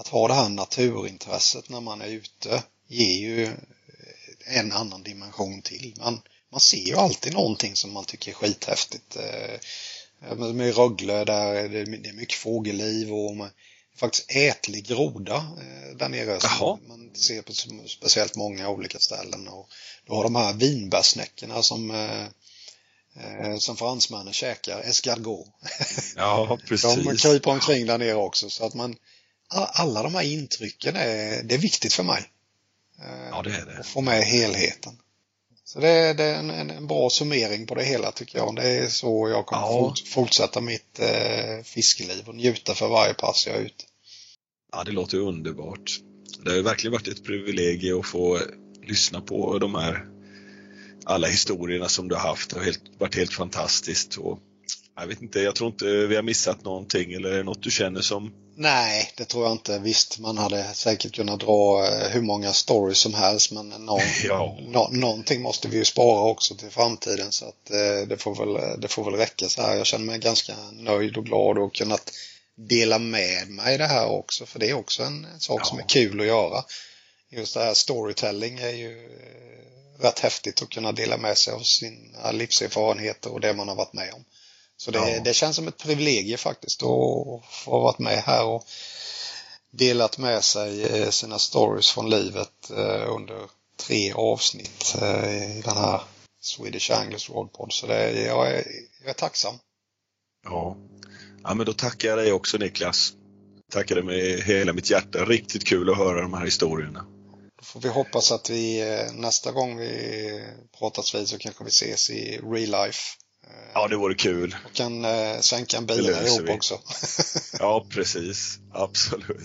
att ha det här naturintresset när man är ute ger ju en annan dimension till. Man, man ser ju alltid någonting som man tycker är skithäftigt. Med Rögle där det är mycket fågelliv och man, faktiskt ätlig groda där nere som man ser på speciellt många olika ställen. Och då har de här vinbärsnäckorna som som fransmännen käkar, escargot. Ja, precis. De kryper omkring där nere också, så att man alla de här intrycken är, det är viktigt för mig. Ja, det är det. Att få med helheten. Så det är, det är en, en bra summering på det hela, tycker jag. Det är så jag kommer ja. fort, fortsätta mitt eh, fiskeliv och njuta för varje pass jag är ute. Ja, det låter underbart. Det har ju verkligen varit ett privilegium att få lyssna på de här alla historierna som du har haft. Det har helt, varit helt fantastiskt. Och jag vet inte, jag tror inte vi har missat någonting, eller är det något du känner som... Nej, det tror jag inte. Visst, man hade säkert kunnat dra hur många stories som helst, men någon, ja. nå, någonting måste vi ju spara också till framtiden, så att eh, det, får väl, det får väl räcka så här. Jag känner mig ganska nöjd och glad och kunnat dela med mig det här också, för det är också en, en sak ja. som är kul att göra. Just det här storytelling är ju rätt häftigt att kunna dela med sig av sina livserfarenheter och det man har varit med om. Så det, ja. det känns som ett privilegium faktiskt att få varit med här och delat med sig sina stories från livet under tre avsnitt i den här Swedish Anglers Rod Pod. Så det, jag, är, jag är tacksam. Ja. ja, men då tackar jag dig också, Niklas. Tackar dig med hela mitt hjärta. Riktigt kul att höra de här historierna. Då får vi hoppas att vi nästa gång vi pratas vid så kanske vi ses i real life. Ja, det vore kul. Och kan eh, sänka en bil ihop vi. också. Ja, precis. Absolut.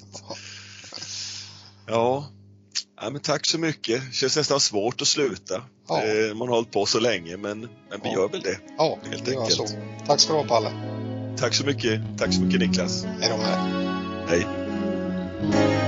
Ja. ja, men tack så mycket. Det känns nästan svårt att sluta. Ja. Eh, man har hållit på så länge, men, men vi ja. gör väl det. Ja, helt det enkelt. Så. Tack ska du ha, Palle. Tack så mycket. Tack så mycket, Niklas. Hej då med dig. Hej.